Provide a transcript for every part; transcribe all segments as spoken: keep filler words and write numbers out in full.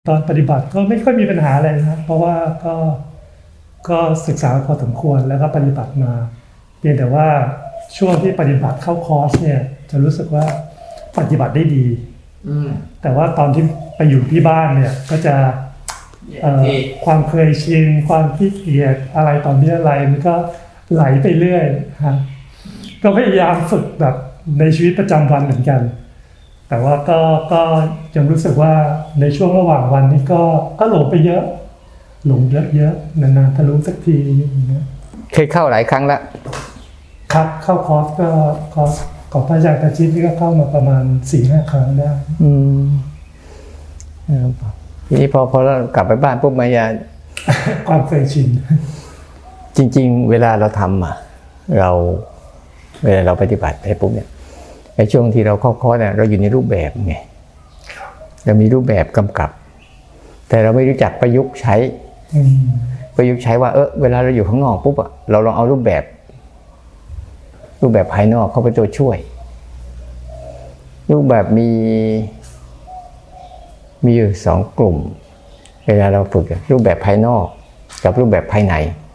ตอนปฏิบัติก็ไม่ค่อยมีปัญหาอะไรนะเพราะว่าก็ก็ศึกษาพอสมควรแล้วก็ปฏิบัติมาเพียงแต่ว่าช่วงที่ปฏิบัติเข้าคอร์สเนี่ยจะรู้สึกว่าปฏิบัติได้ดีแต่ว่าตอนที่ไปอยู่ที่บ้านเนี่ยก็จะความเคยชินความขี้เกียจอะไรตอนนี้อะไรมันก็ไหลไปเรื่อยฮะก็พยายามฝึกแบบในชีวิตประจำวันเหมือนกันแต่ว่าก็ก็ยังรู้สึกว่าในช่วงระหว่างวันนี้ก็ก็หลงไปเยอะหลงเยอะๆนานๆทะลุสักทีอย่างเงี้ยเคยเข้าหลายครั้งแล้วครับเข้าคอร์สก็คอร์สของพระอาจารย์ตาชิตนี่ก็เข้ามาประมาณ สี่ห้า ครั้งได้อืมทีนี้พอพอเรากลับไปบ้านปุ๊บมายาความเคยชินจริงๆเวลาเราทำอ่ะเราเวลาเราปฏิบัติไปปุ๊บเนี่ยในช่วงที่เราเข้าคอร์สเนี่ยเราอยู่ในรูปแบบไงเรามีรูปแบบกำกับแต่เราไม่รู้จักประยุกต์ใช้ประยุกต์ใช้ว่าเออเวลาเราอยู่ข้างนอกปุ๊บอ่ะเราลองเอารูปแบบรูปแบบภายนอกเข้าไปตัวช่วยรูปแบบมีมีอยู่สองกลุ่มเวลาเราฝึกรูปแบบภายนอกกับรูปแบบภายใน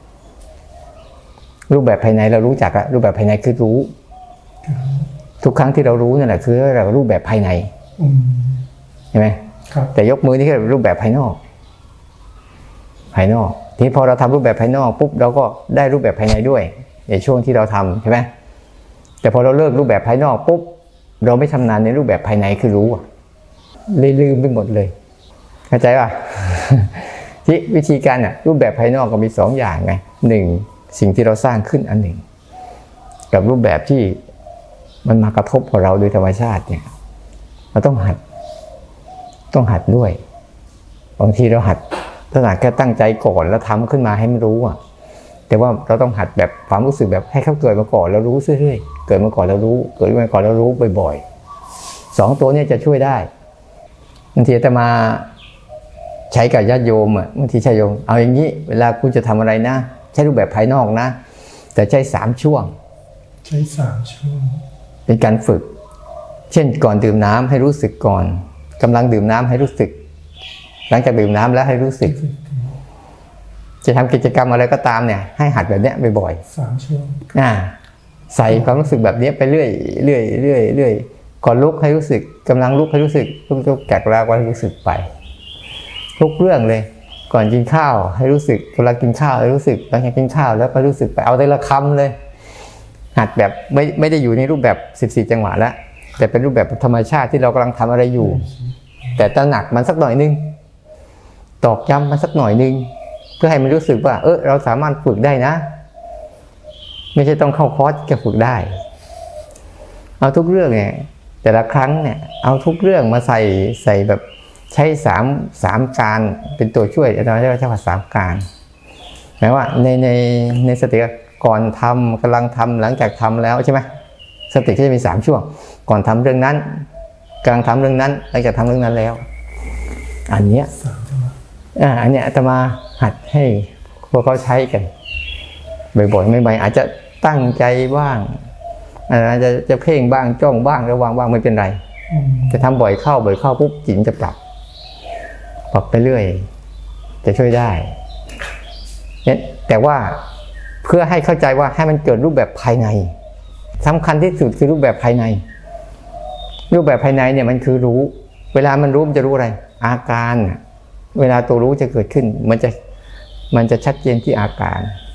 รูปแบบภายในเรารู้จักอะรูปแบบภายในคือรู้ทุกครั้งที่เรารู้นั่นแหละคือเรารูปแบบภายในใช่ไหมแต่ยกมือนี่คือรูปแบบภายนอกภายนอกทีนี้พอเราทำรูปแบบภายนอกปุ๊บเราก็ได้รูปแบบภายในด้วยในช่วงที่เราทำใช่ไหมแต่พอเราเลิกรูปแบบภายนอกปุ๊บเราไม่ชำนาญในรูปแบบภายในคือรู้เลยลืมไปหมดเลยเข้าใจป่ะ ที่วิธีการอ่ะรูปแบบภายนอกก็มีสองอย่างไงหนึ่งสิ่งที่เราสร้างขึ้นอันหนึ่งกับรูปแบบที่มันมากระทบกับเราโดยธรรมชาติเนี่ยเราต้องหัดต้องหัดด้วยบางทีเราหัดขนาดแค่ตั้งใจก่อนแล้วทำขึ้นมาให้มันรู้อ่ะแต่ว่าเราต้องหัดแบบความรู้สึกแบบให้เขาเกิดมาก่อนแล้วรู้เรื่อยๆเกิดมาก่อนแล้วรู้เกิดมาก่อนแล้วรู้บ่อยๆสองตัวนี้จะช่วยได้บางทีอาตมาใช้กับญาติโยมอ่ะบางทีใช้โยมเอาอย่างนี้เวลาคุณจะทำอะไรนะใช้รูปแบบภายนอกนะแต่ใช้สามช่วงใช้สามช่วงเป็นการฝึกเช่นก่อนดื่มน้ำให้รู้สึกก่อนกำลังดื่มน้ำให้รู้สึกหลังจากดื่มน้ำแล้วให้รู้สึกจะทำกิจกรรมอะไรก็ตามเนี่ยให้หัดแบบเนี้ยบ่อยๆสามช่วงอ่าใส่ความรู้สึกแบบนี้ไปเรื่อยเรื่อยเรื่อยเรื่อยก่อนลุกให้รู้สึกกำลังลุกให้รู้สึกลุกๆแกะลากไว้รู้สึกไปทุกเรื่องเลยก่อนกินข้าวให้รู้สึกเวลากินข้าวให้รู้สึกหลังจากกินข้าวแล้วก็รู้สึกไปเอาแต่ละคำเลยหัดแบบไม่ไม่ได้อยู่ในรูปแบบสิบสี่จังหวะแล้วแต่เป็นรูปแบบธรรมชาติที่เรากำลังทำอะไรอยู่แต่ตระหนักมันสักหน่อยนึงตอกย้ำมันสักหน่อยนึงเพื่อให้มันรู้สึกว่าเออเราสามารถฝึกได้นะไม่ใช่ต้องเข้าคอร์สจะฝึกได้เอาทุกเรื่องเนี่ยแต่ละครั้งเนี่ยเอาทุกเรื่องมาใส่ใส่แบบใช้สามสามการเป็นตัวช่วยเราเรียกว่าใช้สามการหมายว่าในในในสติก่อนทำกำลังทำหลังจากทำแล้วใช่ไหมสติก็จะมีสามช่วงก่อนทำเรื่องนั้นกำลังทำเรื่องนั้นหลังจากทำเรื่องนั้นแล้วอันเนี้ยอ่าอันเนี้ยอาตมาหัดให้พวกเขาใช้กันบ่อยๆไม่ๆอาจจะตั้งใจบ้างอาจจะจะเพ่งบ้างจ้องบ้างระวังบ้างไม่เป็นไรจะทำบ่อยเข้าบ่อยเข้าปุ๊บจิตจะปรับปรับไปเรื่อยจะช่วยได้เนี่ยแต่ว่าเพื่อให้เข้าใจว่าให้มันเกิดรูปแบบภายในสำคัญที่สุดคือรูปแบบภายในรูปแบบภายในเนี่ยมันคือรู้เวลามันรู้มันจะรู้อะไรอาการเวลาตัวรู้จะเกิดขึ้นมันจะมันจะชัดเจนที่อาการ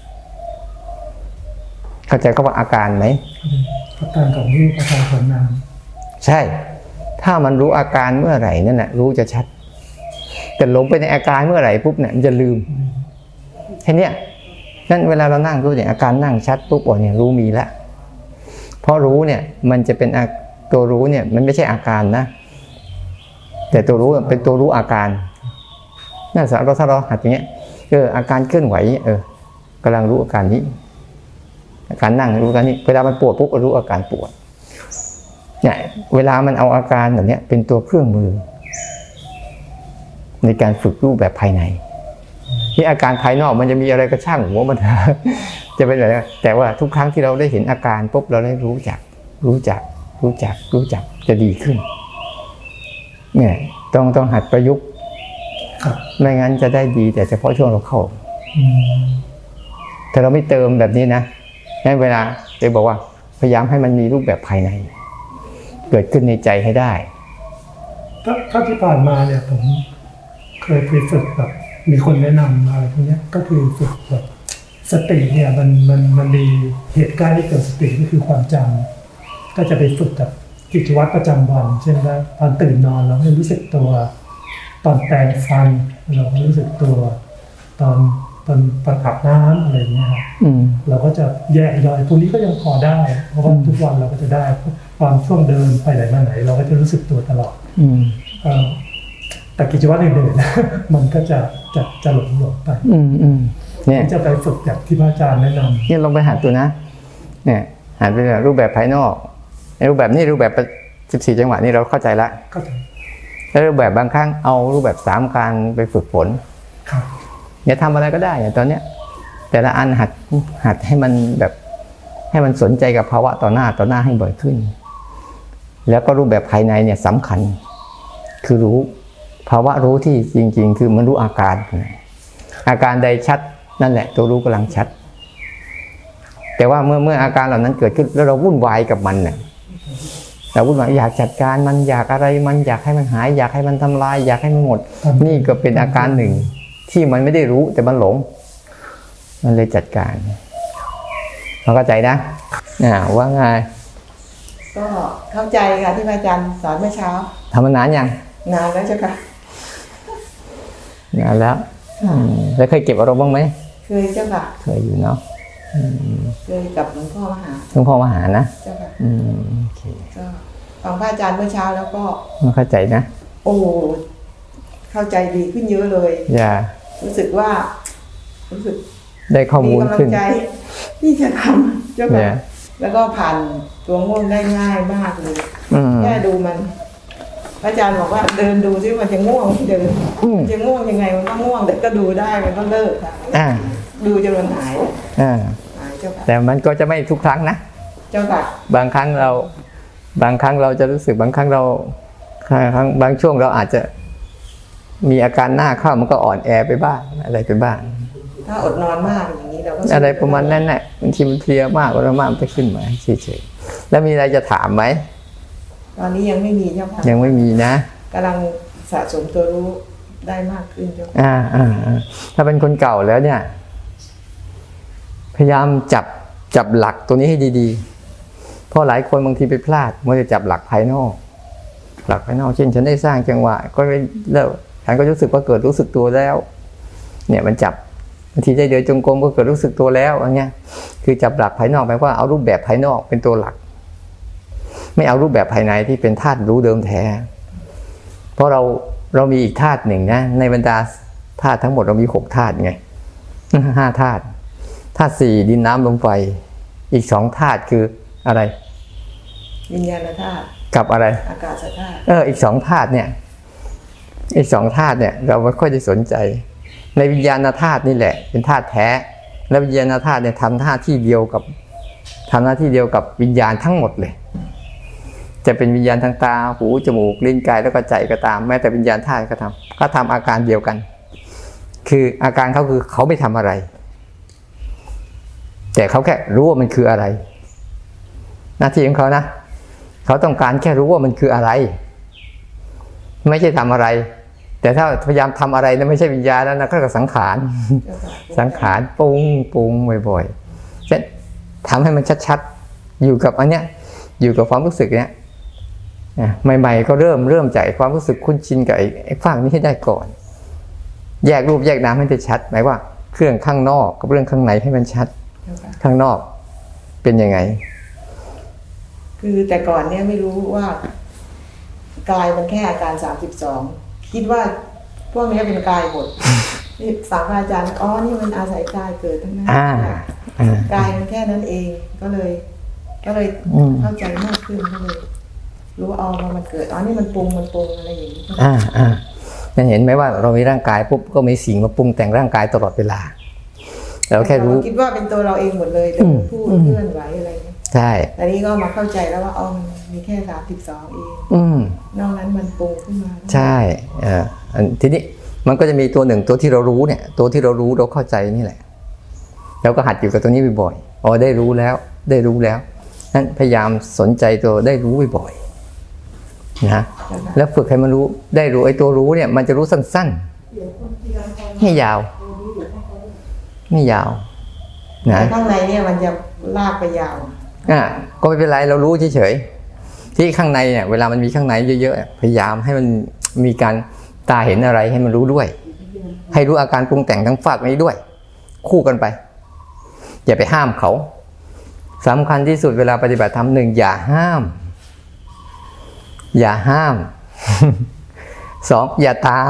เข้าใจคำว่าอาการไหมอาการของรูปอาการของนามใช่ถ้ามันรู้อาการเมื่อไหร่นั่นแหละรู้จะชัดแต่หลงไปในอาการเมื่อไหร่ปุ๊บเนี่ยมันจะลืมแค่นี้นั่นเวลาเรานั่งรู้เนี่ยอาการนั่งชัดปุ๊บอ๋อเนี่ยรู้มีแล้วเพราะรู้เนี่ยมันจะเป็นตัวรู้เนี่ยมันไม่ใช่อาการนะแต่ตัวรู้เป็นตัวรู้อาการนั่นสเราถ้าเราหัดอย่างเงี้ยเอออาการเคลื่อนไหวเออกำลังรู้อาการนี้อาการนั่งรู้อาการนี้เวลามันปวดปุ๊บก็รู้อาการปวดเนี่ยเวลามันเอาอาการแบบนี้เป็นตัวเครื่องมือในการฝึกรูปแบบภายในที่อาการภายนอกมันจะมีอะไรก็ช่างหัวมันจะเป็นอะไรแต่ว่าทุกครั้งที่เราได้เห็นอาการปุ๊บเราได้รู้จักรู้จักรู้จักรู้จักจะดีขึ้นเนี่ยต้องต้องหัดประยุกต์ไม่งั้นจะได้ดีแต่เฉพาะช่วงเราเข้าแต่เราไม่เติมแบบนี้นะงั้นเวลาเดี๋ยวบอกว่าพยายามให้มันมีรูปแบบภายในเกิดขึ้นในใจให้ได้ถ้าที่ผ่านมาเนี่ยผมเคยไปฝึกแบบมีคนแนะนำอะไรพวกนี้ก็คือฝึกแบบสติเนี่ยมันมันมันมีเหตุการณ์ที่เกิดสติก็คือความจำก็จะไปฝึกกับกิจวัตรประจำวันเช่นว่าตอนตื่นนอนเราให้รู้สึกตัวตอนแปรงฟันเราก็รู้สึกตัวตอนตอนตอนอาบน้ำอะไรอย่างเงี้ยครับเราก็จะแยกย่อยพวกนี้ก็ยังพอได้เพราะว่าทุกวันเราก็จะได้ความช่วงเดินไปไหนมาไหนเราก็จะรู้สึกตัวตลอดแต่กิจวัตรอื่นๆมันก็จะจะจะหลงหลงไปเนี่ยจะไปฝึกแบบที่พระอาจารย์แนะนำเนี่ยลองไปหาตัวนะเนี่ยหาไปรูปแบบภายนอกในรูปแบบนี้รูปแบบสิบสี่จังหวะนี่เราเข้าใจละเข้าใจแล้วรูปแบบบางครั้งเอารูปแบบสามการไปฝึกฝนเนี่ยทำอะไรก็ได้อย่างตอนเนี้ยแต่ละอันหัดหัดให้มันแบบให้มันสนใจกับภาวะต่อหน้าต่อหน้าให้บ่อยขึ้นแล้วก็รูปแบบภายในเนี่ยสำคัญคือรู้ภาวะรู้ที่จริงๆคือมันรู้อาการอาการใดชัดนั่นแหละตัวรู้กำลังชัดแต่ว่าเมื่อเมื่ออาการเหล่านั้นเกิดขึ้นแล้วเราวุ่นวายกับมันเนี่ยเราวุ่นวายอยากจัดการมันอยากอะไรมันอยากให้มันหายอยากให้มันทำลายอยากให้มันหมดนี่ก็เป็นอาการหนึ่งที่มันไม่ได้รู้แต่มันหลงมันเลยจัดการเราเข้าใจนะอ่าว่าไงก็เข้าใจค่ะที่อาจารย์สอนเมื่อเช้าทำมานานยังนานแล้วเจ้าค่ะนานแล้วแล้วเคยเก็บอารมณ์บ้างไหมเคยเจ้าค่ะเคยอยู่เนาะเคยกับหลวงพ่อมหาหลวงพ่อมหานะเจ้าค่ะอืมโอเคก็ฟังพระอาจารย์เมื่อเช้าแล้วก็เข้าใจนะโอ้เข้าใจดีขึ้นเยอะเลยอย่ารู้สึกว่ารู้สึกได้ข้อมูลขึ้นมีกำลังใจที่จะทำเจ้าค่ะแล้วก็ผ่านตัวง่วงได้ง่ายมากเลยแค่ดูมันพระอาจารย์บอกว่าเดินดูซิมันจะง่วงเดินจะง่วงยังไงมันก็ง่วงแต่ก็ดูได้มันก็เลิกค่ะดูจนมันหายหายเจ้าค่ะแต่มันก็จะไม่ทุกครั้งนะเจ้าค่ะบางครั้งเราบางครั้งเราจะรู้สึกบางครั้งเราบางครั้งบางช่วงเราอาจจะมีอาการหน้าเข้ามันก็อ่อนแอไปบ้างอะไรไปบ้างถ้าอดนอนมากอย่างนี้เราก็อะไรประมาณนั้นแหละบางทีมันเพลียมากกว่ามากมันจะขึ้นมาเฉยๆแล้วมีอะไรจะถามไหมตอนนี้ยังไม่มีเจ้าค่ะยังไม่มีนะกำลังสะสมตัวรู้ได้มากขึ้นเจ้าค่ะอ่าอ่าถ้าเป็นคนเก่าแล้วเนี่ยพยายามจับจับหลักตัวนี้ให้ดีๆเพราะหลายคนบางทีไปพลาดเมื่อจะจับหลักภายนอกหลักภายนอกเช่นฉันได้สร้างจังหวะก็เลิกฉันก็รู้สึกว่าเกิดรู้สึกตัวแล้วเนี่ยมันจับบางทีได้เดินจงกรมก็เกิดรู้สึกตัวแล้วอย่างเงี้ยคือจับหลักภายนอกแปลว่าเอารูปแบบภายนอกเป็นตัวหลักไม่เอารูปแบบภายในที่เป็นธาตุรู้เดิมแท้เพราะเราเรามีอีกธาตุหนึ่งนะในบรรดาธาตุทั้งหมดเรามีหกธาตุไงห้าธาตุธาตุสี่ดินน้ำลมไฟอีกสองธาตุคืออะไรวิญญาณธาตุกับอะไรอากาศธาตุเอออีกสองธาตุเนี่ยอีกสองธาตุเนี่ยเราไม่ค่อยได้สนใจในวิญญาณธาตุนี่แหละเป็นธาตุแท้และวิญญาณธาตุเนี่ยทำหน้าที่เดียวกับทำหน้าที่เดียวกับวิญญาณทั้งหมดเลยจะเป็นวิญญาณทางตาหูจมูกลิ้นกายแล้วก็ใจก็ตามแม้แต่วิญญาณธาตุก็ทำก็ทำอาการเดียวกันคืออาการเขาคือเขาไม่ทำอะไรแต่เขาแค่รู้ว่ามันคืออะไรหน้าที่ของเขานะเขาต้องการแค่รู้ว่ามันคืออะไรไม่ใช่ทำอะไรแต่ถ้าพยายามทำอะไรนะไม่ใช่วิญญาณแล้วนะก็คือสังขารสังขารปรุงปรุงบ่อยๆเช่นทำให้มันชัดๆอยู่กับอันเนี้ยอยู่กับความรู้สึกเนี้ยใหม่ๆก็เริ่มเริ่มจากความรู้สึกคุ้นชินกับไอ้ฝั่งนี้ให้ได้ก่อนแยกรูปแยกนามให้ได้ชัดหมายว่าเครื่องข้างนอกกับเรื่องข้างในให้มันชัดข้างนอกเป็นยังไงคือแต่ก่อนเนี่ยไม่รู้ว่ากายมันแค่อาการสามสิบสองคิดว่าพวกนี้เป็นกายหมดนี่ฟังอาจารย์อ๋อนี่มันอาศัยกายเกิดทั้งนั้นกายมันแค่นั้นเองก็เลยก็เลยเข้าใจมากขึ้นก็เลยรู้ว่าอ๋อมันเกิดอ๋อนี่มันปรุงมันปรุงอะไรอย่างนี้อ่าอ่าจะเห็นไหมว่าเรามีร่างกายปุ๊บก็มีสิ่งมาปรุงแต่งร่างกายตลอดเวลาเราแค่รู้คิดว่าเป็นตัวเราเองหมดเลยพูดเคลื่อนไหวอะไรเงี้ยใช่แต่นี้ก็มาเข้าใจแล้วว่าอ๋อมันมีแค่สามสิบสองเองนอกนั้นมันปรุงขึ้นมาใช่เออทีนี้มันก็จะมีตัวหนึ่งตัวที่เรารู้เนี่ยตัวที่เรารู้เราเข้าใจนี่แหละแล้วก็หัดอยู่กับตัวนี้บ่อยๆอ๋อได้รู้แล้วได้รู้แล้วนั้นพยายามสนใจตัวได้รู้บ่อยๆนะแล้วฝึกให้มันรู้ได้รู้ไอ้ตัวรู้เนี่ยมันจะรู้สั้นๆไม่ยาวไม่ยาวนะข้างในเนี่ยมันจะลากไปยาวอ่ะก็ไม่เป็นไรเรารู้เฉยๆที่ข้างในเนี่ยเวลามันมีข้างในเยอะๆพยายามให้มันมีการตาเห็นอะไรให้มันรู้ด้วยให้รู้อาการปรุงแต่งทั้งฝากนี้ด้วยคู่กันไปอย่าไปห้ามเขาสำคัญที่สุดเวลาปฏิบัติธรรมหนึ่งอย่าห้ามอย่าห้าม สองอย่าตาม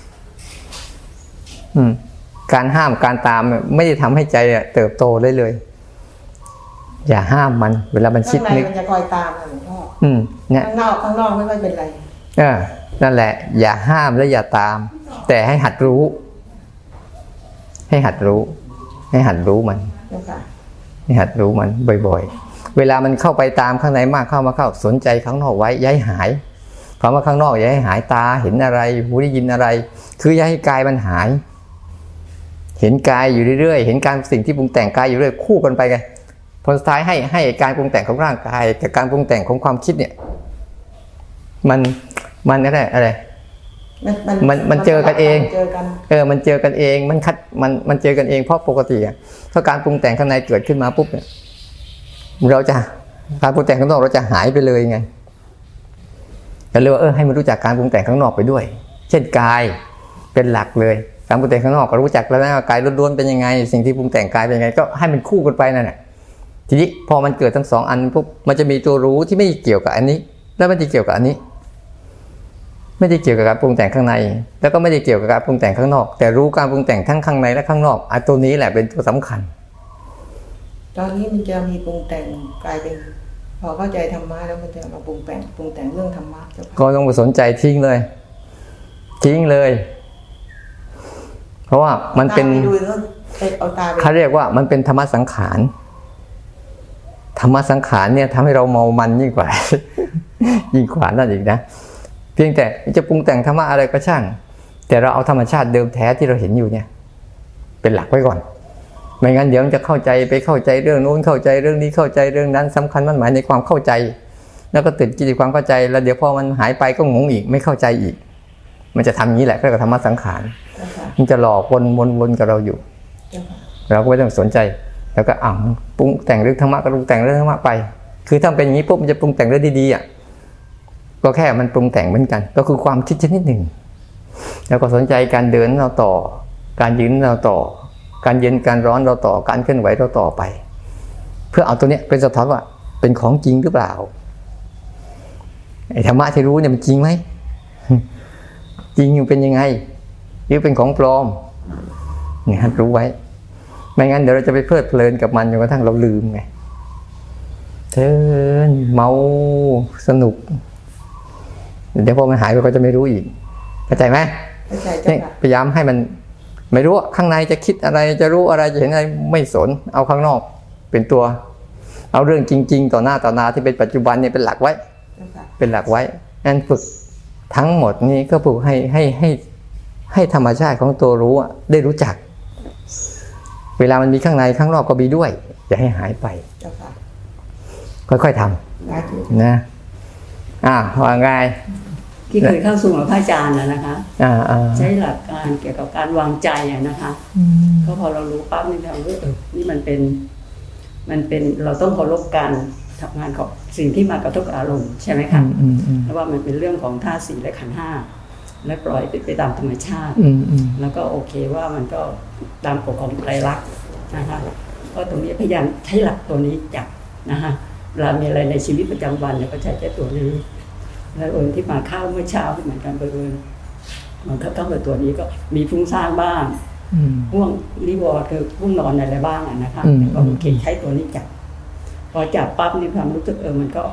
อืมการห้ามการตามไม่ได้ทำให้ใจเติบโตเลยเลยอย่าห้ามมันเวลามันคิดนึกมันจะคอยตามหลวงพ่ออืมเนี่ยข้างนอกข้างนอกไม่ค่อยเป็นไรเออนั่นแหละอย่าห้ามและอย่าตามแต่ให้หัดรู้ให้หัดรู้ให้หัดรู้มันให้หัดรู้มันบ่อยๆเวลามันเข้าไปตามข้างในมากเข้ามาเข้าสนใจข้างนอกไว้ย้ายหายคำว่าข้างนอกอย่าให้หายตาเห็นอะไรหูได้ยินอะไรคืออย่าให้กายมันหายเห็นกายอยู่เรื่อยๆเห็นการสิ่งที่ปรุงแต่งกายอยู่เรื่อยคู่กันไปไงผลสุดท้ายให้ให้การปรุงแต่งของร่างกายกับการปรุงแต่งของความคิดเนี่ยมันมันอะไรอะไรมันมันเจอกันเองเออมันเจอกันเองมันคัดมันมันเจอกันเองเพราะปกติอ่ะถ้าการปรุงแต่งข้างในเกิดขึ้นมาปุ๊บเนี่ยเราจะการปรุงแต่งข้างนอกเราจะหายไปเลยไงแต่เลยว่าเออให้มันรู้จักการปรุงแต่งข้างนอกไปด้วยเช่นกายเป็นหลักเลยการปรุงแต่งข้างนอกก็รู้จักแล้วนะกายล้วนๆเป็นยังไงสิ่งที่ปรุงแต่งกายเป็นยังไงก็ให้มันคู่กันไปนั่นแหละทีนี้พอมันเกิดทั้งสองอันปุ๊บมันจะมีตัวรู้ที่ไม่เกี่ยวกับอันนี้แล้วมันจะเกี่ยวกับอันนี้ไม่ได้เกี่ยวกับการปรุงแต่งข้างในแล้วก็ไม่ได้เกี่ยวกับการปรุงแต่งข้างนอกแต่รู้การปรุงแต่งทั้งข้างในและข้างนอกไอ้ตัวนี้แหละเป็นตัวสำคัญตอนนี้มันจะมีปรุงแต่งกลายเป็นพอเข้าใจธรรมะแล้วมันจะมาปรุงแต่งปรุงแต่งเรื่องธรรมะก็ต้องไปสนใจทิ้งเลยทิ้งเลยเพราะว่ามันเป็นเขาเรียกว่ามันเป็นธรรมะสังขารธรรมะสังขารเนี่ยทำให้เราเมามันยิ่งกว่า ยิ่งกว่านั่นอีกนะเพียงแต่จะปรุงแต่งธรรมะอะไรก็ช่างแต่เราเอาธรรมชาติเดิมแท้ที่เราเห็นอยู่เนี่ยเป็นหลักไว้ก่อนไม่งั้นเดี๋ยวมันจะเข้าใจไปเข้าใจเรื่องโน้นเข้าใจเรื่องนี้เข้าใจเรื่องนั้นสำคัญมันหมายในความเข้าใจแล้วก็ติดกิจความเข้าใจแล้วเดี๋ยวพอมันหายไปก็งงอีกไม่เข้าใจอีกมันจะทำอย่างนี้แหละเรียกว่าธรรมะสังขารมันจะหลอกวนวนวนกับเราอยู่เราก็ไม่ต้องสนใจแล้วก็อ่าปรุงแต่งเรื่องธรรมะก็ปรุงแต่งเรื่องธรรมะไปคือถ้าเป็นอย่างนี้ปุ๊บมันจะปรุงแต่งเรื่องดีๆอ่ะก็แค่มันปรุงแต่งเหมือนกันก็คือความคิดชนิดหนึ่งแล้วก็สนใจการเดินเราต่อการยืนเราต่อการเย็นการร้อนเราต่อการเคลื่อนไหวเราต่อไปเพื่อเอาตัวเนี้ยเป็นสะท้อนว่าเป็นของจริงหรือเปล่าไอ้ธรรมะที่รู้เนี่ยมันจริงไหมจริงอยู่เป็นยังไงหรือเป็นของปลอมเนี่ยให้รู้ไว้ไม่งั้นเดี๋ยวเราจะไปเพลิดเพลินกับมันจนกระทั่งเราลืมไงเทินเมาสนุกเดี๋ยวพอมันหายไปก็จะไม่รู้อีกเข้าใจไหมเข้าใจจ้ะพยายามให้มันไม่รู้ข้างในจะคิดอะไรจะรู้อะไรจะเห็นอะไรไม่สนเอาข้างนอกเป็นตัวเอาเรื่องจริงๆต่อหน้าต่อตาที่เป็นปัจจุบันเนี่ยเป็นหลักไว้เป็นหลักไว้งั้นฝึกทั้งหมดนี้ก็ฝึกให้ให้ให้ให้ธรรมชาติของตัวรู้ได้รู้จักเวลามันมีข้างในข้างนอกก็มีด้วยอย่าให้หายไปค่อยๆทำนะอ่าว่าไงที่เคยเข้าสู่กับพระอาจารย์นะนะคะใช้หลักการเกี่ยวกับการวางใจนะคะก็พอเรารู้ปั๊บนี่เราเออนี่มันเป็นมันเป็นเราต้องเคารพการทำงานของสิ่งที่มากระทบอารมณ์ใช่ไหมคะเพราะว่ามันเป็นเรื่องของธาตุสี่และขันธ์ห้าและปล่อยไปไปตามธรรมชาติแล้วก็โอเคว่ามันก็ตามกฎของไตรลักษณ์นะคะก็ตรงนี้พยายามใช้หลักตัวนี้จับนะคะเวลามีอะไรในชีวิตประจำวันเนี่ยก็ใช้แค่ตัวนี้แล้วเอิญที่มาเข้าเมื่อเช้าเหมือนกันเอิญมันเข้ากับตัวนี้ก็มีฟุ้งซ่านบ้างห่วงรีวอร์ดคือห่วงนอนอะไรบ้างนะคะก็โอเคใช้ตัวนี้จับพอจับปั๊บนี่ความรู้สึกเออมันก็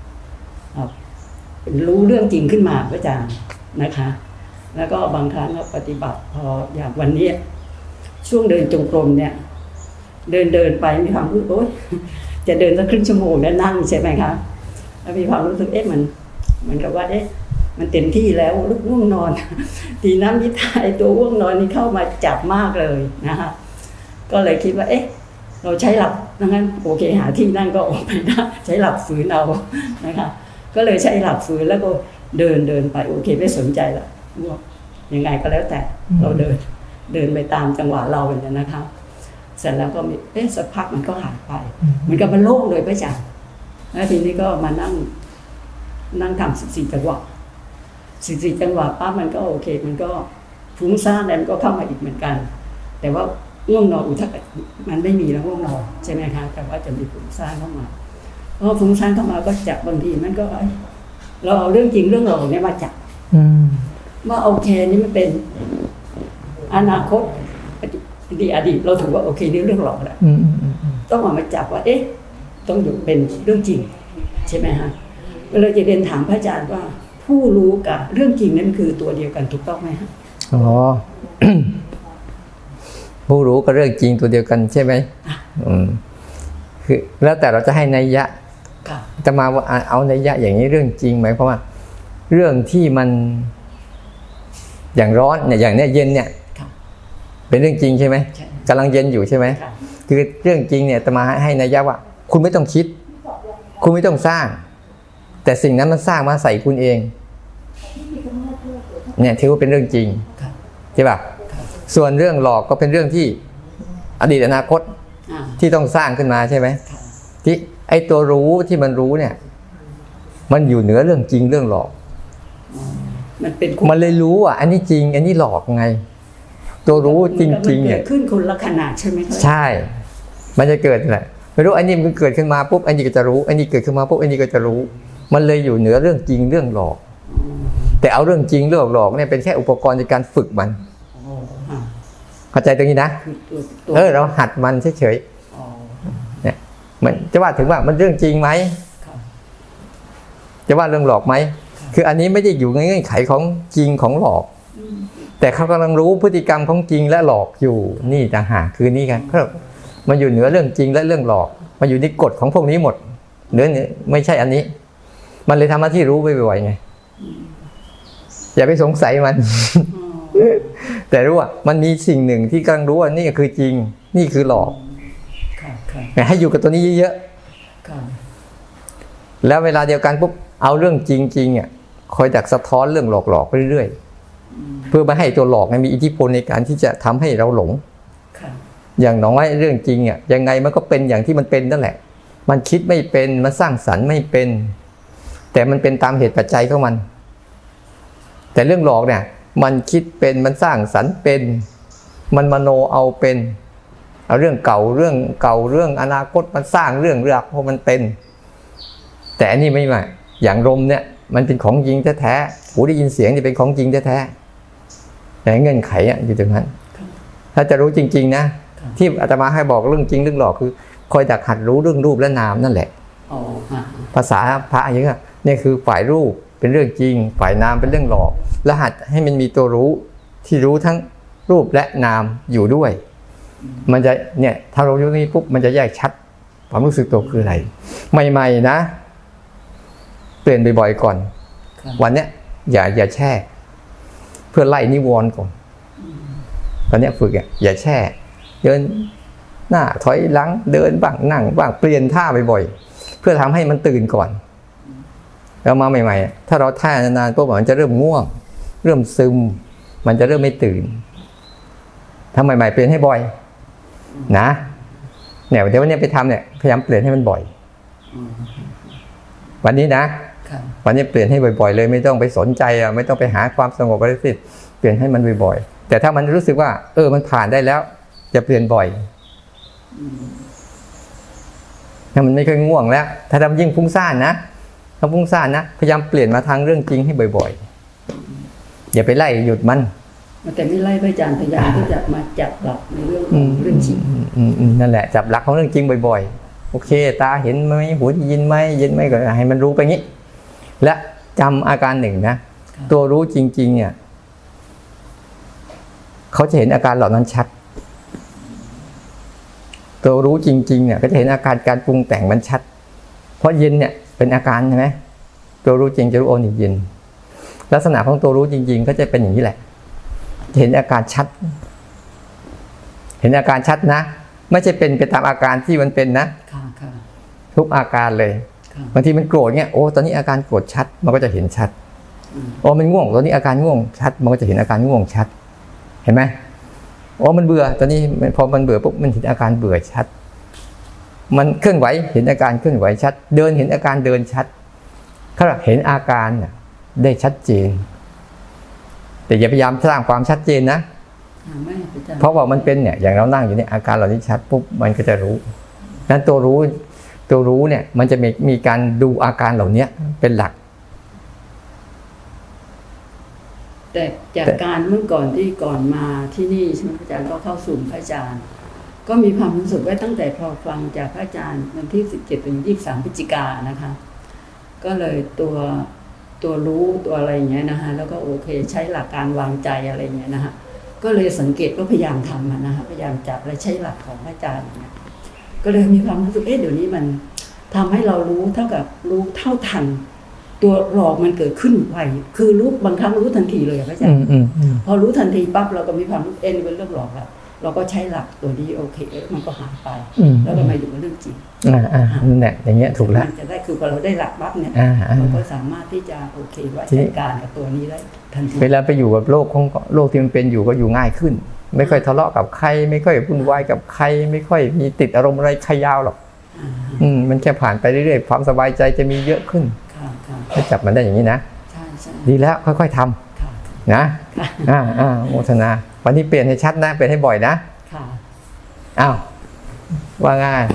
รู้เรื่องจริงขึ้นมาพระอาจารย์นะคะแล้วก็บางครั้งก็ปฏิบัติพออย่างวันนี้ช่วงเดินจงกรมเนี่ยเดินเดินไปมีความรู้สึกโอ๊ยจะเดินสักครึ่งชั่วโมงแล้วนั่งใช่ไหมคะแล้วมีความรู้สึกเอ๊ะมันเหมือนกับว่าเอ๊ะมันเต็มที่แล้วลูกง่วงนอนทีน้ำนิทายตัวง่วงนอนนี่เข้ามาจับมากเลยนะคะก็เลยคิดว่าเอ๊ะเราใช้หลับงั้นโอเคหาที่นั่งก็ออกไปได้ใช้หลับฝืนเอานะคะก็เลยใช้หลับฝืนแล้วก็เดินเดินไปโอเคไม่สนใจละง่วงยังไงก็แล้วแต่เราเดินเดินไปตามจังหวะเราเนี่ยนะคะเสร็จแล้วก็มีเอ๊ะสักพักมันก็หายไปเหมือนกับมันโล่งเลยพระอาจารย์แล้วทีนี้ก็มานั่งนั่งทำสิบสี่จังหวะสิบสี่จังหวะปั๊บมันก็โอเคมันก็ฟุ้งซ่านแล้วมันก็เข้ามาอีกเหมือนกันแต่ว่าง่วงนอนอุทกมันไม่มีแล้วง่วงนอนใช่ไหมคะแต่ว่าจะมีฟุ้งซ่านเข้ามาพอฟุ้งซ่านเข้ามาก็จับบางทีมันก็เราเอาเรื่องจริงเรื่องหลอกเนี่ยมาจับว่าโอเคนี่มันเป็นอนาคตดีอดีตเราถือว่าโอเคนี่เรื่องหลอกแหละต้องมามาจับว่าเอ๊ะต้องอยู่เป็นเรื่องจริงใช่ไหมฮะเราจะเรียนถามพระอาจารย์ว่าผู้รู้กับเรื่องจริงนั้นคือตัวเดียวกันถูกต้องไหมฮะอ๋อ ผู้รู้กับเรื่องจริงตัวเดียวกันใช่ไหมอืมคือแล้วแต่เราจะให้นัยยะจะมาว่าเอานัยยะอย่างนี้เรื่องจริงไหมเพราะว่าเรื่องที่มันอย่างร้อนเนี่ยอย่างเนี้ยเย็นเนี่ยเป็นเรื่องจริงใช่ไหมกำลังเย็นอยู่ใช่ไหมคือเรื่องจริงเนี่ยจะมาให้นัยยะว่าคุณไม่ต้องคิดคุณไม่ต้องสร้างแต่สิ่งนั้นมันสร้างมาใส่คุณเองเนี่ยถือว่าเป็นเรื่องจริงใช่ป่ะส่วนเรื่องหลอกก็เป็นเรื่องที่อดีตอนาคตที่ต้องสร้างขึ้นมาใช่ไหมที่ไอตัวรู้ที่มันรู้เนี่ยมันอยู่เหนือเรื่องจริงเรื่องหลอกมันเป็นมันเลยรู้อ่ะอันนี้จริงอันนี้หลอกไงตัวรู้จริงๆเนี่ยขึ้นคนละขนาดใช่ไหมใช่มันจะเกิดแหละไม่รู้อันนี้มันเกิดขึ้นมาปุ๊บอันนี้ก็จะรู้อันนี้เกิดขึ้นมาปุ๊บอันนี้ก็จะรู้มันเลยอยู่เหนือเรื่องจริงเรื่องหลอกแต่เอาเรื่องจริงเรื่องหลอกเนี่ยเป็นแค่อุปกรณ์ในการฝึกมันเข้าใจตรงนี้นะเออเราหัดมันเฉยๆเนี่ยมันจะว่าถึงว่ามันเรื่องจริงไหมจะว่าเรื่องหลอกไหมคืออันนี้ไม่ได้อยู่ในเงื่อนไขของจริงของหลอกแต่เขากำลังรู้พฤติกรรมของจริงและหลอกอยู่นี่ต่างหากคือนี่กันมันอยู่เหนือเรื่องจริงและเรื่องหลอกมันอยู่ในกฎของพวกนี้หมดเนื้อเนี่ยไม่ใช่อันนี้มันเลยทำหน้าที่รู้บ่อยๆไงอย่าไปสงสัยมัน แต่รู้ว่ามันมีสิ่งหนึ่งที่กำลังรู้ว่านี่คือจริงนี่คือหลอกให้อยู่กับตัวนี้เยอะๆแล้วเวลาเดียวกันปุ๊บเอาเรื่องจริงๆอ่ะคอยดักสะท้อนเรื่องหลอกๆไปเรื่อยๆเพื่อไม่ให้ตัวหลอกมีอิทธิพลในการที่จะทำให้เราหลงอย่างน้อยเรื่องจริงอ่ะยังไงมันก็เป็นอย่างที่มันเป็นนั่นแหละมันคิดไม่เป็นมันสร้างสรรค์ไม่เป็นแต่มันเป็นตามเหตุปัจจัยของมันแต่เรื่องหลอกเนี่ยมันคิดเป็นมันสร้างสรรค์เป็นมันมโนเอาเป็นเอาเรื่องเก่าเรื่องเก่าเรื่องอนาคตมันสร้างเรื่องเรื่องเพราะมันเป็นแต่อันนี้ไม่มาอย่างลมเนี่ยมันเป็นของจริงแท้ๆหูได้ยินเสียงนี่เป็นของจริงแท้ๆแต่เงื่อนไขอ่ะอยู่ตรงนั้นถ้าจะรู้จริงๆนะที่อาตมาให้บอกเรื่องจริงเรื่องหลอกคือคอยดักหัดรู้เรื่องรูปและนามนั่นแหละภาษาพระอย่างเงี้ยนี่คือฝ่ายรูปเป็นเรื่องจริงฝ่ายนามเป็นเรื่องหลอกและหัดให้มันมีตัวรู้ที่รู้ทั้งรูปและนามอยู่ด้วยมันจะเนี่ยถ้าเรารู้นี้ปุ๊บมันจะแยกชัดความรู้สึกตัวคืออะไรใหม่ๆนะเปลี่ยนบ่อยๆก่อนวันเนี้ยอย่าอย่าแช่เพื่อไล่นิวรณ์ก่อนตอนนี้ฝึกอ่ะอย่าแช่เดินหน้าถอยหลังเดินบ้างนั่งบ้างเปลี่ยนท่าบ่อยๆเพื่อทำให้มันตื่นก่อนแล้วมาใหม่ๆถ้าเราท่านานๆปุ๊บมันจะเริ่มง่วงเริ่มซึมมันจะเริ่มไม่ตื่นทำใหม่ๆเปลี่ยนให้บ่อยนะเนี่ยเดี๋ยววันนี้ไปทำเนี่ยพยายามเปลี่ยนให้มันบ่อยวันนี้นะวันนี้เปลี่ยนให้บ่อยๆเลยไม่ต้องไปสนใจอ่ะไม่ต้องไปหาความสงบอะไรสิเปลี่ยนให้มันบ่อยๆแต่ถ้ามันรู้สึกว่าเออมันผ่านได้แล้วจะเปลี่ยนบ่อยถ้ามันไม่เคยง่วงแล้วถ้าทำยิ่งฟุ้งซ่านนะถ้าฟุ้งซ่านนะพยายามเปลี่ยนมาทางเรื่องจริงให้บ่อยๆอย่าไปไล่หยุดมันแต่ไม่ไล่พระอาจารย์พยายามที่จะมาจับหลักในเรื่องของเรื่องจริงนั่นแหละจับหลักของเรื่องจริงบ่อยๆโอเคตาเห็นไหมหูได้ยินไหมยินไหมก็ให้มันรู้ไปงี้และจำอาการหนึ่งนะตัวรู้จริงๆเนี่ยเขาจะเห็นอาการเหล่านั้นชัดตัวรู้จริงๆเนี่ยก็จะเห็นอาการการปรุงแต่งมันชัดเพราะเย็นเนี่ยเป็นอาการใช่ไหมตัวรู้จริงจะรู้โอนี่เย็นลักษณะของตัวรู้จริงๆก็จะเป็นอย่างนี้แหละเห็นอาการชัดเห็นอาการชัดนะไม่ใช่เป็นไปตามอาการที่มันเป็นนะทุกอาการเลยบางทีมันโกรธเนี่ยโอ้ตอนนี้อาการโกรธชัดมันก็จะเห็นชัดโอ้มันง่วงตอนนี้อาการง่วงชัดมันก็จะเห็นอาการง่วงชัดเห็นไหมโอ้มันเบื่อตอนนี้พอมันเบื่อปุ๊บมันเห็นอาการเบื่อชัดมันเคลื่อนไหวเห็นอาการเคลื่อนไหวชัดเดินเห็นอาการเดินชัดเขาเห็นอาการได้ชัดเจนแต่อย่าพยายามสร้างความชัดเจนนะเพราะว่ามันเป็นเนี่ยอย่างเรานั่งอยู่เนี่ยอาการเหล่านี้ชัดปุ๊บมันก็จะรู้นั้นตัวรู้ตัวรู้เนี่ยมันจะมีมีการดูอาการเหล่านี้เป็นหลักแต่จากการเมื่อก่อนที่ก่อนมาที่นี่ใช่ไหมพระอาจารย์ก็เข้าสู่พระอาจารย์ก็มีความรู้สึกว่าตั้งแต่พอฟังจากพระอาจารย์วันที่สิบเจ็ดถึงยี่สิบสามพฤศจิกายนนะคะก็เลยตัวตัวรู้ตัวอะไรอย่างเงี้ยนะคะแล้วก็โอเคใช้หลักการวางใจอะไรอย่างเงี้ยนะคะก็เลยสังเกตก็พยายามทำนะคะพยายามจับและใช้หลักของพระอาจารย์อย่างเงี้ยก็เลยมีความรู้สึกเอ๊ะเดี๋ยวนี้มันทำให้เรารู้เท่ากับรู้เท่าทันตัวหลอกมันเกิดขึ้นไวคือรู้บางครั้งรู้ทันทีเลยพระอาจารย์พอรู้ทันทีปั๊บเราก็มีความรู้เอ็นเป็นเรื่องหลอกแล้วเราก็ใช้หลักตัวนี้โอเคมันก็หายไปแล้วก็มาอยู่กับเรื่องจริงอ่าอ่านั่นแหละอย่างเงี้ยถูกแล้วมันจะได้คือพอเราได้หลักปั๊บเนี่ยเราก็สามารถที่จะโอเคว่าจัดการกับตัวนี้ได้ทันทีเวลาไปอยู่กับโลกของโลกที่มันเป็นอยู่ก็อยู่ง่ายขึ้นไม่ค่อยทะเลาะกับใครไม่ค่อยวุ่นวายกับใครไม่ค่อยมีติดอารมณ์อะไรใครยาวหรอกอืมมันแค่ผ่านไปเรื่อยๆความสบายใจจะมีเยอะขึ้นถ้าจับมันได้อย่างนี้นะดีแล้วค่อยๆทำนะอ่าอ่าโมทนาวันนี้เปลี่ยนให้ชัดนะเปลี่ยนให้บ่อยนะอ้าวว่าง่าย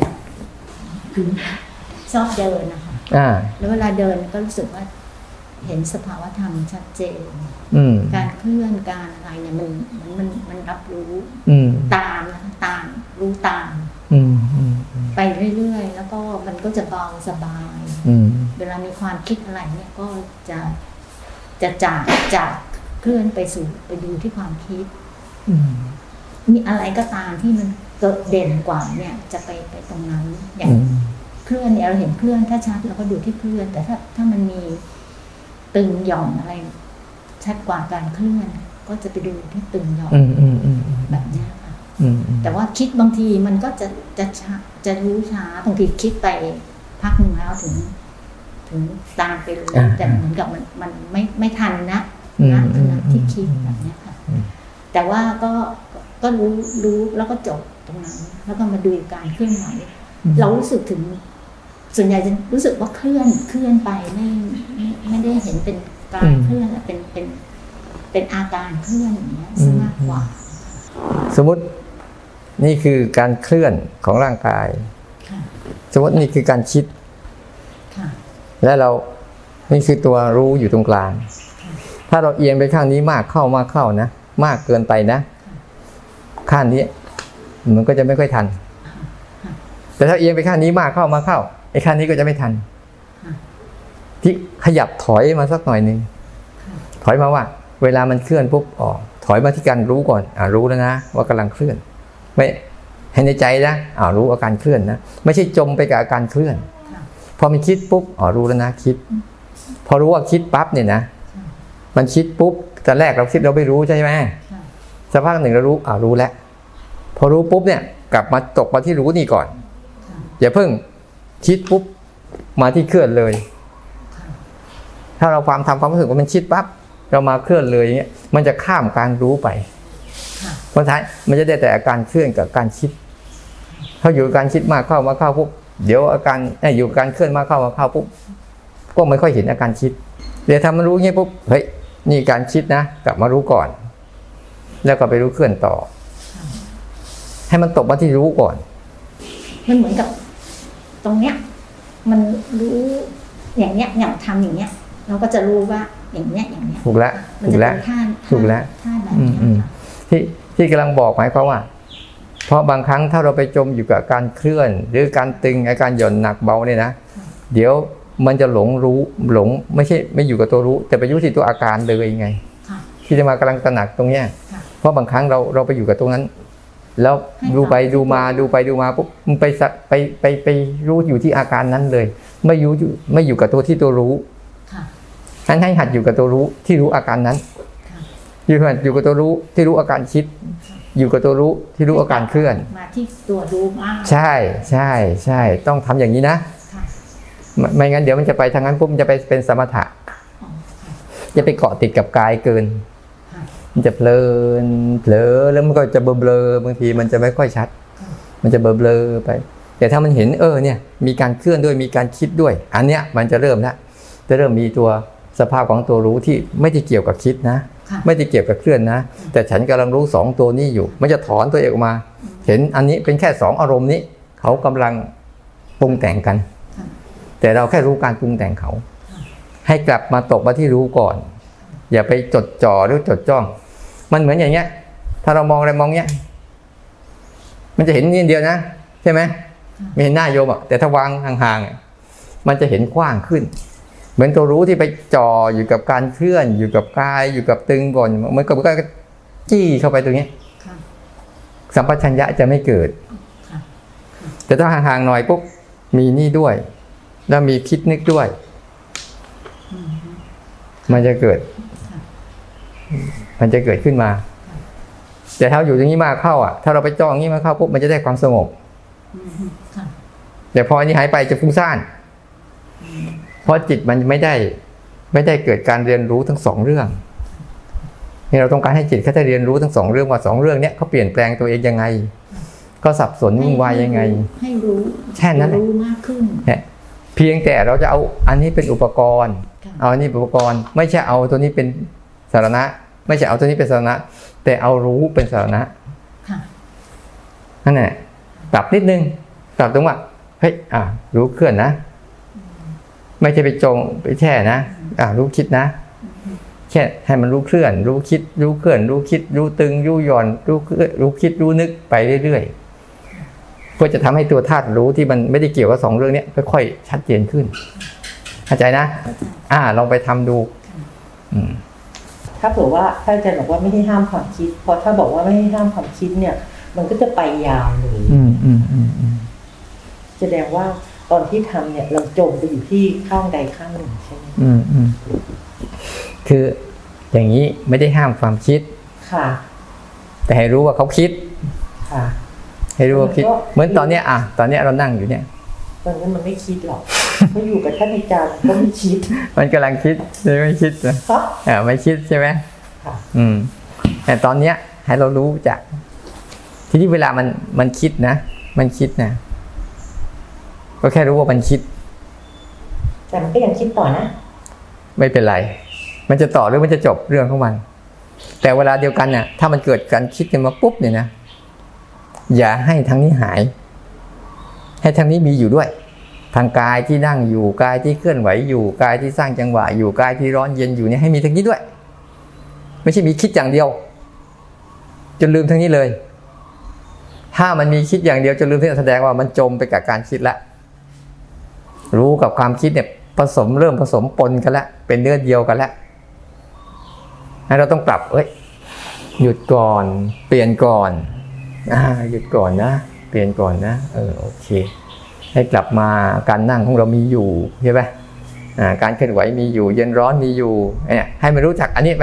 ชอบเดินนะคะแล้วเวลาเดินก็รู้สึกว่าเห็นสภาวะธรรมชัดเจนการเคลื่อนการอะไรเนี่ยมันมันมันมันรับรู้ตามนะตามรู้ตามไปเรื่อยๆแล้วก็มันก็จะเบาสบายเวลามีความคิดอะไรเนี่ยก็จะจะจากจากเคลื่อนไปสู่ไปดูที่ความคิดมีอะไรก็ตามที่มันเกิดเด่นกว่าเนี่ยจะไปไปตรงนั้นอย่างเคลื่อนเนี่ยเราเห็นเคลื่อนถ้าชัดเราก็ดูที่เคลื่อนแต่ถ้าถ้ามันมีตึงหย่อนอะไรชัดกว่าการเคลื่อนก็จะไปดูที่ตึงหย่อนแบบนี้ค่ะแต่ว่าคิดบางทีมันก็จะจะจะรู้ช้าบางทีคิดไปพักหนึ่งแล้วถึงถึงตามไปรู้แต่เหมือนกับมันมันไม่ไม่ทันนะนะขณะที่คิดแบบนี้ค่ะแต่ว่าก็ก็รู้รู้แล้วก็จบตรงนั้นแล้วก็มาดูการเคลื่อนไหวเรารู้สึกถึงส่วนใหญ่จะรู้สึกว่าเคลื่อนเคลื่อนไปไม่ไม่ไม่ได้เห็นเป็นการเคลื่อนเป็นเป็นเป็นอาการเคลื่อนอย่างเงี้ยซะมากกว่าสมมตินี่คือการเคลื่อนของร่างกายสมมตินี่คือการคิดและเรานี่คือตัวรู้อยู่ตรงกลางถ้าเราเอียงไปข้างนี้มากเข้ามากเข้านะมากเกินไปนะข้างนี้มันก็จะไม่ค่อยทันแต่ถ้าเอียงไปข้างนี้มากเข้ามาเข้าไอ้ข้างนี้ก็จะไม่ทันที่ขยับถอยมาสักหน่อยนึงถอยมาว่าเวลามันเคลื่อนปุ๊บอ๋อถอยมาที่การรู้ก่อนอ่ารู้แล้วนะว่ากำลังเคลื่อนไม่ให้ในใจนะอ่ารู้อาการเคลื่อนนะไม่ใช่จมไปกับอาการเคลื่อนพอมันคิดปุ๊บอ๋อรู้แล้วนะคิดพอรู้ว่าคิดปั๊บเนี่ยนะมันคิดปุ๊บแต่แรกเราคิดเราไม่รู้ใช่ไหมสักพักหนึ่งเรารู้อ่ารู้แล้วพอรู้ปุ๊บเนี่ยกลับมาตกมาที่รู้นี่ก่อนอย่าเพิ่งคิดปุ๊บมาที่เคลื่อนเลยถ้าเราความทำความรู้สึกว่ามันคิดปั๊บเรามาเคลื่อนเลยอย่างเงี้ยมันจะข้ามการรู้ไปเพราะท้ายมันจะได้แต่อาการเคลื่อนกับการคิดถ้าอยู่กับการคิดมากเข้ามาเข้าปุ๊บเดี๋ยวอาการอยู่กับการเคลื่อนมากเข้ามาเข้าปุ๊บก็ไม่ค่อยเห็นอาการคิดเดี๋ยวทำมันรู้เงี้ยปุ๊บเฮ้ยนี่การคิดนะกลับมารู้ก่อนแล้วก็ไปรู้เคลื่อนต่อให้มันตกมาที่รู้ก่อนมันเหมือนกับตรงเนี้ยมันรู้อย่างเนี้ยอย่างทำอย่างเนี้ยเราก็จะรู้ว่าอย่างเนี้ยอย่างเนี้ยถูกแล้วถูกแล้วถูกแล้วท่าแบบนี้ที่ที่กำลังบอกหมายความว่าเพราะบางครั้งถ้าเราไปจมอยู่กับการเคลื่อนหรือการตึงอาการหย่อนหนักเบาเนี่ยนะเดี๋ยวมันจะหลงรู้หลงไม่ใช่ไม่อยู่กับตัวรู้แต่ไปอยู่ที่ตัวอาการเลยไงที่จะมากำลังตระหนักตรงเนี้ยเพราะบางครั้งเราเราไปอยู่กับตรงนั้นแล้วดูไปดูมาดูไปดูมาปุ๊บมันไปไปไปไปรู้อยู่ที่อาการนั้นเลยไม่อยู่ไม่อยู่กับตัวที่ตัวรู้นั้นให้หัดอยู่กับตัวรู้ที่รู้อาการนั้นอยู่หัดอยู่กับตัวรู้ที่รู้อาการคิดอยู่กับตัวรู้ที่รู้อาการเคลื่อนมาที่ตัวรู้มากใช่ใช่ใช่ต้องทำอย่างนี้นะไม่งั้นเดี๋ยวมันจะไปทางนั้นปุ๊บมันจะไปเป็นสมถะจะไปเกาะติดกับกายเกินมันจะเพลินเผลอแล้วมันก็จะเบลอเบลอบางทีมันจะไม่ค่อยชัดมันจะเบลอเบลอไปแต่ถ้ามันเห็นเออเนี่ยมีการเคลื่อนด้วยมีการคิดด้วยอันเนี้ยมันจะเริ่มแล้วจะเริ่มมีตัวสภาพของตัวรู้ที่ไม่ได้เกี่ยวกับคิดนะไม่ได้เกี่ยวกับเคลื่อนนะแต่ฉันกำลังรู้สองตัวนี้อยู่มันจะถอนตัวเองออกมาเห็นอันนี้เป็นแค่สองอารมณ์นี้เขากำลังปรุงแต่งกันแต่เราแค่รู้การปรุงแต่งเขาให้กลับมาตกมาที่รู้ก่อนอย่าไปจดจ่อหรือจดจ้องมันเหมือนอย่างเงี้ยถ้าเรามองอะไรมองเงี้ยมันจะเห็นนิดเดียวนะใช่ไหมไม่เห็นหน้าโยมอ่ะแต่ถ้าวางห่างๆมันจะเห็นกว้างขึ้นเหมือนตัวรู้ที่ไปจ่ออยู่กับการเคลื่อนอยู่กับกายอยู่กับตึงก่อนมันก็ก็จี้เข้าไปตรงนี้สัมปชัญญะจะไม่เกิดแต่ถ้าห่างๆหน่อยปุ๊บมีนี่ด้วยแล้วมีคิดนึกด้วยมันจะเกิดมันจะเกิดขึ้นมาแต่ถ้าอยู่อย่างนี้มากเข้าอ่ะถ้าเราไปจ้องอย่างนี้มากเข้าปุ๊บมันจะได้ความสงบแต่พออันนี้หายไปจะฟุ้งซ่านเพราะจิตมันไม่ได้ไม่ได้เกิดการเรียนรู้ทั้งสองเรื่องนี่เราต้องการให้จิตเขาได้เรียนรู้ทั้งสองเรื่องว่าสองเรื่องเนี้ยเขาเปลี่ยนแปลงตัวเองยังไงก็สับสนวุ่นวายยังไงให้รู้แค่นั้นรู้มากขึ้นเพียงแต่เราจะเอาอันนี้เป็นอุปกรณ์เอาอันนี้เป็นอุปกรณ์ไม่ใช่เอาตัวนี้เป็นสาระไม่ใช่เอาตัวนี้เป็นสาระแต่เอารู้เป็นสาระนั่นแหละปรับนิดนึงปรับตรงว่าเฮ้ยอ่ะรู้เคลื่อนนะไม่ใช่ไปจงไปแช่นะอ่ะรู้คิดนะแค่ให้มันรู้เคลื่อนรู้คิดรู้เคลื่อนรู้คิดรู้ตึงรู้หย่อนรู้รู้คิดรู้นึกไปเรื่อยๆเพื่อจะทำให้ตัวธาตุรู้ที่มันไม่ได้เกี่ยวกับสองเรื่องนี้ค่อยๆชัดเจนขึ้นเข้าใจนะอ่าลองไปทำดูอืมถ้าเผื่อว่าถ้าอาจารย์บอกว่าไม่ให้ห้ามความคิดพอถ้าบอกว่าไม่ให้ห้ามความคิดเนี่ยมันก็จะไปยาวเลยอืมอืมอืมอืมแสดงว่าตอนที่ทำเนี่ยเราจมไปอยู่ที่ข้างใดข้างหนึ่งใช่ไหมอืมอืมคืออย่างนี้ไม่ได้ห้ามความคิดค่ะแต่ให้รู้ว่าเขาคิดค่ะให้รู้ว่าคิดเหมือนตอนเนี้ยอ่ะตอนเนี้ยเรานั่งอยู่เนี่ยตอนนี้มันไม่คิดหรอกเพราะอยู่กับท่านอาจารย์ก็ไม่คิดมันกำลังคิดไม่คิดนะอ่าไม่คิดใช่ไหมค่ะอืมแต่ตอนเนี้ยให้เรารู้จักทีนี้เวลามันมันคิดนะมันคิดนะก็แค่รู้ว่ามันคิดแต่มันก็ยังคิดต่อนะไม่เป็นไรมันจะต่อหรือมันจะจบเรื่องของมันแต่เวลาเดียวกันเนี่ยถ้ามันเกิดการคิดกันมาปุ๊บเนี่ยนะอย่าให้ทางนี้หายให้ทางนี้มีอยู่ด้วยทางกายที่นั่งอยู่กายที่เคลื่อนไหวอยู่กายที่สร้างจังหวะอยู่กายที่ร้อนเย็นอยู่เนี่ยให้มีทางนี้ด้วยไม่ใช่มีคิดอย่างเดียวจนลืมทางนี้เลยถ้ามันมีคิดอย่างเดียวจนลืมที่แสดงว่ามันจมไปกับการคิดละรู้กับความคิดเนี่ยผสมเริ่มผสมปนกันแล้วเป็นเนื้อเดียวกันแล้วให้เราต้องปรับเอ้ยหยุดก่อนเปลี่ยนก่อนอ่าหยุดก่อนนะเปลี่ยนก่อนนะเออโอเคให้กลับมาการนั่งของเรามีอยู่ใช่ไหมอ่าการเคลื่อนไหวมีอยู่เย็นร้อนมีอยู่เนี่ยให้มันรู้จักอันนี้ไป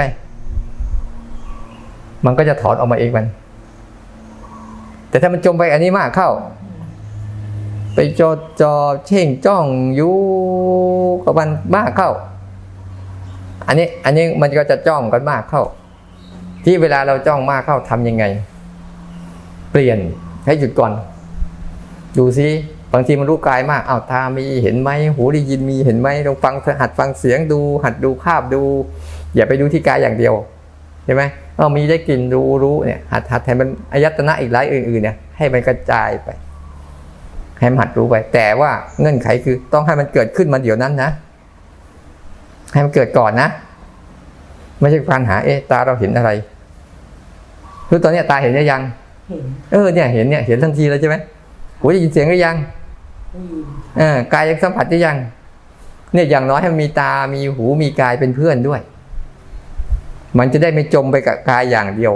มันก็จะถอนออกมาเองมันแต่ถ้ามันจมไปอันนี้มากเข้าไปจดจ่อเช่งจ้องอยู่กับมันมากเข้าอันนี้อันนี้มันก็จะจ้องกันมากเข้าที่เวลาเราจ้องมากเข้าทำยังไงเปลี่ยนให้หยุดก่อนดูซิบางทีมันรู้กายมากอ้าวตามีเห็นไหมหูได้ยินมีเห็นไหมลองฟังหัดฟังเสียงดูหัดดูภาพดูอย่าไปดูที่กายอย่างเดียวใช่ไหมอ้าวมีได้กลิ่นดูรู้เนี่ยหัดหัดให้มันอายตนะอีกหลายอื่นๆเนี่ยให้มันกระจายไปให้มันหัดรู้ไปแต่ว่าเงื่อนไขคือต้องให้มันเกิดขึ้นมาเดี๋ยวนั้นนะให้มันเกิดก่อนนะไม่ใช่การหาเอ๊ะตาเราเห็นอะไรคือตอนนี้ตาเห็นหรือยังเห็นเออเนี่ยเห็นเนี่ยเห็นทันทีแล้วใช่ไหมหูได้ยินเสียงหรือยังเออกายยังสัมผัสหรือยังเนี่ยอย่างน้อยให้มันมีตามีหูมีกายเป็นเพื่อนด้วยมันจะได้ไม่จมไปกับกายอย่างเดียว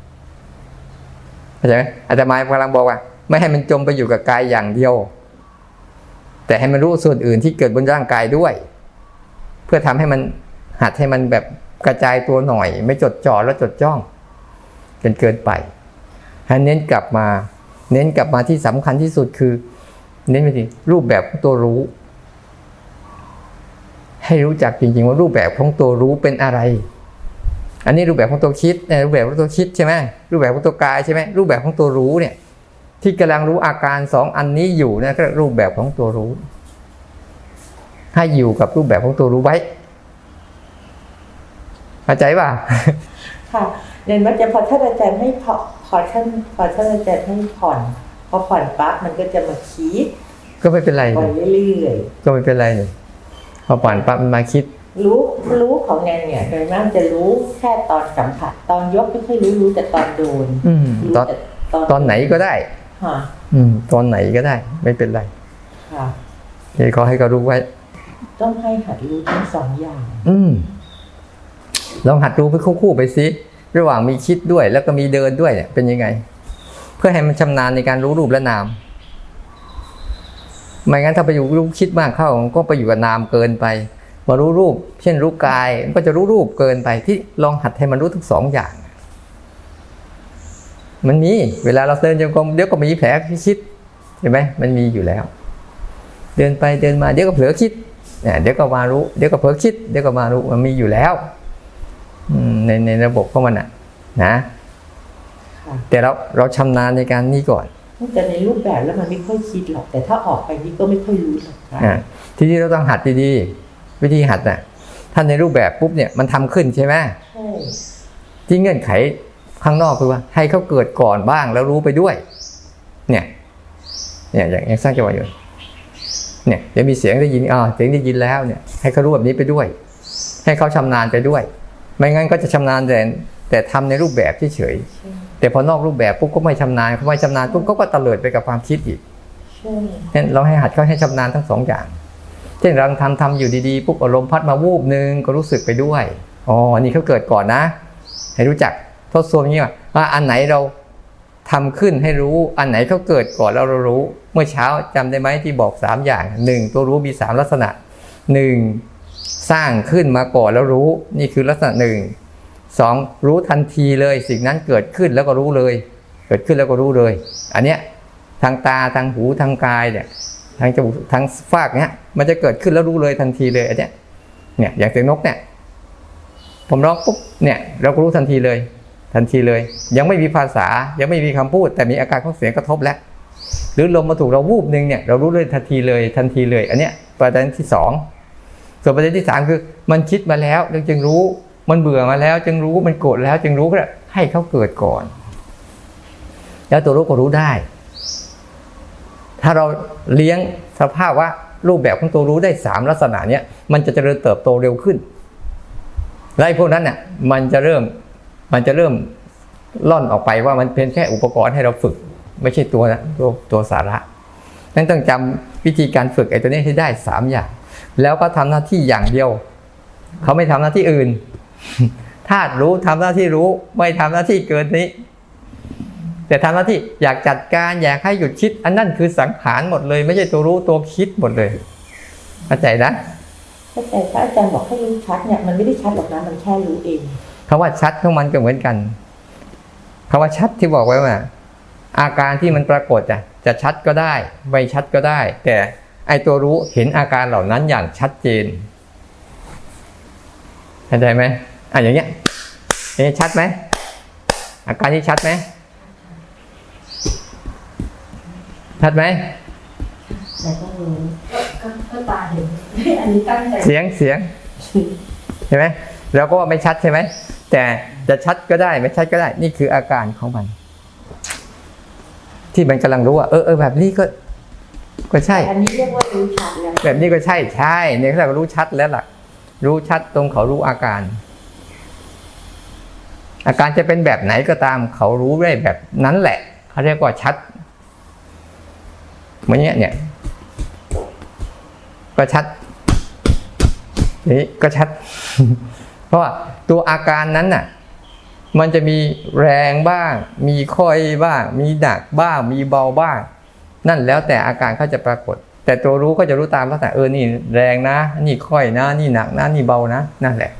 เข้าใจไหมอาตมากำลังบอกว่าไม่ให้มันจมไปอยู่กับกายอย่างเดียวแต่ให้มันรู้ส่วนอื่นที่เกิดบนร่างกายด้วยเพื่อทำให้มันหัดให้มันแบบกระจายตัวหน่อยไม่จดจ่อแล้วจดจ้องจนเกินไปให้เน้นกลับมาเน้นกลับมาที่สำคัญที่สุดคือเน้นไปที่รูปแบบของตัวรู้ให้รู้จักจริงๆว่ารูปแบบของตัวรู้เป็นอะไรอันนี้รูปแบบของตัวคิดเนี่ยรูปแบบของตัวคิดใช่ไหมรูปแบบของตัวกายใช่ไหมรูปแบบของตัวรู้เนี่ยที่กำลังรู้อาการสองอันนี้อยู่นะก็รูปแบบของตัวรู้ให้อยู่กับรูปแบบของตัวรู้ไว้เข้าใจป่ะค่ะเรียนว่าจะพอท่านอาจารย์ให้พอพอท่านพอท่านอาจารย์ให้ผ่อนพอผ่อนปั๊บมันก็จะมาคิดก็ไม่เป็นไรไปเรื่อยๆก็ไม่เป็นไรเลยพอผ่อนปั๊บมันมาคิดรู้รู้ของแนนเนี่ยโดยมากจะรู้แค่ตอนสัมผัสตอนยกไม่ค่อยรู้รู้แต่ตอนโดนตอนตอนไหนก็ได้ค่ะอืมตอนไหนก็ได้ไม่เป็นไรค่ะเดี๋ยวเขาให้เขารู้ไว้ต้องให้หัดรู้ทั้งสองอย่างอืมลองหัดรู้ไปคู่ๆไปสิระหว่างมีคิดด้วยแล้วก็มีเดินด้วยเนี่ยเป็นยังไงเพื่อให้มันชำนาญในการรู้รูปและนามไม่งั้นถ้าไปอยู่รู้คิดมากเข้าก็ไปอยู่กับนามเกินไปมารู้รูปเช่นรู้กายมันก็จะรู้รูปเกินไปที่ลองหัดให้มันรู้ทั้งสองอย่างมันมีเวลาเราเดินจงกรมเดี๋ยวก็มีแผลคิดเห็นไหมมันมีอยู่แล้วเดินไปเดินมาเดี๋ยวก็เผลอคิดเนี่ยเดี๋ยวก็มารู้เดี๋ยวก็เผลอคิดเดี๋ยวก็มารู้มันมีอยู่แล้วในในระบบของมันอ่ะนะแต่เราเราชำนาญในการนี้ก่อนแต่ในรูปแบบแล้วมันไม่ค่อยคิดหรอกแต่ถ้าออกไปนี่ก็ไม่ค่อยรู้หรอกอ่าทีนี้เราต้องหัดดีๆวิธีหัดน่ะถ้าในรูปแบบปุ๊บเนี่ยมันทำขึ้นใช่ไหมใช่ที่เงื่อนไขข้างนอกคือว่าให้เขาเกิดก่อนบ้างแล้วรู้ไปด้วยเนี่ยเนี่ยอย่างอย่างสร้างจังหวะอยู่เนี่ยเดี๋ยวมีเสียงได้ยินอ่าเสียงได้ยินแล้วเนี่ยให้เขารู้แบบนี้ไปด้วยให้เขาชำนาญไปด้วยไม่งั้นก็จะชำนาญแต่แต่ทำในรูปแบบเฉยๆแต่พอนอกรูปแบบปุ๊บก็ไม่ชำนาญเขาไม่ชำนาญปุ๊บเขาก็เตลิดไปกับความคิดอีกเนี่ยเราให้หัดเขาให้ชำนาญทั้งสองอย่างเช่นเราทำทำอยู่ดีๆปุ๊บอารมณ์พัดมาวูบนึงก็รู้สึกไปด้วยอ๋ออันนี้เขาเกิดก่อนนะให้รู้จักทดสอบอย่างนี้ว่าอันไหนเราทำขึ้นให้รู้อันไหนเขาเกิดก่อนแล้วเรารู้เมื่อเช้าจำได้ไหมที่บอกสามอย่างหนึ่งตัวรู้มีสามลักษณะหนึ่งสร้างขึ้นมาก่อนแล้วรู้นี่คือลักษณะหนึ่งสองรู้ทันทีเลยสิ่งนั้นเกิดขึ้นแล้วก็รู้เลยเกิดขึ้นแล้วก็รู้เลยอันเนี้ยทางตาทางหูทางกายเนี่ยทางจมูกทางฟากเนี้ยมันจะเกิดขึ้นแล้วรู้เลยทันทีเลยอันเนี้ยเนี่ยอย่างเสียงนกเนี่ยผมร้องปุ๊บเนี่ยเราก็รู้ทันทีเลยทันทีเลยยังไม่มีภาษายังไม่มีคำพูดแต่มีอาการของเสียงกระทบแล้วหรือลมมาถูกเราวูบนึงเนี่ยเรารู้เลยทันทีเลยทันทีเลยอันเนี้ยประเด็นที่สองส่วนประเด็นที่สามคือมันคิดมาแล้วจึงรู้มันเบื่อมาแล้วจึงรู้มันโกรธแล้วจึงรู้ก็ให้เขาเกิดก่อนแล้วตัวรู้ก็รู้ได้ถ้าเราเลี้ยงสภาพว่ารูปแบบของตัวรู้ได้สามลักษณะเนี้ยมันจะเจริญเติบโตเร็วขึ้นและพวกนั้นเนี่ยมันจะเริ่มมันจะเริ่มล่อนออกไปว่ามันเป็นแค่อุปกรณ์ให้เราฝึกไม่ใช่ตัวนะตัวตัวสาระนั้นต้องจำวิธีการฝึกไอ้ตัวนี้ให้ได้สามอย่างแล้วก็ทำหน้าที่อย่างเดียวเขาไม่ทำหน้าที่อื่นธาตุรู้ทำหน้าที่รู้ไม่ทำหน้าที่เกินนี้แต่ทำหน้าที่อยากจัดการอยากให้หยุดคิดอันนั้นคือสังขารหมดเลยไม่ใช่ตัวรู้ตัวคิดหมดเลยเข้าใจนะเข้าใจพระอาจารย์บอกให้รู้ชัดเนี่ยมันไม่ได้ชัดหรอกนะมันแค่รู้เองคำว่าชัดของมันก็เหมือนกันคำว่าชัดที่บอกไว้ว่าอาการที่มันปรากฏอะจะชัดก็ได้ไม่ชัดก็ได้แต่ไอตัวรู้เห็นอาการเหล่านั้นอย่างชัดเจนเข้าใจไหมอ่ะอย่างเงี้ยอย่างเงี้ยชัดไหมอาการนี้ชัดไหมชัดไหมแต่ก็รู้ก็ตาเห็นอันนี้ตั้งใจเสียงเสียงเห็นไหมเราก็ว่าไม่ชัดใช่ไหมแต่จะชัดก็ได้ไม่ชัดก็ได้นี่คืออาการของมันที่มันกำลังรู้ว่าเออเออแบบนี้ก็ก็ใช่อันนี้เรียกว่ารู้ชัดแล้วแบบนี้ก็ใช่ใช่เนี่ยเขารู้ชัดแล้วล่ะรู้ชัดตรงเขารู้อาการอาการจะเป็นแบบไหนก็ตามเขารู้ได้แบบนั้นแหละเขาเรียกว่าชัดเหมือนเนี้ยเนี่ยก็ชัดนี่ก็ชัดเพราะว่าตัวอาการนั้นน่ะมันจะมีแรงบ้างมีค่อยบ้างมีหนักบ้างมีเบาบ้างนั่นแล้วแต่อาการเขาจะปรากฏแต่ตัวรู้ก็จะรู้ตามลักษณะเออนี่แรงนะนี่ค่อยนะนี่หนักนะนี่เบานะนั่นแหละ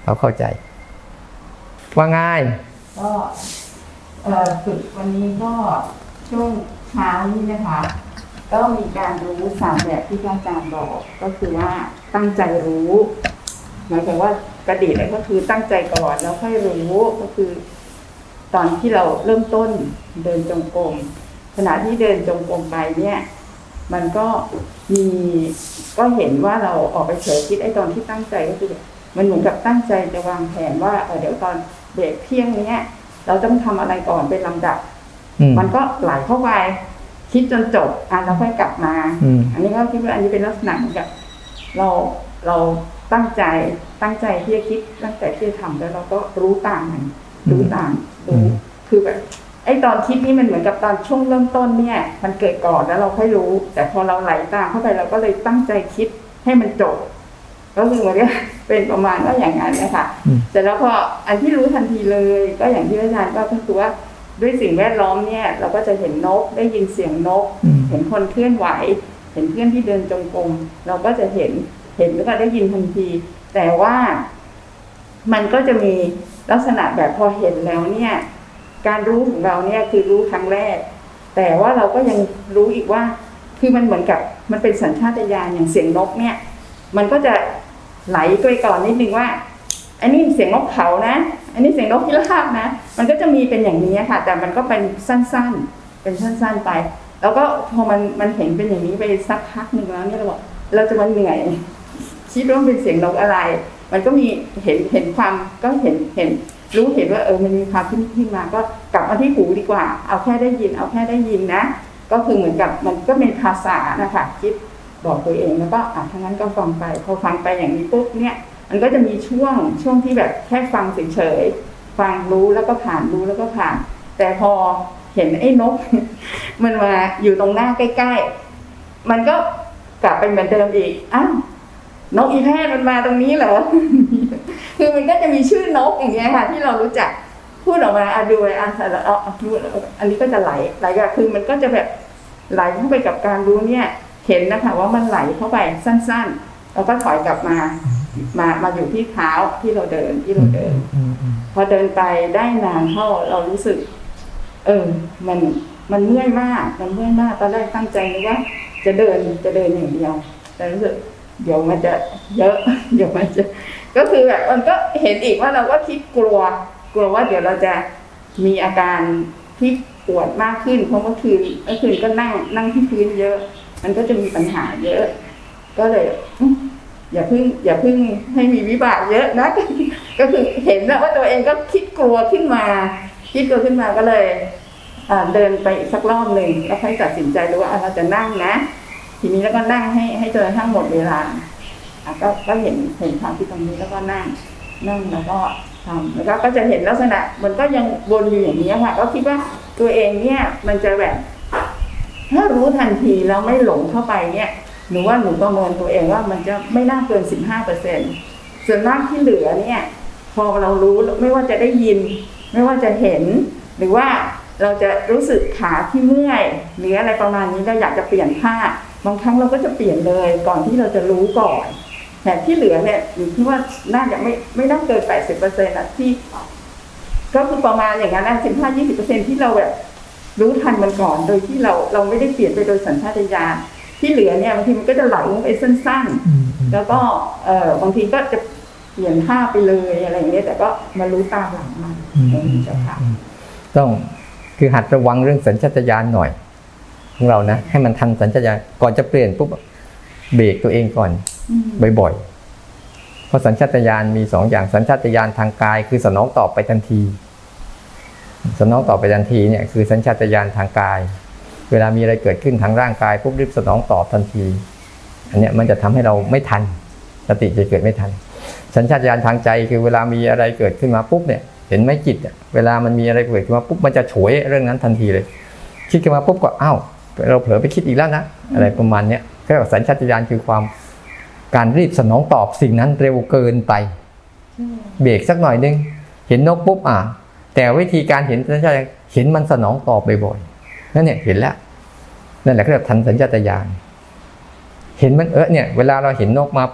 เขาเข้าใจว่าง่ายก็ฝึกวันนี้ก็ช่วงเช้านี้นะคะก็มีการรู้สามแบบที่อาจารย์บอกก็คือว่าตั้งใจรู้หมายถึงว่ากระดิษก็คือตั้งใจก่อนแล้วค่อยรู้ก็คือตอนที่เราเริ่มต้นเดินจงกรมขณะที่เดินจงกรมไปเนี่ยมันก็มีก็เห็นว่าเราออกไปเฉยคิดไอ้ตอนที่ตั้งใจก็คือมันเหมือนกับตั้งใจจะวางแผนว่าเดี๋ยวตอนเบรกเที่ยงนี้เราต้องทำอะไรก่อนเป็นลำดับมันก็ไหลเข้าไปคิดจนจบอ่ะเราค่อยกลับมาอันนี้ก็คิดว่าอันนี้เป็นลักษณะเหมือนกับเราเราตั้งใจตั้งใจที่จะคิดตั้งใจที่จะทำแล้วเราก็รู้ตามมันรู้ตามรู้คือแบบไอ้ตอนคิดนี่มันเหมือนกับตอนช่วงเริ่มต้นเนี่ยมันเกิดก่อนแล้วเราค่อยรู้แต่พอเราไหลตามเข้าไปเราก็เลยตั้งใจคิดให้มันจบก็คือเหมือนกับเป็นประมาณว่าอย่างนั้นนะคะแต่แล้วพออันที่รู้ทันทีเลยก็อย่างที่อาจารย์ก็คือว่าด้วยสิ่งแวดล้อมเนี่ยเราก็จะเห็นนกได้ยินเสียงนกเห็นคนเคลื่อนไหวเห็นเพื่อนที่เดินจงกรมเราก็จะเห็นเห็นแล้วก็ได้ยินทันทีแต่ว่ามันก็จะมีลักษณะแบบพอเห็นแล้วเนี่ยการรู้ของเราเนี่ยคือรู้ครั้งแรกแต่ว่าเราก็ยังรู้อีกว่าคือมันเหมือนกับมันเป็นสัญชาตญาณอย่างเสียงนกเนี่ยมันก็จะไหลไปก่อนนิดนึงว่าอันนี้เสียงนกเขานะอันนี้เสียงนกพิราบนะมันก็จะมีเป็นอย่างนี้ค่ะแต่มันก็เป็นสั้นๆเป็นสั้นๆไปแล้วก็พอมันมันเห็นเป็นอย่างนี้ไปสักพักหนึ่งแล้วเนี่ยเราบอกเราจะมันเหนื่อยคิดว่าเป็นเสียงนกอะไรมันก็มีเห็นเห็นความก็เห็นเห็นรู้เห็นว่าเออมันมีความขึ้นขึ้นมาก็กลับมาที่หูดีกว่าเอาแค่ได้ยินเอาแค่ได้ยินนะก็คือเหมือนกับมันก็เป็นภาษานะคะคิดบอกตัวเองแล้วก็อ่ะทั้งนั้นก็ฟังไปพอฟังไปอย่างนี้ปุ๊บเนี่ยมันก็จะมีช่วงช่วงที่แบบแค่ฟังเฉยๆฟังรู้แล้วก็ผ่านรู้แล้วก็ผ่านแต่พอเห็นไอ้นกมันมาอยู่ตรงหน้าใกล้ๆมันก็กลับเป็นเหมือนเดิมอีกอ้าวนกอีแพทย์มันมาตรงนี้เหรอ คือมันก็จะมีชื่อนกอย่างเงี้ยค่ะที่เรารู้จักพูดออกมาอ่ะดูอ่ะแล้วเอาดูอันนี้ก็จะไหลไหลก็คือมันก็จะแบบไหลเข้าไปกับการรู้เนี่ยเห็นนะคะว่ามันไหลเข้าไปสั้นๆแล้วก็ถอยกลับมามามาอยู่ที่เท้าที่เราเดินที่เราเดินพอเดินไปได้นานเข้าเรารู้สึกเออมันมันเมื่อยมากมันเมื่อยมากตอนแรกตั้งใจนึกว่าจะเดินจะเดินอย่างเดียวแต่รู้สึกเดี๋ยวมันจะเยอะเดี๋ยวมันจะก็คือแบบมันก็เห็นอีกว่าเราก็คิดกลัวกลัวว่าเดี๋ยวเราจะมีอาการที่ปวดมากขึ้นเพราะเมื่อคืนเมื่อคืนก็นั่งนั่งที่พื้นเยอะมันก็จะมีปัญหาเยอะก็เลยอย่าพึ่งอย่าพึ่งให้มีวิบากเยอะนะก็คือเห็นแล้วว่าตัวเองก็คิดกลัวขึ้นมาคิดกลัวขึ้นมาก็เลยเดินไปอีกสักรอบหนึ่งแล้วค่อยตัดสินใจดูว่าเราจะนั่งนะทีนี้แล้วก็นั่งให้ให้จนกระทั่งหมดเวลาก็ก็เห็นเห็นความที่ตรงนี้แล้วก็นั่งนั่งแล้วก็ทำแล้วก็ก็จะเห็นลักษณะมันก็ยังวนอยู่อย่างนี้ค่ะก็คิดว่าตัวเองเนี่ยมันจะแบบถ้ารู้ทันทีแล้วไม่หลงเข้าไปเนี่ยหนูว่าหนูประเมินตัวเองว่ามันจะไม่น่าเกินสิบห้าเปอร์เซ็นต์ส่วนมากที่เหลือเนี่ยพอเรารู้ไม่ว่าจะได้ยินไม่ว่าจะเห็นหรือว่าเราจะรู้สึกขาที่เมื่อยหรืออะไรประมาณนี้เราอยากจะเปลี่ยนท่าบางครั้งเราก็จะเปลี่ยนเลยก่อนที่เราจะรู้ก่อนแต่ที่เหลือเนี่ยอยู่ที่ว่าน่าจะไม่ไม่ต้องเกินแปดสิบเปอร์เซ็นต์นะที่ก็คือประมาณอย่างนั้นนะสิบห้ายี่สิบเปอร์เซ็นต์ที่เราแบบรู้ทันมันก่อนโดยที่เราเราไม่ได้เปลี่ยนไปโดยสัญชาตญาณที่เหลือเนี่ยบางทีมันก็จะไหลไปสั้นๆแล้วก็เออบางทีก็จะเปลี่ยนท่าไปเลยอะไรอย่างเงี้ยแต่ก็มารู้ตามหลังมันเจ้าค่ะต้องคือหัดระวังเรื่องสัญชาตญาณหน่อยของเรานะให้มันทันสัญชาตญาณก่อนจะเปลี่ยนปุ๊บเบรกตัวเองก่อนบ่อยๆเพราะสัญชาตญาณมีสองอย่างสัญชาตญาณทางกายคือสนองตอบไปทันทีสนองตอบไปทันทีเนี่ยคือสัญชาตญาณทางกายเวลามีอะไรเกิดขึ้นทางร่างกายปุ๊บรีบสนองตอบทันทีอันเนี้ยมันจะทำให้เราไม่ทันสติจะเกิดไม่ทันสัญชาตญาณทางใจคือเวลามีอะไรเกิดขึ้นมาปุ๊บเนี่ยเห็นไหมจิตเวลามันมีอะไรเกิดขึ้นมาปุ๊บมันจะฉวยเรื่องนั้นทันทีเลยคิดขึ้นมาปุ๊บก็อ้าวเราเผลอไปคิดอีกแล้วนะอะไรประมาณนี้ก็เรียกว่าสัญชาตญาณคือความการรีบสนองตอบสิ่งนั้นเร็วเกินไปเบรกสักหน่อยนึงเห็นนกปุ๊บอ่ะแต่วิธีการเห็นสัญชาตญาณเห็นมันสนองตอบบ่อยๆนั่นเนี่ยเห็นแล้วนั่นแหละก็เรียกทันสัญชาตญาณเห็นมันเออเนี่ยเวลาเราเห็นนกมาปุ๊บ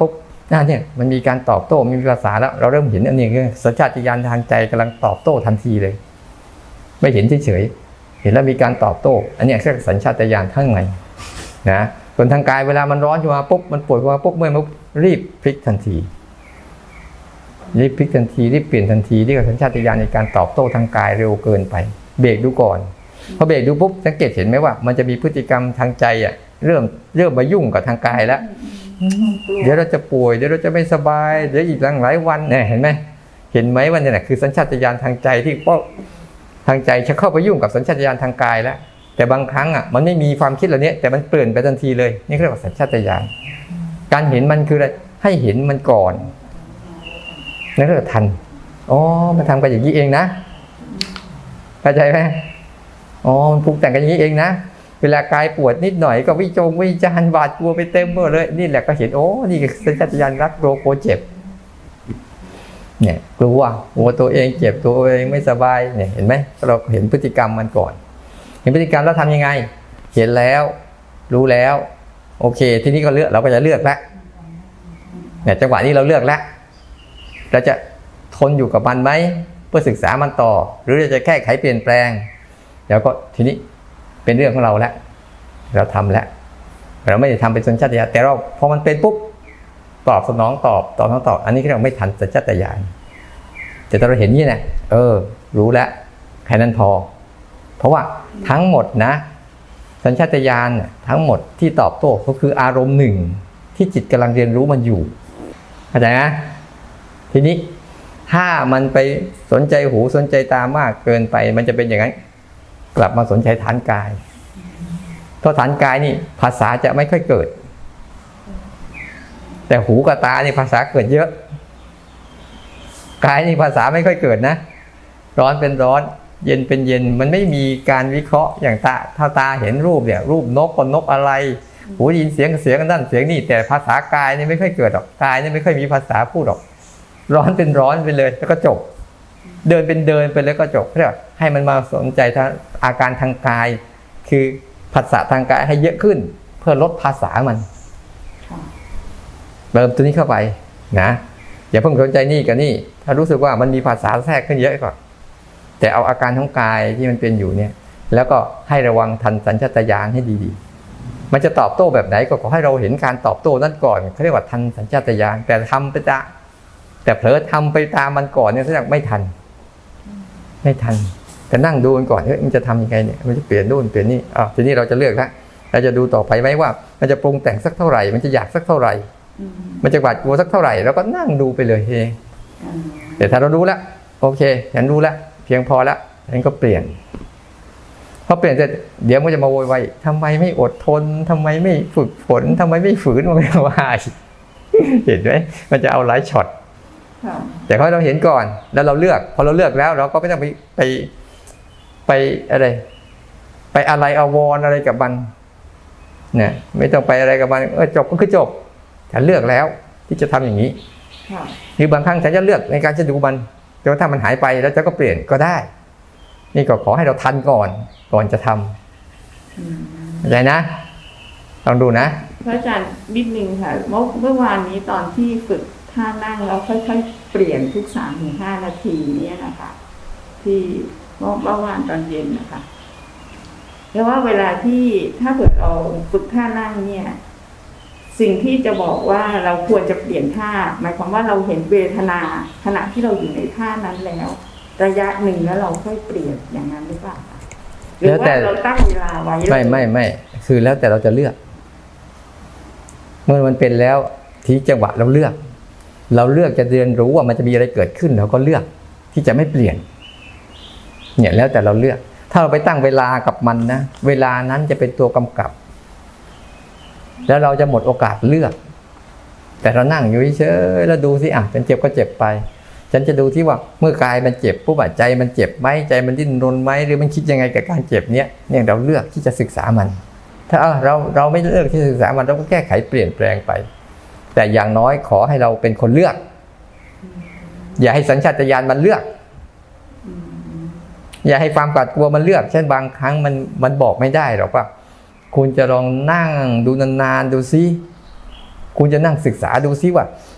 น่าเนี่ยมันมีการตอบโต้มีภาษาแล้วเราเริ่มเห็นอันนี้คือสัญชาตญาณทางใจกำลังตอบโต้ทันทีเลยไม่เห็นเฉยๆเห็นแล้วมีการตอบโต้อันนี้เรียกสัญชาตญาณข้างในนะส่วนทางกายเวลามันร้อนขึ้นมาปุ๊บมันปวดขึ้นมาปุ๊บเมื่อยปุ๊บรีบพลิกทันทีรีบพลิกทันทีรีบเปลี่ยนทันทีนี่ก็สัญชาตญาณในการตอบโต้ทางกายเร็วเกินไปเบรกดูก่อนพอเบรกดูปุ๊บสังเกตเห็นไหมว่ามันจะมีพฤติกรรมทางใจอ่ะเริ่มเริ่มมายุ่งกับทางกายแล้วเดี๋ยวเราจะป่วยเดี๋ยวเราจะไม่สบายเดี๋ยวอีกหลังหลายวันเนี่ยเห็นไหมเห็นไหมว่าเนี่ยคือสัญชาตญาณทางใจที่ป้อทางใจจะเข้าไปยุ่งกับสัญชาตญาณทางกายแล้วแต่บางครั้งอ่ะมันไม่มีความคิดเหล่านี้แต่มันเปลี่ยนไปทันทีเลยนี่เรียกว่าสัญชาตญาณการเห็นมันคืออะไรให้เห็นมันก่อนนั่นเรียกว่าทันอ๋อมันทำกันอย่างนี้เองนะเข้าใจไหมอ๋อมันปรุงแต่งกันอย่างนี้เองนะเวลากายปวดนิดหน่อยก็วิจงวิจารณ์บาดกลัวไปเต็มหมดเลยนี่แหละก็เห็นโอ้นี่คือสัญชาตญาณรักกลัวกลัวเจ็บเนี่ยกลัวกลัวตัวเองเจ็บตัวเองไม่สบายเนี่ยเห็นไหมเราเห็นพฤติกรรมมันก่อนเห็นพฤติกรรมแล้วทำยังไงเห็นแล้วรู้แล้วโอเคทีนี้ก็เลือกเราก็จะเลือกแล้วเนี่ยจังหวะนี้เราเลือกแล้วเราจะทนอยู่กับมันไหมเพื่อศึกษามันต่อหรือเราจะแก้ไขเปลี่ยนแปลงแล้วก็ทีนี้เป็นเรื่องของเราแล้วเราทำแล้วเราไม่ได้ทำเป็นสัญชาตญาณแต่เราพอมันเป็นปุ๊บตอบสนองตอบตอบสนองตอบอันนี้เราไม่ทันสัญชาตญาณแต่เราเห็นนี่นะเออรู้แล้วแค่นั้นพอเพราะว่าทั้งหมดนะสัญชาตญาณทั้งหมดที่ตอบโต้ก็คืออารมณ์หนึ่งที่จิตกำลังเรียนรู้มันอยู่เข้าใจไหมทีนี้ถ้ามันไปสนใจหูสนใจตามากเกินไปมันจะเป็นอย่างนั้นกลับมาสนใจฐานกายเพราะฐานกายนี่ภาษาจะไม่ค่อยเกิดแต่หูกับตานี่ภาษาเกิดเยอะกายนี่ภาษาไม่ค่อยเกิดนะร้อนเป็นร้อนเย็นเป็นเย็นมันไม่มีการวิเคราะห์อย่างตาถ้าตาเห็นรูปเนี่ยรูปนกคนนกอะไรหูยินเสียงเสียงนั่นเสียงนี่แต่ภาษากายนี่ไม่ค่อยเกิดหรอกกายนี่ไม่ค่อยมีภาษาพูดหรอกร้อนเป็นร้อนไปเลยแล้วก็จบเดินเป็นเดินไปแล้วก็จบเพื่อให้มันมาสนใจทางอาการทางกายคือภาษาทางกายให้เยอะขึ้นเพื่อลดภาษามันเติมตัวนี้เข้าไปนะอย่าเพิ่งสนใจนี่กับนี่ถ้ารู้สึกว่ามันมีภาษาแทรกขึ้นเยอะก่อนแต่เอาอาการของกายที่มันเป็นอยู่เนี่ยแล้วก็ให้ระวังทันสัญชาตญาณให้ดีๆมันจะตอบโต้แบบไหนก็ขอให้เราเห็นการตอบโต้นั่นก่อนเขาเรียกว่าทันสัญชาตญาณแต่ทำไปจะแต่เผลอทำไปตามมันก่อนเนี่ยแสดงไม่ทันไม่ทันแต่นั่งดูมันก่อนเฮ้ยมันจะทำยังไงเนี่ยมันจะเปลี่ยนนู่นเปลี่ยนนี่อ่ะทีนี้เราจะเลือกแล้วเราจะดูต่อไปไหมว่ามันจะปรุงแต่งสักเท่าไหร่มันจะอยากสักเท่าไหร่มันจะหวาดกลัวสักเท่าไหร่แล้วก็นั่งดูไปเลยเองแต่ถ้าเรารู้แล้วโอเคฉันรู้แล้วเพียงพอแล้วฉันก็เปลี่ยนพอเปลี่ยนเสร็จเดี๋ยวมันจะมาโวยวายทำไมไม่อดทนทำไมไม่ฝึกฝนทำไมไม่ฝืนมันก็ว่าเห็นไหมมันจะเอาหลายช็อตแต่พอเราเห็นก่อนแล้วเราเลือกพอเราเลือกแล้วเราก็ไม่ต้องไปไปไปอะไรไปอะไรอาวรอะไรกับมันเนี่ยไม่ต้องไปอะไรกับมันเออจบก็คือจบฉันเลือกแล้วที่จะทำอย่างนี้หรือบางครั้งฉันจะเลือกในการจะดูมันจนถ้ามันหายไปแล้วจะก็เปลี่ยนก็ได้นี่ก็ขอให้เราทันก่อนก่อนจะทำเข้าใจนะลองดูนะพระอาจารย์นิดนึงค่ะเมื่อเมื่อวานนี้ตอนที่ฝึกท่านั่งแล้วค่อยๆเปลี่ยนทุกสามถึงห้านาทีนี้นะคะที่เมื่อวานตอนเย็นนะคะแล้วว่าเวลาที่ถ้าเกิดเราฝึกท่านั่งเนี่ยสิ่งที่จะบอกว่าเราควรจะเปลี่ยนท่าหมายความว่าเราเห็นเวทนาขณะที่เราอยู่ในท่านั้นแล้วระยะหนึ่งแล้วเราค่อยเปลี่ยนอย่างนั้นหรือเปล่าหรือว่าเราตั้งเวลาไว้ไม่ไม่ไม่คือแล้วแต่เราจะเลือกเมื่อมันเป็นแล้วที่จังหวะเราเลือกเราเลือกจะเรียนรู้ว่ามันจะมีอะไรเกิดขึ้นเราก็เลือกที่จะไม่เปลี่ยนเนี่ยแล้วแต่เราเลือกถ้าเราไปตั้งเวลากับมันนะเวลานั้นจะเป็นตัวกำกับแล้วเราจะหมดโอกาสเลือกแต่เรานั่งอยู่เฉยๆแล้วดูสิอ่ะฉันเจ็บก็เจ็บไปฉันจะดูที่ว่าเมื่อกายมันเจ็บปุ๊บใจมันเจ็บไหมใจมันดิ้นรนไหมหรือมันคิดยังไงกับการเจ็บเนี้ยเนี่ยเราเลือกที่จะศึกษามันถ้าเราเราไม่เลือกที่จะศึกษามันเราก็แก้ไขเปลี่ยนแปลงไปแต่อย่างน้อยขอให้เราเป็นคนเลือกอย่าให้สัญชาตญาณมันเลือกอย่าให้ความกัดกลัวมันเลือกเช่นบางครั้งมันมันบอกไม่ได้หรอกว่าคุณจะลองนั่งดูนานๆดูซิคุณจะนั่งศึกษาดูซิว่า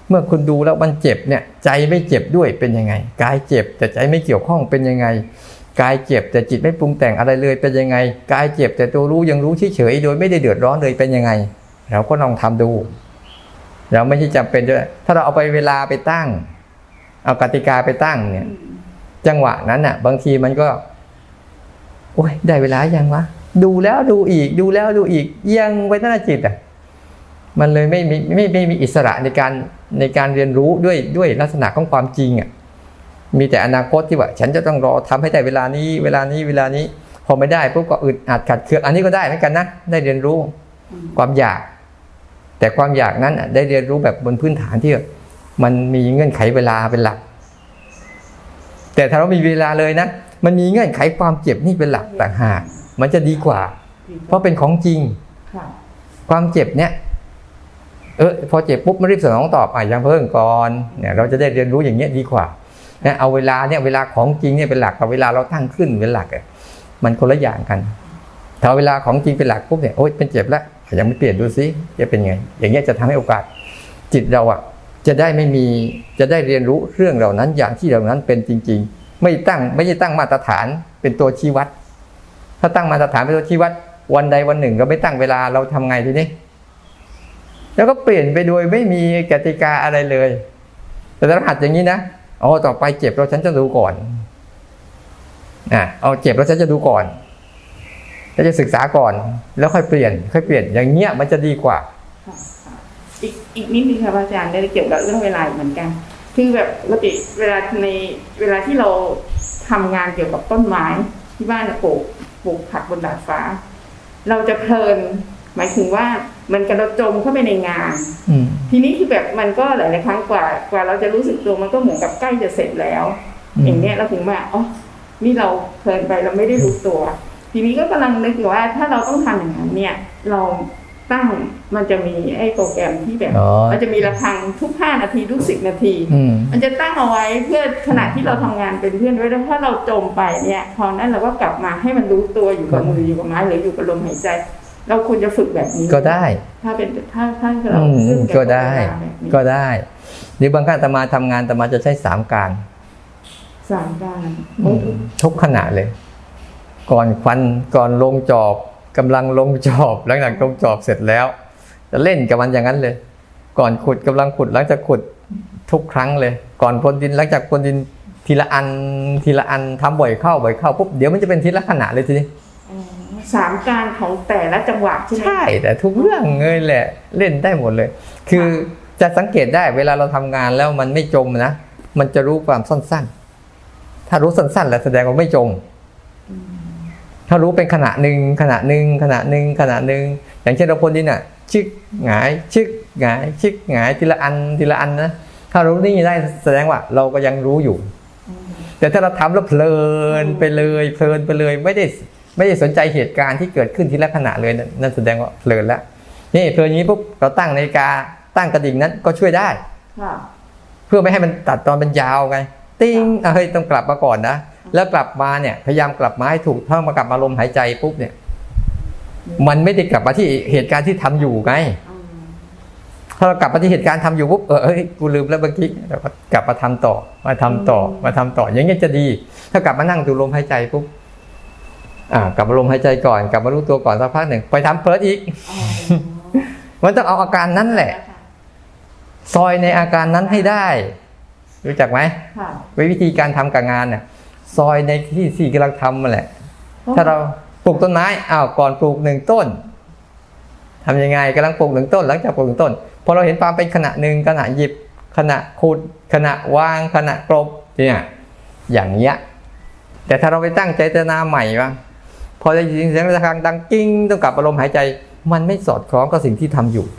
เมื่อคุณดูแล้วมันเจ็บเนี่ยใจไม่เจ็บด้วยเป็นยังไงกายเจ็บแต่ใจไม่เกี่ยวข้องเป็นยังไงกายเจ็บแต่จิตไม่ปรุงแต่งอะไรเลยเป็นยังไงกายเจ็บแต่ตัวรู้ยังรู้เฉยๆโดยไม่ได้เดือดร้อนเลยเป็นยังไงเราก็ลองทำดูเราไม่ใช่จำเป็นด้วยถ้าเราเอาไปเวลาไปตั้งเอากติกาไปตั้งเนี่ยจังหวะนั้นน่ะบางทีมันก็โอ้ยได้เวลายังวะดูแล้วดูอีกดูแล้วดูอีกยังไว้หน้าจิตอ่ะมันเลยไม่มีไม่ไม่มีอิสระในการในการเรียนรู้ด้วยด้วยลักษณะของความจริงอ่ะมีแต่อนาคตที่ว่าฉันจะต้องรอทำให้ได้เวลานี้เวลานี้เวลานี้พอไม่ได้ปุ๊บก็อึดอัดขัดเคืองอันนี้ก็ได้เหมือนกันนะได้เรียนรู้ความอยากแต่ความอยากนั้นได้เรียนรู้แบบบนพื้นฐานที่มันมีเงื่อนไขเวลาเป็นหลักแต่ถ้าเรามีเวลาเลยนะมันมีเงื่อนไขความเจ็บนี่เป็นหลักต่างหากมันจะดีกว่าเพราะเป็นของจริงความเจ็บเนี่ยเออพอเจ็บปุ๊บมันรีบสนองตอบอ่ะยังเพิ่งก่อนเนี่ยเราจะได้เรียนรู้อย่างเงี้ยดีกว่านะเอาเวลาเนี่ยเวลาของจริงเนี่ยเป็นหลักกับเวลาเราตั้งขึ้นเป็นหลักอ่ะมันคนละอย่างกันถ้าเวลาของจริงเป็นหลักปุ๊บเนี่ยโอ๊ยเป็นเจ็บแล้วยังไม่เปลี่ยนดูซิจะเป็นไงอย่างเงี้ยจะทำให้โอกาสจิตเราอ่ะจะได้ไม่มีจะได้เรียนรู้เรื่องเหล่านั้นอย่างที่เหล่านั้นเป็นจริงๆไม่ตั้งไม่ใช่ตั้งมาตรฐานเป็นตัวชี้วัดถ้าตั้งมาตรฐานเป็นตัวชี้วัดวันใดวันหนึ่งเราไม่ตั้งเวลาเราทำไงทีนี้แล้วก็เปลี่ยนไปโดยไม่มีกติกาอะไรเลยแต่ถ้าหัดอย่างนี้นะอ๋อต่อไปเจ็บเราฉันจะดูก่อนอ่ะเอาเจ็บแล้วฉันจะดูก่อนแล้วจะศึกษาก่อนแล้วค่อยเปลี่ยนค่อยเปลี่ยนอย่างเงี้ยมันจะดีกว่าอีกอีกนิดนึงค่ะอาจารย์ได้เกี่ยวกับเรื่องเวลาเหมือนกันคือแบบปกติเวลาในเวลาที่เราทำงานเกี่ยวกับต้นไม้ที่บ้านปลูกปลูกผักบนดาดฟ้าเราจะเพลินหมายถึงว่ามันกับเราจมเข้าไปในงานทีนี้คือแบบมันก็หลายๆครั้งกว่ากว่าเราจะรู้สึกตัวมันก็เหมือนกับใกล้จะเสร็จแล้วอย่างเนี้ยเราถึงว่าอ๋อนี่เราเพลินไปเราไม่ได้รู้ตัวทีนี้ก็กำลังนึกอยู่ว่าถ้าเราต้องทำอย่างนั้นเนี่ยเราตั้งมันจะมีไอ้โปรแกรมที่แบบมันจะมีระฆังทุกห้านาทีทุกสิบนาทีมันจะตั้งเอาไว้เพื่อขณะที่เราทำงานเป็นเพื่อนไว้แล้วถ้าเราจมไปเนี่ยพอนั้นเราก็กลับมาให้มันรู้ตัวอยู่กับมืออยู่กับไม้หรืออยู่กับลมหายใจเราควรจะฝึกแบบนี้ก็ได้ถ้าเป็นถ้าถ้าเราก็ได้ก็ได้หรือบางครั้งอาตมาทำงานอาตมาจะใช้สามการสามการทุกขณะเลยก่อนควันก่อนลงจอบกำลังลงจอบหลังจากลงจอบเสร็จแล้วจะเล่นกับมันอย่างนั้นเลยก่อนขุดกำลังขุดหลังจากขุดทุกครั้งเลยก่อนพรวนดินหลังจากพรวนดินทีละอันทีละอันทำบ่อยเข้าบ่อยเข้าปุ๊บเดี๋ยวมันจะเป็นทีละขณะเลยทีนี้สามการของแต่ละจังหวะใช่ไหมใช่แต่ทุกเรื่องเลยแหละเล่นได้หมดเลยคือจะสังเกตได้เวลาเราทำงานแล้วมันไม่จมนะมันจะรู้ความสั้นๆถ้ารู้สั้นๆแล้วแสดงว่าไม่จมถ้ารู้เป็นขณะหนึ่งขณะหนึ่งขณะหนึ่งขณะหนึ่งอย่างเช่นเราพรวนดินอ่ะชึกหงายชึกหงายชึกหงายทีละอันทีละอันนะถ้ารู้นี่ได้แสดงว่าเราก็ยังรู้อยู่แต่ถ้าเราทำแล้วเพลินไปเลยเพลินไปเลยไม่ได้ไม่ได้สนใจเหตุการณ์ที่เกิดขึ้นทีละขณะเลยนั่นแสดงว่าเพลินแล้วนี่เพลินอย่างนี้ปุ๊บเราตั้งนาฬิกาตั้งกระดิ่งนั้นก็ช่วยได้เพื่อไม่ให้มันตัดตอนเป็นยาวไงติ้งเฮ้ยต้องกลับมาก่อนนะแล้วกลับมาเนี่ยพยายามกลับมาให้ถูกถ้ามากลับมาลมหายใจปุ๊บเนี่ยมันไม่ได้กลับมาที่เหตุการณ์ที่ทำอยู่ไงถ้าเรากลับมาที่เหตุการณ์ทำอยู่ปุ๊บเออเฮ้ยกูลืมแล้วเมื่อกี้เราก็กลับมาทำต่อมาทำต่อมาทำต่ออย่างเงี้ยจะดีถ้ากลับมานั่งดูลมหายใจปุ๊บอ่ากลับมาลมหายใจก่อนกลับมารู้ตัวก่อนสักพักหนึ่งไปทำเพิร์ดอีกมันต้องเอาอาการนั้นแหละซอยในอาการนั้นให้ได้รู้จักไหมวิธีการทำกับงานเนี่ยซอยในที่สี่กำลังทำมาแหละถ้าเราปลูกต้นไม้อ้าวก่อนปลูกหนึ่งต้นทำยังไงกำลังปลูกหนึ่งต้นหลังจากปลูกหนึ่งต้นพอเราเห็นความเป็นขณะหนึ่งขณะหยิบขณะขุดขณะวางขณะกลบเนี่ยอย่างเงี้ยแต่ถ้าเราไปตั้งใจเจตนาใหม่ว่าพอได้ยินเสียงระฆังดังกิ้งต้องกลับอารมณ์หายใจมันไม่สอดคล้องกับสิ่งที่ทำอยู่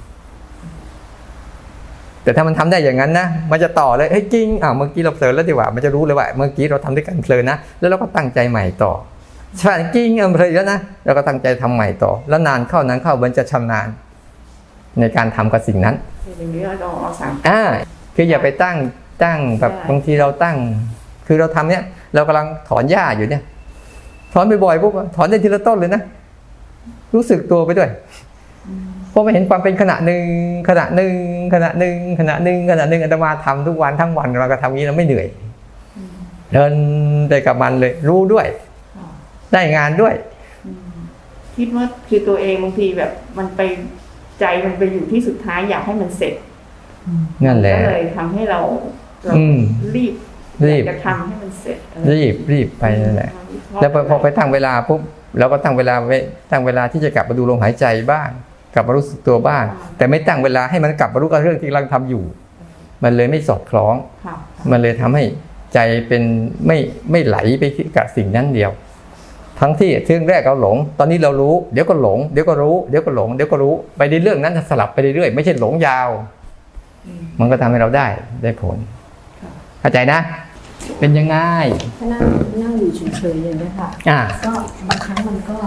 แต่ถ้ามันทำได้อย่างนั้นนะมันจะต่อเลยเฮ้ยกิ้งอ้าวเมื่อกี้เราเพลินแล้วดีกว่ามันจะรู้เลยว่าเมื่อกี้เราทำด้วยกันเพลินนะแล้วเราก็ตั้งใจใหม่ต่อใช่กิ้งเออเพลินแล้วนะเราก็ตั้งใจทำใหม่ต่อแล้วนานเข้านานเข้ามันจะชำนาญในการทำกับสิ่งนั้นอย่างนี้เราเอาสามอ่าคืออย่าไปตั้งตั้งแบบบางทีเราตั้งคือเราทำเนี้ยเรากำลังถอนหญ้าอยู่เนี่ยถอนบ่อยๆปุ๊บถอนได้ทีละต้นเลยนะรู้สึกตัวไปด้วยพอไปเห็นความเป็นขณะหนึ่งขณะหนึ่งขณะหนึ่งขณะหนึ่งขณะหนึ่งอาตมาทำทุกวันทั้งวันเราก็ทำนี้เราไม่เหนื่อยเดินไปกับมันเลยรู้ด้วยได้งานด้วยคิดว่าคือตัวเองบางทีแบบมันไปใจมันไปอยู่ที่สุดท้ายอยากให้มันเสร็จนั่นแหละก็เลยทำให้เราเรารีบรีบจะทำให้มันเสร็จรีบรีบไปนั่นแหละแล้วพอไปตั้งเวลาปุ๊บเราก็ตั้งเวลาไว้ตั้งเวลาที่จะกลับมาดูลมหายใจบ้างกลับมารู้สึกตัวบ้างแต่ไม่ตั้งเวลาให้มันกลับมารู้กับเรื่องที่กำลังทำอยู่มันเลยไม่สอดคล้องมันเลยทำให้ใจเป็นไม่ไม่ไหลไปกับสิ่งนั้นเดียวทั้งที่เรื่องแรกเราหลงตอนนี้เรารู้เดี๋ยวก็หลงเดี๋ยวก็รู้เดี๋ยวก็หลงเดี๋ยวก็รู้ไปในเรื่องนั้นสลับไปเรื่อยๆไม่ใช่หลงยาวมันก็ทำให้เราได้ได้ผลเข้าใจนะเป็นยังไงถ้านั่งนั่งอยู่เฉยๆอย่างนี้ค่ะก็บางครั้งมันก็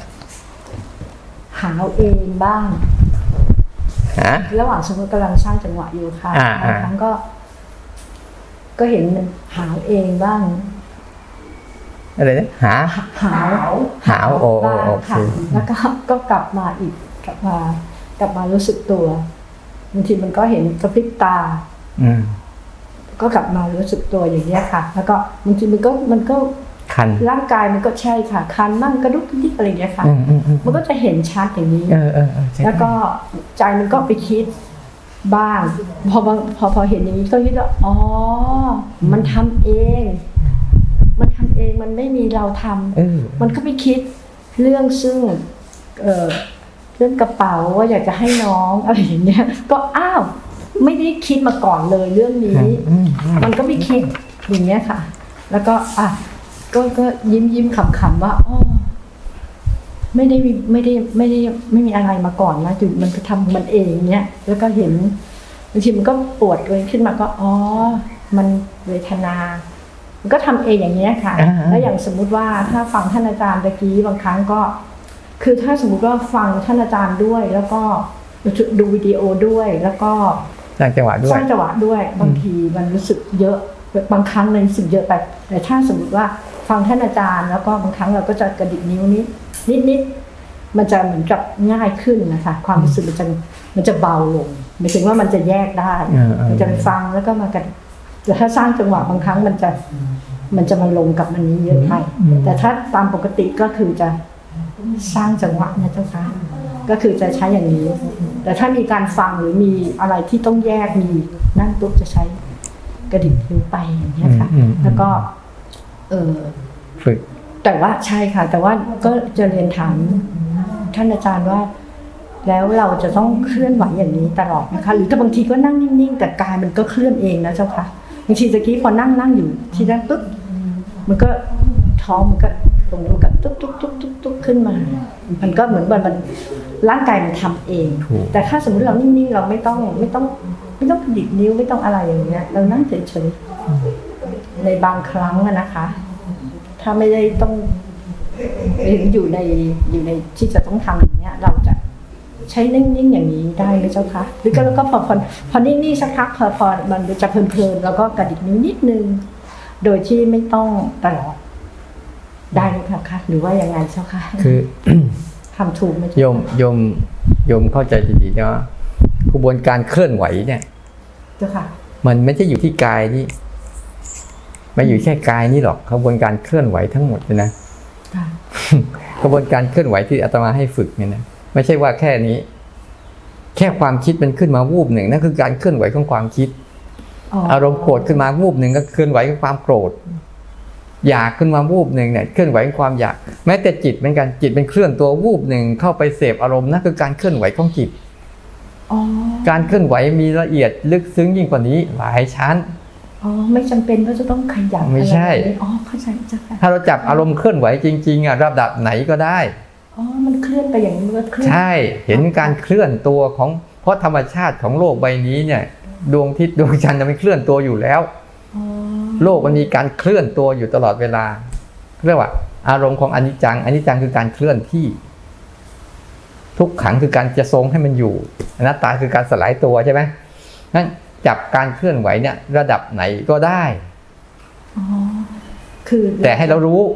หาเอาเองบ้างระหว่างสมมติกำลังสร้างจังหวะอยู่ค่ะบางครั้งก็ก็เห็นมันหาเองบ้างอะไรนะหาหาหาโอ้โอเคแล้วก็ก็กลับมาอีกกลับมากลับมารู้สึกตัวบางทีมันก็เห็นกระพริบตาก็กลับมารู้สึกตัวอย่างนี้ค่ะแล้วก็บางทีมันก็มันก็คันร่างกายมันก็ใช่ค่ะคันนั่งกระดุกกระดิกอะไรอย่างเงี้ยค่ะมันก็จะเห็นชัดอย่างนี้แล้วก็ใจมันก็ไปคิดบ้างพอพอพอเห็นอย่างนี้ก็คิดว่าอ๋อมันทำเองมันทำเองมันไม่มีเราทำมันก็ไปคิดเรื่องซึ่งเออเรื่องกระเป๋าว่าอยากจะให้น้องอะไรอย่างเงี้ยก็อ้าวไม่ได้คิดมาก่อนเลยเรื่องนี้มันก็ไม่คิดอย่างเงี้ยค่ะแล้วก็อ่ะก็ก็ยิ้มยิ้มขำๆว่าอ๋อไม่ได้ไม่ได้ไม่ได้ไม่มีอะไรมาก่อนนะจุดมันก็ทำมันเองเนี้ยแล้วก็เห็นบางทีมันก็ปวดเลยขึ้นมาก็อ๋อมันเวทนามันก็ทำเองอย่างเงี้ยค่ะแล้วอย่างสมมุติว่าถ้าฟังท่านอาจารย์ตะกี้บางครั้งก็คือถ้าสมมุติว่าฟังท่านอาจารย์ด้วยแล้วก็ดูวิดีโอด้วยแล้วก็สร้างจังหวะด้วยสร้างจังหวะด้วยบางทีมันรู้สึกเยอะบางครั้งเลยรู้สึกเยอะไปแต่ถ้าสมมติว่าฟังท่านอาจารย์แล้วก็บางครั้งเราก็จะกระดิกนิ้วนิดนิดนิดมันจะเหมือนกับง่ายขึ้นนะคะความรู้สึกมันจะมันจะเบาลงหมายถึงว่ามันจะแยกได้มันจะไปฟังแล้วก็มากระแต่ถ้าสร้างจังหวะบางครั้งมันจะมันจะมาลงกับมันนี้เยอะไปแต่ถ้าตามปกติก็คือจะสร้างจังหวะนะเจ้าค่ะก็คือจะใช้อย่างนี้แต่ถ้ามีการฟังหรือมีอะไรที่ต้องแยกมีนั่นปุ๊บจะใช้กระดิกนิ้วไปอย่างนี้ค่ะแล้วก็เออฝึกแต่ว่าใช่ค่ะแต่ว่าก็จะเรียนถามท่านอาจารย์ว่าแล้วเราจะต้องเคลื่อนไหวอย่างนี้ตลอดนะคะหรือถ้าบางทีก็นั่งนิ่งๆแต่กายมันก็เคลื่อนเองนะเจ้าค่ะบางทีตะกี้พอนั่งนั่งอยู่ที่นั่นปุ๊บมันก็ท้องมันก็ตรงนี้มันก็ตุ๊บตุ๊บตุ๊บตุ๊บตุ๊บขึ้นมามันก็เหมือนมันมันร่างกายมันทำเองแต่ถ้าสมมติเรานิ่งๆเราไม่ต้องไม่ต้องไม่ต้องกระดิกนิ้วไม่ต้องอะไรอย่างเงี้ยเรานั่งเฉยๆในบางครั้งนะคะถ้าไม่ได้ต้องอยู่ในอยู่ในที่จะต้องทำอย่างเงี้ยเราจะใช้นิ่งๆอย่างนี้ได้ไหมเจ้าคะหรือก็แล้วก็พอพอพอนิ่งๆสักพักพอพอมันจะเพลินๆแล้วก็กระดิกนิ้วนิดนึงโดยที่ไม่ต้องตลอดได้ไหมคะหรือว่ายังไงเจ้าคะคือทำถูกไหมโยมโยมโยมเข้าใจดีๆนะกระบวนการเคลื่อนไหวเนี่ยเจ้าค่ะมันไม่ใช่อยู่ที่กายนี่ไม่อยู่แค่กายนี่หรอกกระบวนการเคลื่อนไหวทั้งหมดเลยนะกระบวนการเคลื่อนไหวที่อาตมาให้ฝึกเนี่ยนะไม่ใช่ว่าแค่นี้แค่ความคิดมันขึ้นมาวูบหนึ่งนั่นคือการเคลื่อนไหวของความคิดอารมณ์โกรธขึ้นมาวูบหนึ่งก็เคลื่อนไหวของความโกรธอยากขึ้นมาวูบหนึ่งเนี่ยเคลื่อนไหวของความอยากแม้แต่จิตเหมือนกันจิตเป็นเคลื่อนตัววูบหนึ่งเข้าไปเสพอารมณ์นั่นคือการเคลื่อนไหวของจิตการเคลื่อนไหวมีละเอียดลึกซึ้งยิ่งกว่านี้หลายชั้นอ๋อไม่จำเป็นว่าจะต้องขยับไม่ใช่อ๋อเข้าใจจ้ะถ้าเราจับอารมณ์เคลื่อนไหวจริงๆอ่ะระดับไหนก็ได้อ๋อมันเคลื่อนไปอย่างนี้มันเคลื่อนใช่เห็นการเคลื่อนตัวของเพราะธรรมชาติของโลกใบนี้เนี่ยดวงอาทิตย์ดวงจันทร์จะไม่เคลื่อนตัวอยู่แล้วโลกมันมีการเคลื่อนตัวอยู่ตลอดเวลาเรียกว่าอารมณ์ของอนิจจังอนิจจังคือการเคลื่อนที่ทุกขังคือการจะทรงให้มันอยู่อนัตตาคือการสลายตัวใช่ไหมงั้นจับการเคลื่อนไหวเนี่ยระดับไหนก็ได้อ๋อคือแต่ให้เรารู้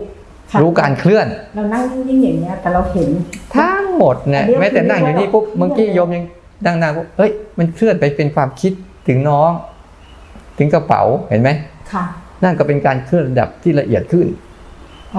รู้การเคลื่อนเรานั่งนิ่งๆอย่างเงี้ยแต่เราเห็นทั้งหมดเนี่ยแม้แต่นั่งอยู่นี่ปุ๊บเมื่อกี้โยมยังนั่งๆปุ๊บเอ้ยมันเคลื่อนไปเป็นความคิดถึงน้องถึงกระเป๋าเห็นไหมค่ะนั่นก็เป็นการเคลื่อนระดับที่ละเอียดขึ้นอ๋อ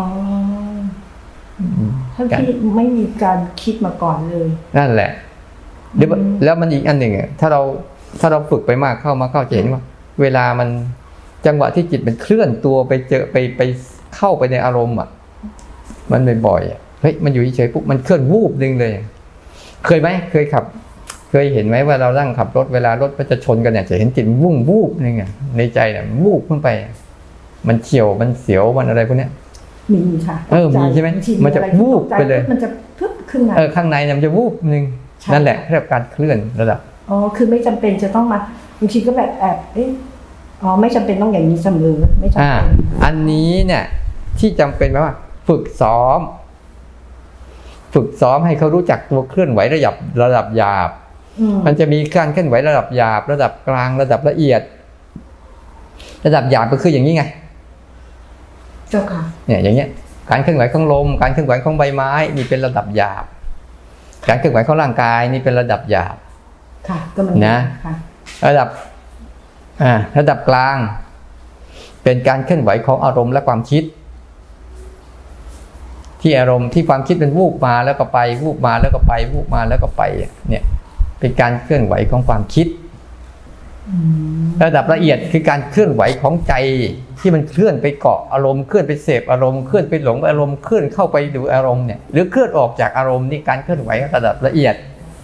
ถ้าที่ไม่มีการคิดมาก่อนเลยนั่นแหละเดี๋ยวแล้วมันอีกอันหนึ่งอ่ะถ้าเราถ้าเราฝึกไปมากเข้ามาเข้าจะเห็นว่าเวลามันจังหวะที่จิตมันเคลื่อนตัวไปเจอไปไปเข้าไปในอารมณ์อ่ะมันบ่อยๆอ่ะเฮ้ยมันอยู่เฉยๆปุ๊บมันเคลื่อนวูบนึงเลยเคยไหมเคยขับเคยเห็นไหมว่าเรานั่งขับรถเวลารถมันจะชนกันเนี่ยจะเห็นจิตวุ่งวูบนึงอ่ะในใจเนี่ยวูบขึ้นไปมันเฉียวมันเสียวมันอะไรพวกเนี้ยมีค่ะเออมีใช่ไหมมันจะวูบไปเลยมันจะพึบขึ้นมาเออข้างในเนี่ยมันจะวูบนึงนั่นแหละเรียกการเคลื่อนระดับอ๋อคือไม่จำเป็นจะต้องมาบางทีก็แบบแอบเอ๊ะอ๋อไม่จำเป็นต้องอย่างนี้เสมอไม่จำเป็นอันนี้เนี่ยที่จำเป็นว่าฝึกซ้อมฝึกซ้อมให้เขารู้จักตัวเคลื่อนไหวระดับระดับหยาบมันจะมีการเคลื่อนไหวระดับหยาบระดับกลางระดับละเอียดระดับหยาบก็คืออย่างนี้ไงเจ้าค่ะเนี่ยอย่างเงี้ยการเคลื่อนไหวของลมการเคลื่อนไหวของใบไม้นี่เป็นระดับหยาบการเคลื่อนไหวของร่างกายนี่เป็นระดับหยาบค่ะก็มันนะระดับอ่าระดับกลางเป็นการเคลื่อนไหวของอารมณ์และความคิดที่อารมณ์ที่ความคิดเป็นวูบมาแล้วก็ไปวูบมาแล้วก็ไปวูบมาแล้วก็ไปเนี่ยเป็นการเคลื่อนไหวของความคิดระดับละเอียดคือการเคลื่อนไหวของใจที่มันเคลื่อนไปเกาะอารมณ์เคลื่อนไปเสพอารมณ์เคลื่อนไปหลงอารมณ์เคลื่อนเข้าไปดูอารมณ์เนี่ยหรือเคลื่อนออกจากอารมณ์นี่การเคลื่อนไหวระดับละเอียด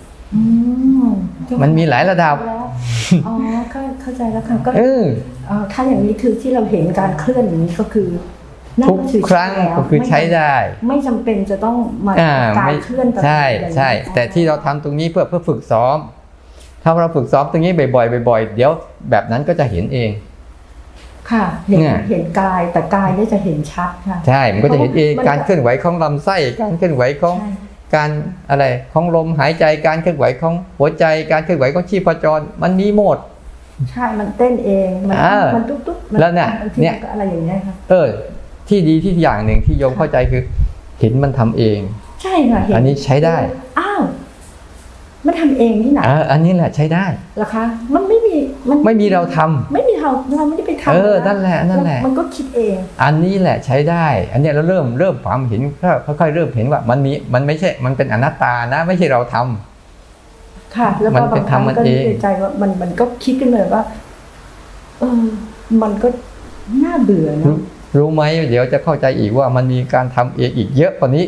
มันมีหลายระดับอ๋อเข้าใจแล้วค่ะก็เออถ้าอย่างนี้คือที่เราเห็นการเคลื่อนอย่างนี้ก็คือทุกครั้งก็คือใช้ได้ไม่จำเป็นจะต้องมาการเคลื่อนใช่ใช่แต่ที่เราทำตรงนี้เพื่อเพื่อฝึกซ้อมถ้าเราฝึกซ้อมตรงนี้บ่อยๆบ่อยๆเดี๋ยวแบบนั้นก็จะเห็นเองค่ะเห็นเห็นกายแต่กายนี่จะเห็นชัดค่ะใช่มันก็จะเห็นเองการเคลื่อนไหวของลำไส้การเคลื่อนไหวของการอะไรของลมหายใจการเคลื่อนไหวของหัวใจการเคลื่อนไหวของชีพจรมันมีหมดใช่มันเต้นเองมันมันตุ๊บๆแล้วเนี่ยเนี่ยอะไรอย่างเงี้ยค่ะเออที่ดีที่อย่างหนึ่งที่โยมเข้าใจคือเห็นมันทำเองใช่ค่ะอันนี้ใช้ได้อ้าวมันทำเองนี่นะอ่าอันนี้แหละใช้ได้เหรอคะมันไม่มีมันไม่มีเราทำไม่มีเราเราไม่ได้ไปทำเออนั่นแหละนั่นแหละมันก็คิดเองอันนี้แหละใช้ได้อันนี้เราเริ่มเริ่มความเห็นค่อยๆเริ่มเห็นว่ามันมีมันไม่ใช่มันเป็นอนัตตานะไม่ใช่เราทำค่ะแล้วก็บางครั้งก็ในใจว่ามันมันก็คิดขึ้นเลยว่าเออมันก็น่าเบื่อนะรู้ไหมเดี๋ยวจะเข้าใจอีกว่ามันมีการทำเองอีกเยอะกว่านี้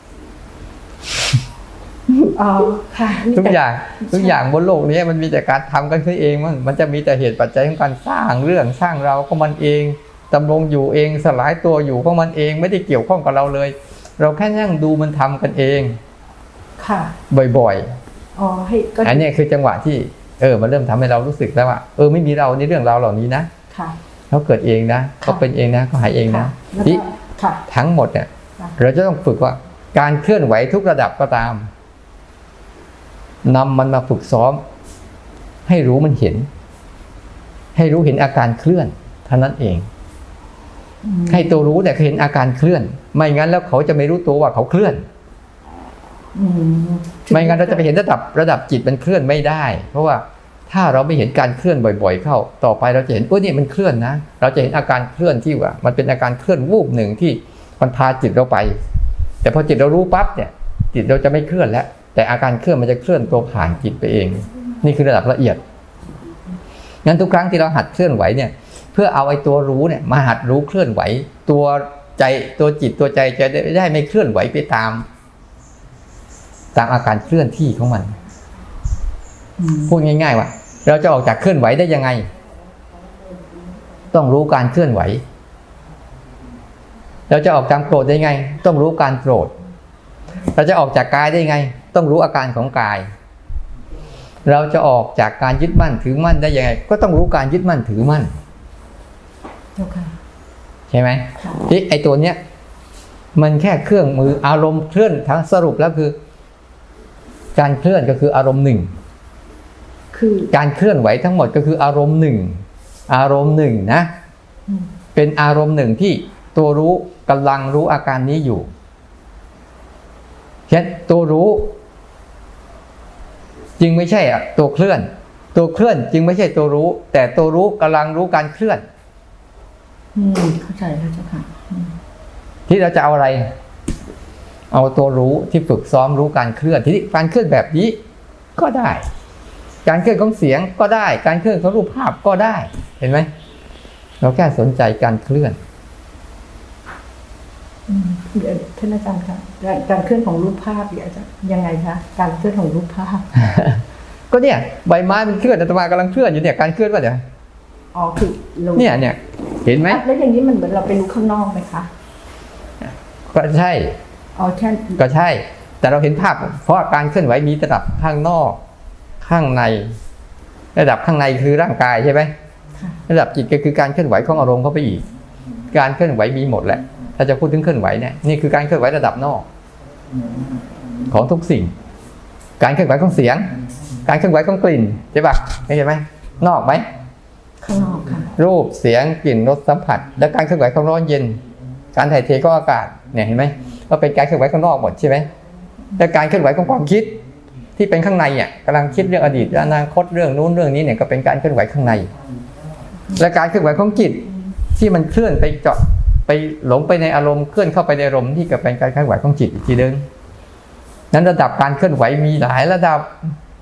อ๋อค่ะทุกอย่างทุกอย่างบนโลกนี้มันมีแต่การทำกันขึ้นเองมันมันจะมีแต่เหตุปัจจัยของการสร้างเรื่องสร้างเราก็มันเองดำรงอยู่เองสลายตัวอยู่ของมันเองไม่ได้เกี่ยวข้องกับเราเลยเราแค่นั่งดูมันทำกันเองค่ะบ่อยๆอ๋อให้ก็อันนี้คือจังหวะที่เออมันเริ่มทำให้เรารู้สึกแล้วว่าเออไม่มีเราในเรื่องราวเหล่านี้นะค่ะเขาเกิดเองนะเขาเป็นเองนะเขาหายเองนะที่ทั้งหมดเนี่ยเราจะต้องฝึกว่าการเคลื่อนไหวทุกระดับก็ตามนำมันมาฝึกซ้อมให้รู้มันเห็นให้รู้เห็นอาการเคลื่อนเท่านั้นเองให้ตัวรู้แต่เห็นอาการเคลื่อนไม่งั้นแล้วเขาจะไม่รู้ตัวว่าเขาเคลื่อนไม่งั้นเราจะไปเห็นระดับระดับจิตมันเคลื่อนไม่ได้เพราะว่าถ้าเราไม่เห็นการเคลื่อนบ่อยๆเข้าต่อไปเราจะเห็นโอ้นี่มันเคลื่อนนะเราจะเห็นอาการเคลื่อนที่ว่ามันเป็นอาการเคลื่อนวูบหนึ่งที่มันพาจิตเราไปแต่พอจิตเรารู้ปั๊บเนี่ยจิตเราจะไม่เคลื่อนแล้วแต่อาการเคลื่อนมันจะเคลื่อนตัวผ่านจิตไปเองนี่คือระดับละเอียดงั้นทุกครั้งที่เราหัดเคลื่อนไหวเนี่ยเพื่อเอาไอ้ตัวรู้เนี่ยมาหัดรู้เคลื่อนไหวตัวใจตัวจิตตัวใจจะได้ไม่เคลื่อนไหวไปตามตามอาการเคลื่อนที่ของมันพูดง่ายๆว่าเราจะออกจากเคลื่อนไหวได้ยังไงต้องรู้การเคลื่อนไหวเราจะออกจากโกรธได้ไงต้องรู้การโกรธเราจะออกจากกายได้ไงต้องรู้อาการของกายเราจะออกจากการยึดมั่นถือมั่นได้ยังไงก็ต้องรู้การยึดมั่นถือมั่นใช่ไหมที่ไอตัวเนี้ยมันแค่เครื่องมืออารมณ์เคลื่อนทั้งสรุปแล้วคือการเคลื่อนก็คืออารมณ์หนึ่งคือการเคลื่อนไหวทั้งหมดก็คืออารมณ์หนึ่งอารมณ์หนึ่งนะเป็นอารมณ์หนึ่งที่ตัวรู้กำลังรู้อาการนี้อยู่แค่ตัวรู้จึงไม่ใช่อ่ะตัวเคลื่อนตัวเคลื่อนจึงไม่ใช่ตัวรู้แต่ตัวรู้กำลังรู้การเคลื่อนอืมเข้าใจแล้วเจ้าค่ะที่เราจะเอาอะไรเอาตัวรู้ที่ฝึกซ้อมรู้การเคลื่อนที่การเคลื่อนแบบนี้ก็ได้การเคลื่อนของเสียงก็ได้การเคลื่อนของรูปภาพก็ได้เห็นไหมเราแค่สนใจการเคลื่อนเดี๋ยวท่านอาจารย์คะการเคลื่อนของรูปภาพเดี๋ยวจะยังไงคะการเคลื่อนของรูปภาพก็เนี่ยใบไม้มันเคลื่อนอาตมากำลังเคลื่อนอยู่เนี่ยการเคลื่อนว่าเดี๋ยวอ๋อคือเนี่ยเนี่ยเห็นไหมแล้วอย่างนี้มันเหมือนเราไปรู้ข้างนอกไหมคะก็ใช่อ๋อใช่ก็ใช่แต่เราเห็นภาพเพราะการเคลื่อนไหวมีระดับข้างนอกข้างในระดับข้างในคือร่างกายใช่ไหมระดับจิตก็คือการเคลื่อนไหวของอารมณ์เข้าไปอีกการเคลื่อนไหวมีหมดแหละถ้าจะพูดถึงเคลื่อนไหวเนี่ยนี่คือการเคลื่อนไหวระดับนอกของทุกสิ่งการเคลื่อนไหวของเสียงการเคลื่อนไหวของกลิ่นใช่ปะเห็นไหมนอกไหมข้างนอกค่ะรูปเสียงกลิ่นรสสัมผัสและการเคลื่อนไหวของร้อนเย็นการถ่ายเทของอากาศเนี่ยเห็นไหมก็เป็นการเคลื่อนไหวข้างนอกหมดใช่ไหมและการเคลื่อนไหวของความคิดที่เป็นข้างในอ่ะกำลังคิดเรื่องอดีตอนาคตเรื่องนู้นเรื่องนี้เนี่ยก็เป็นการเคลื่อนไหวข้างในและการเคลื่อนไหวของจิตที่มันเคลื่อนไปเจาะไปหลงไปในอารมณ์เคลื่อนเข้าไปในอารมณ์ที่ก็เป็นการเคลื่อนไหวของจิตอีกทีนึงนั้นระดับการเคลื่อนไหวมีหลายระดับ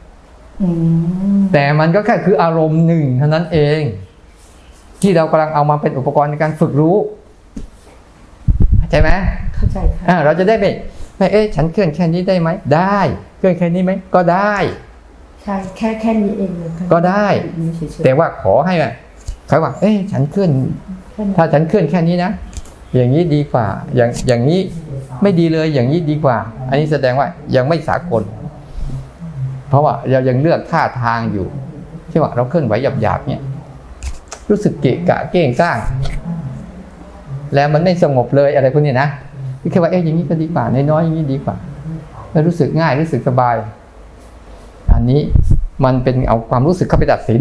แต่มันก็แค่คืออารมณ์หนึ่งเท่านั้นเองที่เรากำลังเอามาเป็นอุปกรณ์ในการฝึกรู้เข้าใจไหมเข้าใจค่ะเราจะได้ไม่ไม่เอ๊ะฉันเคลื่อนแค่นี้ได้ไหมได้เคลื่อนแค่นี้ไหมก็ได้ใช่แค่แค่นี้เองเลยก็ได้แต่ว่าขอให้เขาว่าเอ๊ะฉันเคลื่อนถ้าฉันเคลื่อนแค่นี้นะอย่างนี้ดีกว่าอย่างอย่างนี้ไม่ดีเลยอย่างนี้ดีกว่าอันนี้แสดงว่ายังไม่สากลเพราะว่าเรายังเลือกท่าทางอยู่ใช่ไหมเราเคลื่อนไหวหยาบๆเนี่ยรู้สึกเกะกะเก้งก้างแล้วมันไม่สงบเลยอะไรพวกนี้นะคิดว่าเอ๊ะอย่างนี้ก็ดีกว่าน้อยๆอย่างนี้ดีกว่าแล้วรู้สึกง่ายรู้สึกสบายอันนี้มันเป็นเอาความรู้สึกเข้าไปตัดสิน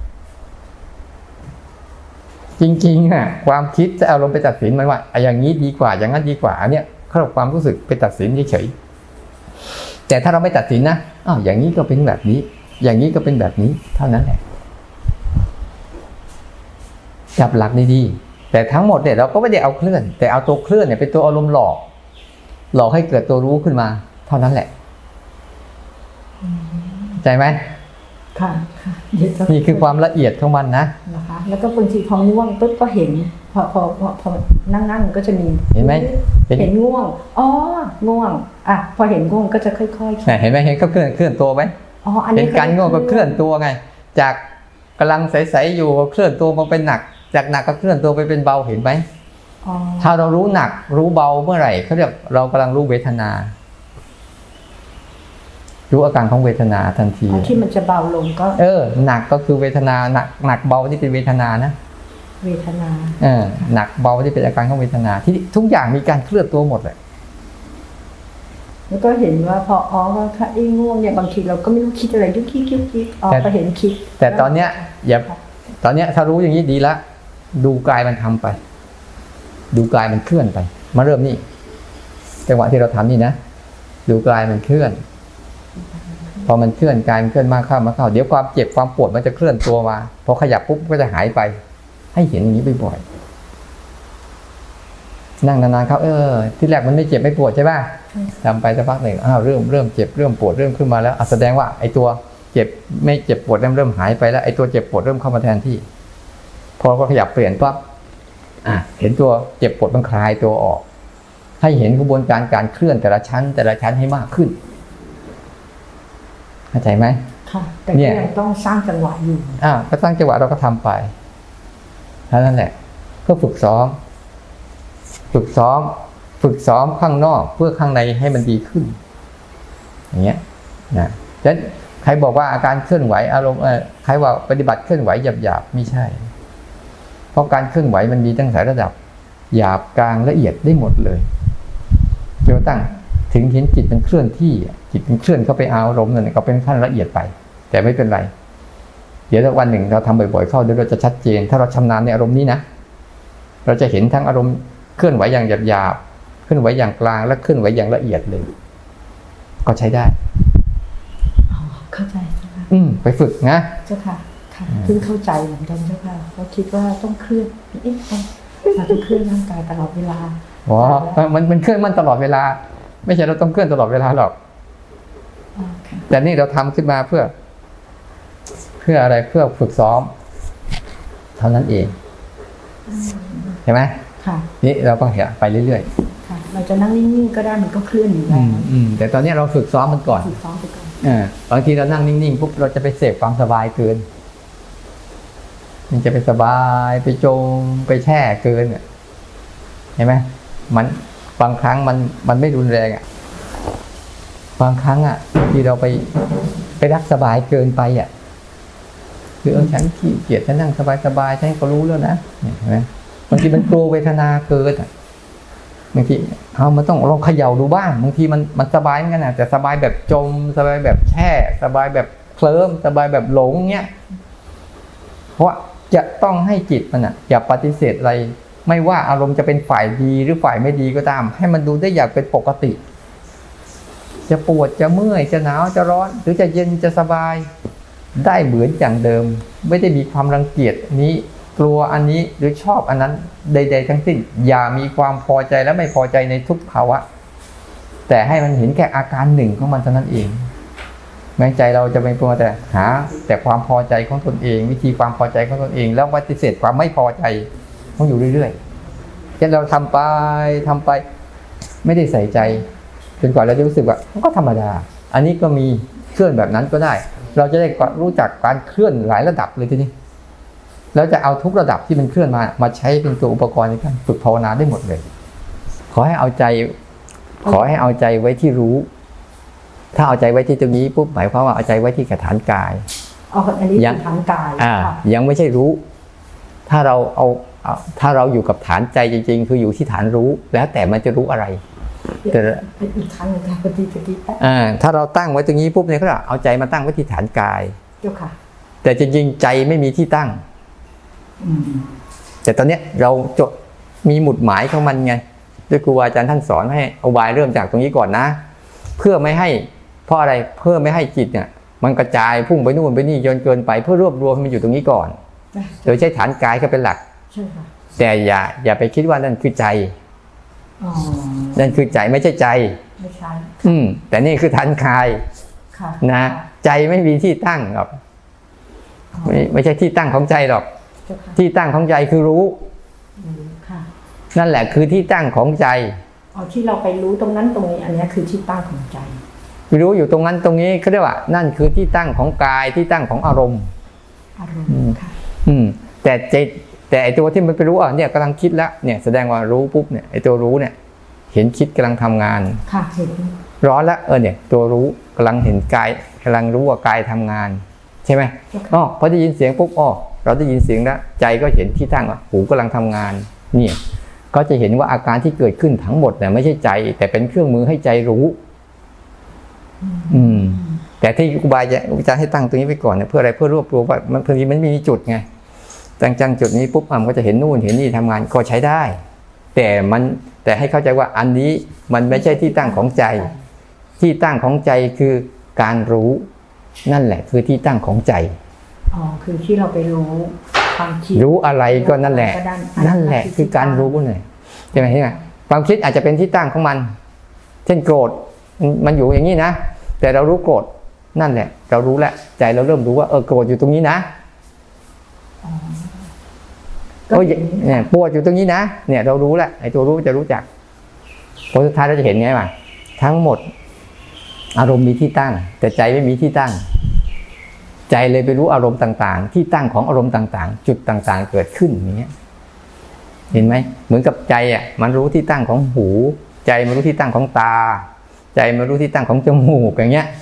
จริงๆอ่ะความคิดจะเอาลงไปตัดสินมันว่าอย่างนี้ดีกว่าอย่างนั้นดีกว่าอันเนี้ยเขาเอาความรู้สึกไปตัดสินเฉยๆแต่ถ้าเราไม่ตัดสินนะอ้าวอย่างนี้ก็เป็นแบบนี้อย่างนี้ก็เป็นแบบนี้เท่านั้นแหละจับหลักดีๆแต่ทั้งหมดเนี่ยเราก็ไม่ได้เอาเคลื่อนแต่เอาตัวเคลื่อนเนี่ยเป็นตัวอารมณ์หลอกหลอกให้เกิดตัวรู้ขึ้นมาเท่านั้นแหละใจไหมค่ะค่ะนี่คือความละเอียดของมันนะนะคะแล้วก็บางทีพอง่วงปุ๊บก็เห็นพอพอพอนั่งนั่งก็จะมีเห็นไหมเห็นง่วงอ๋อง่วงอ่ะพอเห็นง่วงก็จะค่อยๆเห็นไหมเห็นก็เคลื่อนเคลื่อนตัวไหมอ๋ออันนี้เป็นการง่วงก็เคลื่อนตัวไงจากกำลังใสๆอยู่เคลื่อนตัวมาเป็นหนักจากหนักก็เคลื่อนตัวไปเป็นเบาเห็นไหมถ้าเรารู้หนักรู้เบาเมื่อไหร่เขาเรียกเรากำลังรู้เวทนารู้อาการของเวทนาทันทีที่มันจะเบาลงก็เออหนักก็คือเวทนาหนักหนักเบาที่เป็นเวทนานะเวทนาเออหนักเบาที่เป็นอาการของเวทนาที่ทุกอย่างมีการเคลื่อนตัวหมดเลยแล้วก็เห็นว่าพออ๋อว่าถ้าไอ้ง่วงเนี่ยบางทีเราก็ไม่รู้คิดอะไรยุกคิดคิดคิดอ๋อก็เห็นคิดแต่ตอนเนี้ยอย่าตอนเนี้ยถ้ารู้อย่างนี้ดีละดูกายมันทำไปดูกายมันเคลื่อนไปมาเริ่มนี่จังหวะที่เราทำนี่นะดูกายมันเคลื่อนพอมันเคลื่อนกายมันเคลื่อนมากเข้ามากเข้าเดี๋ยวความเจ็บความปวดมันจะเคลื่อนตัวมาพอขยับปุ๊บก็จะหายไปให้เห็นอย่างนี้บ่อยๆนั่งนานๆเขาเออที่แรกมันไม่เจ็บไม่ปวดใช่ป่ะทำไปสักพักหนึ่งอ้าวเริ่มเริ่มเจ็บเริ่มปวดเริ่มขึ้นมาแล้วแสดงว่าไอ้ตัวเจ็บไม่เจ็บปวดเริ่มเริ่มหายไปแล้วไอ้ตัวเจ็บปวดเริ่มเข้ามาแทนที่พอก็ขยับเปลี่ยนปั๊บอ่ะเห็นตัวเจ็บปวดมันคลายตัวออกให้เห็นกระบวนการการเคลื่อนแต่ละชั้นแต่ละชั้นให้มากขึ้นเข้าใจไหมค่ะแต่ก็ยังต้องสร้างจังหวะอยู่อ่าก็สร้างจังหวะเราก็ทำไปเท่านั้นแหละเพื่อฝึกซ้อมฝึกซ้อมฝึกซ้อมข้างนอกเพื่อข้างในให้มันดีขึ้นอย่างเงี้ยนะฉะนั้นใครบอกว่าอาการเคลื่อนไหวอารมณ์เออใครว่าปฏิบัติเคลื่อนไหวหยาบๆไม่ใช่เพราะการเคลื่อนไหวมันมีตั้งหลายระดับหยาบกลางละเอียดได้หมดเลยจนตั้งถึงเห็นจิตมันเคลื่อนที่จิตมันเคลื่อนเข้าไปอารมณ์นั่นก็เป็นขั้นละเอียดไปแต่ไม่เป็นไรเดี๋ยววันหนึ่งเราทำบ่อยๆเข้าเดี๋ยวเราจะชัดเจนถ้าเราชำนาญในอารมณ์นี้นะเราจะเห็นทั้งอารมณ์เคลื่อนไหวอย่างหยาบๆเคลื่อนไหวอย่างกลางและเคลื่อนไหวอย่างละเอียดเลยก็ใช้ได้อ๋อเข้าใจค่ะอืมไปฝึกนะเจ้าค่ะค่ะเพิ่งเข้าใจเหมือนกันเจ้าค่ะเราคิดว่าต้องเคลื่อนเอ๊ะเราต้องเคลื่อนร่างกายตลอดเวลาอ๋อมันมันเคลื่อนมันตลอดเวลาไม่ใช่เราต้องเคลื่อนตลอดเวลาหรอกแต่นี่เราทำขึ้นมาเพื่อเพื่ออะไรเพื่อฝึกซ้อมเท่านั้นเองใช่ไหมค่ะนี่เราต้องเห็นไปเรื่อยๆค่ะเราจะนั่งนิ่งๆก็ได้มันก็เคลื่อนอยู่แล้วแต่ตอนนี้เราฝึกซ้อมมันก่อนฝึกซ้อมไปก่อนอ่าบางทีเรานั่งนิ่งๆปุ๊บเราจะไปเสพความสบายเกินมันจะไปสบายไปจมไปแช่เกินเห็นไหมมันบางครั้งมันมันไม่รุนแรงอ่ะบางครั้งอ่ะที่เราไปไปรักสบายเกินไปอ่ะคือเออฉันขี้เกียจฉันนั่งสบายๆฉันก็รู้แล้วนะเห็นไหมบางทีมันกลัวเวทนาเกินอ่ะบางทีเอามันต้องลองเขย่าดูบ้างบางทีมันมันสบายเหมือนกันนะแต่สบายแบบจมสบายแบบแช่สบายแบบเคลิ้มสบายแบบหลงเนี้ยเพราะจะต้องให้จิตมันอ่ะอย่าปฏิเสธอะไรไม่ว่าอารมณ์จะเป็นฝ่ายดีหรือฝ่ายไม่ดีก็ตามให้มันดูได้อย่างเป็นปกติจะปวดจะเมื่อยจะหนาวจะร้อนหรือจะเย็นจะสบายได้เหมือนอย่างเดิมไม่ได้มีความรังเกียจนี้กลัวอันนี้หรือชอบอันนั้นใดๆทั้งสิ้นอย่ามีความพอใจและไม่พอใจในทุกภาวะแต่ให้มันเห็นแค่อาการหนึ่งของมันเท่านั้นเองแม้ใจเราจะเป็นเพียงแต่หาแต่ความพอใจของตนเองวิธีความพอใจของตนเองแล้วปฏิเสธความไม่พอใจต้องอยู่เรื่อยๆจนเราทำไปทำไปไม่ได้ใส่ใจจนกว่าเราจะรู้สึกว่ามันก็ธรรมดาอันนี้ก็มีเคลื่อนแบบนั้นก็ได้เราจะได้รู้จักการเคลื่อนหลายระดับเลยทีนี้แล้วจะเอาทุกระดับที่มันเคลื่อนมามาใช้เป็นตัวอุปกรณ์ในการฝึกภาวนาได้หมดเลยขอให้เอาใจขอให้เอาใจไว้ที่รู้ถ้าเอาใจไว้ที่ตรงนี้ปุ๊บหมายความว่าเอาใจไว้ที่ฐานกายอ๋ออันนี้คือฐานกายอ่ายังไม่ใช่รู้ถ้าเราเอาถ้าเราอยู่กับฐานใจจริงๆคืออยู่ที่ฐานรู้แล้วแต่มันจะรู้อะไรแต่อีกครั้งนึงค่ะปฏิปฏิอ่าถ้าเราตั้งไว้ตรงนี้ปุ๊บเนี่ยก็เอาใจมาตั้งไว้ที่ฐานกายเจ้าค่ะแต่จริงๆใจไม่มีที่ตั้งแต่ตอนเนี้ยเราจดมีหมุดหมายของมันไงด้วยครูอาจารย์ท่านสอนให้เอาวายเริ่มจากตรงนี้ก่อนนะเพื่อไม่ให้เพราะอะไรเพื่อไม่ให้จิตเนี่ยมันกระจายพุ่งไปนู่นไปนี่จนเกินไปเพื่อรวบรวมมันอยู่ตรงนี้ก่อนโดยใช้ฐานกายก็เป็นหลักแต่อย่าอย่าไปคิดว่านั่นคือใจนั่นคือใจไม่ใช่ใจไม่ใช่อืมแต่นี่คือฐานกายนะใจไม่มีที่ตั้งหรอกไม่ไม่ใช่ที่ตั้งของใจหรอกที่ตั้งของใจคือรู้นั่นแหละคือที่ตั้งของใจอ๋อที่เราไปรู้ตรงนั้นตรงนี้อันนี้คือที่ตั้งของใจรู้อยู่ตรงนั้นตรงนี้เขาเรียกว่านั่นคือที่ตั้งของกายที่ตั้งของอารมณ์อารมณ์ค่ะอืมแต่ใจแต่ไอตัวที่มันไปรู้อ่ะเนี่ยกำลังคิดแล้วเนี่ยแสดงว่ารู้ปุ๊บเนี่ยไอตัวรู้เนี่ยเห็นคิดกำลังทำงานค่ะเห็นร้อนแล้วเออเนี่ยตัวรู้กำลังเห็นกายกำลังรู้ว่ากายทำงานใช่ไหมอ๋อพอได้ยินเสียงปุ๊บอ๋อเราได้ยินเสียงแล้วใจก็เห็นที่ตั้งว่าหูกำลังทำงานเนี่ยก็จะเห็นว่าอาการที่เกิดขึ้นทั้งหมดเนี่ยไม่ใช่ใจแต่เป็นเครื่องมือให้ใจรู้อืมแต่ที่ครูบาจะจะให้ตั้งตรงนี้ไปก่อนเนี่ยเพื่ออะไรเพื่อรวบรวมว่ามันพอดีมันมีจุดไงตั้งจังจุดนี้ปุ๊บมันก็จะเห็นนู่นเห็นนี่ทำงานก็ใช้ได้แต่มันแต่ให้เข้าใจว่าอันนี้มันไม่ใช่ที่ตั้งของใจที่ตั้งของใจคือการรู้นั่นแหละคือที่ตั้งของใจอ๋อคือที่เราไปรู้ความคิดรู้อะไรก็นั่นแหละนั่นแหละคือการรู้เนี่ยใช่ไหมใช่ไหมความคิดอาจจะเป็นที่ตั้งของมันเช่นโกรธมันอยู่อย่างนี้นะแต่เรารู้โกรธนั่นแหละเรารู้แล้วใจเราเริ่มรู้ว่าเออโกรธอยู่ตรงนี้นะโอ้ยเนี่ยปวดอยู่ตรงนี้นะเนี่ยเรารู้แล้วไอ้ตัวรู้จะรู้จักผลสุดท้ายเราจะเห็นไงว่าทั้งหมดอารมณ์มีที่ตั้งแต่ใจไม่มีที่ตั้งใจเลยไปรู้อารมณ์ต่างๆที่ตั้งของอารมณ์ต่างๆจุดต่างๆเกิดขึ้นอย่างเงี้ยเห็นไหมเหมือนกับใจอ่ะมันรู้ที่ตั้งของหูใจมันรู้ที่ตั้งของตาใจมันรู้ที่ตั้งของจมูกอย่างเงี้ย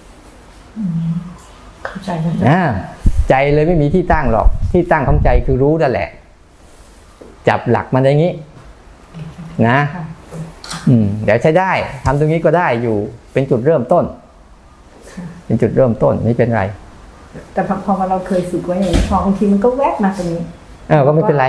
เข้าใจแล้วใจเลยไม่มีที่ตั้งหรอกที่ตั้งของใจคือรู้นั่นแหละจับหลักมันอย่างนี้นะอืมเดี๋ยวใช้ได้ทำตรงนี้ก็ได้อยู่เป็นจุดเริ่มต้นเป็นจุดเริ่มต้นไม่เป็นไรแต่พอเราเคยฝึกไว้อย่างนี้พอบางทีมันก็แวบมาตรงนี้เออก็ไม่เป็นไร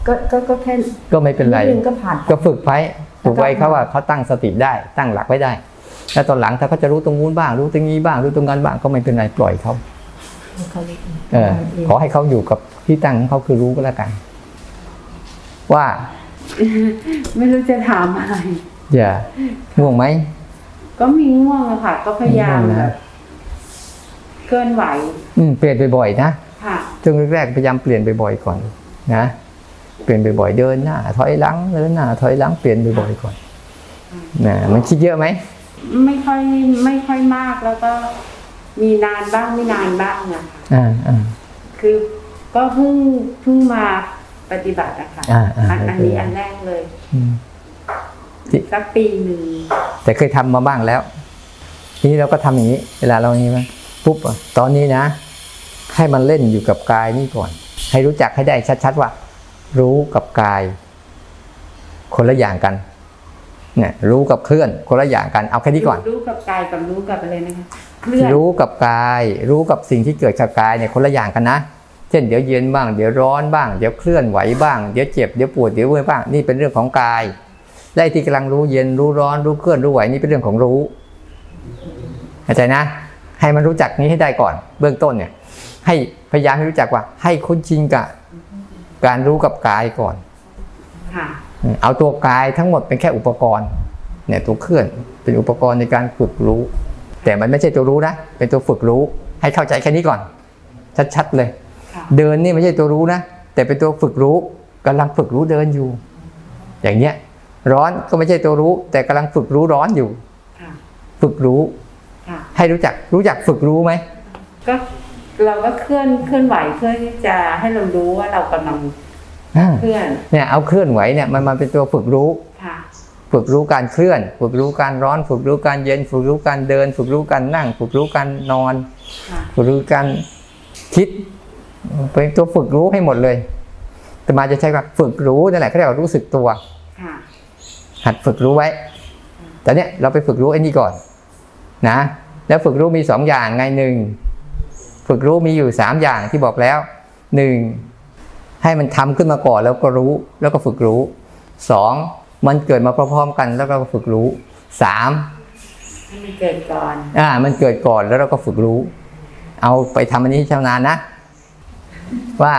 ก็ก็ก็แค่ก็ไม่เป็นไรก็ผ่านก็ฝึกไว้ฝึกไว้เขาว่าเขาตั้งสติได้ตั้งหลักไว้ได้แล้วตอนหลังถ้าเขาจะรู้ตรงนู้นบ้างรู้ตรงนี้บ้างรู้ตรงนั้นบ้างก็ไม่เป็นไรปล่อยเขาเออขอให้เขาอยู่กับที่ตั้งของเขาคือรู้ก็แล้วกันว่าไม่รู้จะถามอะไรอย่าง่วงไหมก็มีง่วงอะค่ะก็พยายามแบบเคลื่อนไหวอืมเปลี่ยนบ่อยๆนะค่ะช่วงแรกๆพยายามเปลี่ยนบ่อยๆก่อนนะเปลี่ยนบ่อยๆเดินหน้าถอยหลังเดินหน้าถอยหลังเปลี่ยนบ่อยๆก่อนนะมันคิดเยอะไหมไม่ค่อยไม่ค่อยมากแล้วก็มีนานบ้างไม่นานบ้างอะค่ะอ่าอ่าคือก็เพิ่งเพิ่งมาปฏิบัติอะค่ะอ่าอ่าอันนี้อันแรกเลยสักปีหนึ่งแต่เคยทำมาบ้างแล้วทีนี้เราก็ทำอย่างนี้เวลาเรานี้มั้ยปุ๊บตอนนี้นะให้มันเล่นอยู่กับกายนี่ก่อนให้รู้จักให้ได้ชัดๆว่ารู้กับกายคนละอย่างกันเนี่ยรู้กับเคลื่อนคนละอย่างกันเอาแค่นี้ก่อนรู้กับกายกับรู้กับอะไรนะคะเคลื่อนรู้กับกายรู้กับสิ่งที่เกิดกับกายเนี่ยคนละอย่างกันนะเช่นเดี๋ยวเย็นบ้างเดี๋ยวร้อนบ้างเดี๋ยวเคลื่อนไหวบ้างเดี๋ยวเจ็บเดี๋ยวปวดเดี๋ยวเมื่อยบ้างนี่เป็นเรื่องของกายและที่กำลังรู้เย็นรู้ร้อนรู้เคลื่อนรู้ไหวนี่เป็นเรื่องของรู้เข้าใจนะให้มันรู้จักนี้ให้ได้ก่อนเบื้องต้นเนี่ยให้พยายามให้รู้จักว่าให้คุ้นชินกับการรู้กับกายก่อนเอาตัวกายทั้งหมดเป็นแค่อุปกรณ์เนี่ยตัวเคลื่อนเป็นอุปกรณ์ในการฝึกรู้แต่มันไม่ใช่ตัวรู้นะเป็นตัวฝึกรู้ให้เข้าใจแค่นี้ก่อนชัดๆเลยเดินนี่ไม่ใช่ตัวรู้นะแต่เป็นตัวฝึกรู้กำลังฝึกรู้เดินอยู่อย่างเนี้ยร้อนก็ไม่ใช่ตัวรู้แต่กำลังฝึกรู้ร้อนอยู่ฝึกรู้ให้รู้จักรู้จักฝึกรู้ไหมก็เราก็เคลื่อนเคลื่อนไหวเพื่อที่จะให้เรารู้ว่าเรากำลังเคลื่อนเนี่ยเอาเคลื่อนไหวเนี่ยมันมันเป็นตัวฝึกรู้ฝึกรู้การเคลื่อนฝึกรู้การร้อนฝึกรู้การเย็นฝึกรู้การเดินฝึกรู้การนั่งฝึกรู้การนอนฝึกรู้การคิดเป็นตัวฝึกรู้ให้หมดเลยแต่มาจะใช้ว่าฝึกรู้นั่นแหละเขาเรียกว่ารู้สึกตัวหัดฝึกรู้ไว้แต่เนี้ยเราไปฝึกรู้ไอ้นี่ก่อนนะแล้วฝึกรู้มีสองอย่างไงหนึ่งฝึกรู้มีอยู่สามอย่างที่บอกแล้วหนึ่งให้มันทำขึ้นมาก่อนแล้วก็รู้แล้วก็ฝึกรู้สองมันเกิดมาพร้อมๆกันแล้วก็ฝึกรู้สามมันเกิดก่อนอ่ามันเกิดก่อนแล้วเราก็ฝึกรู้เอาไปทำอันนี้ชำนาญนะว่า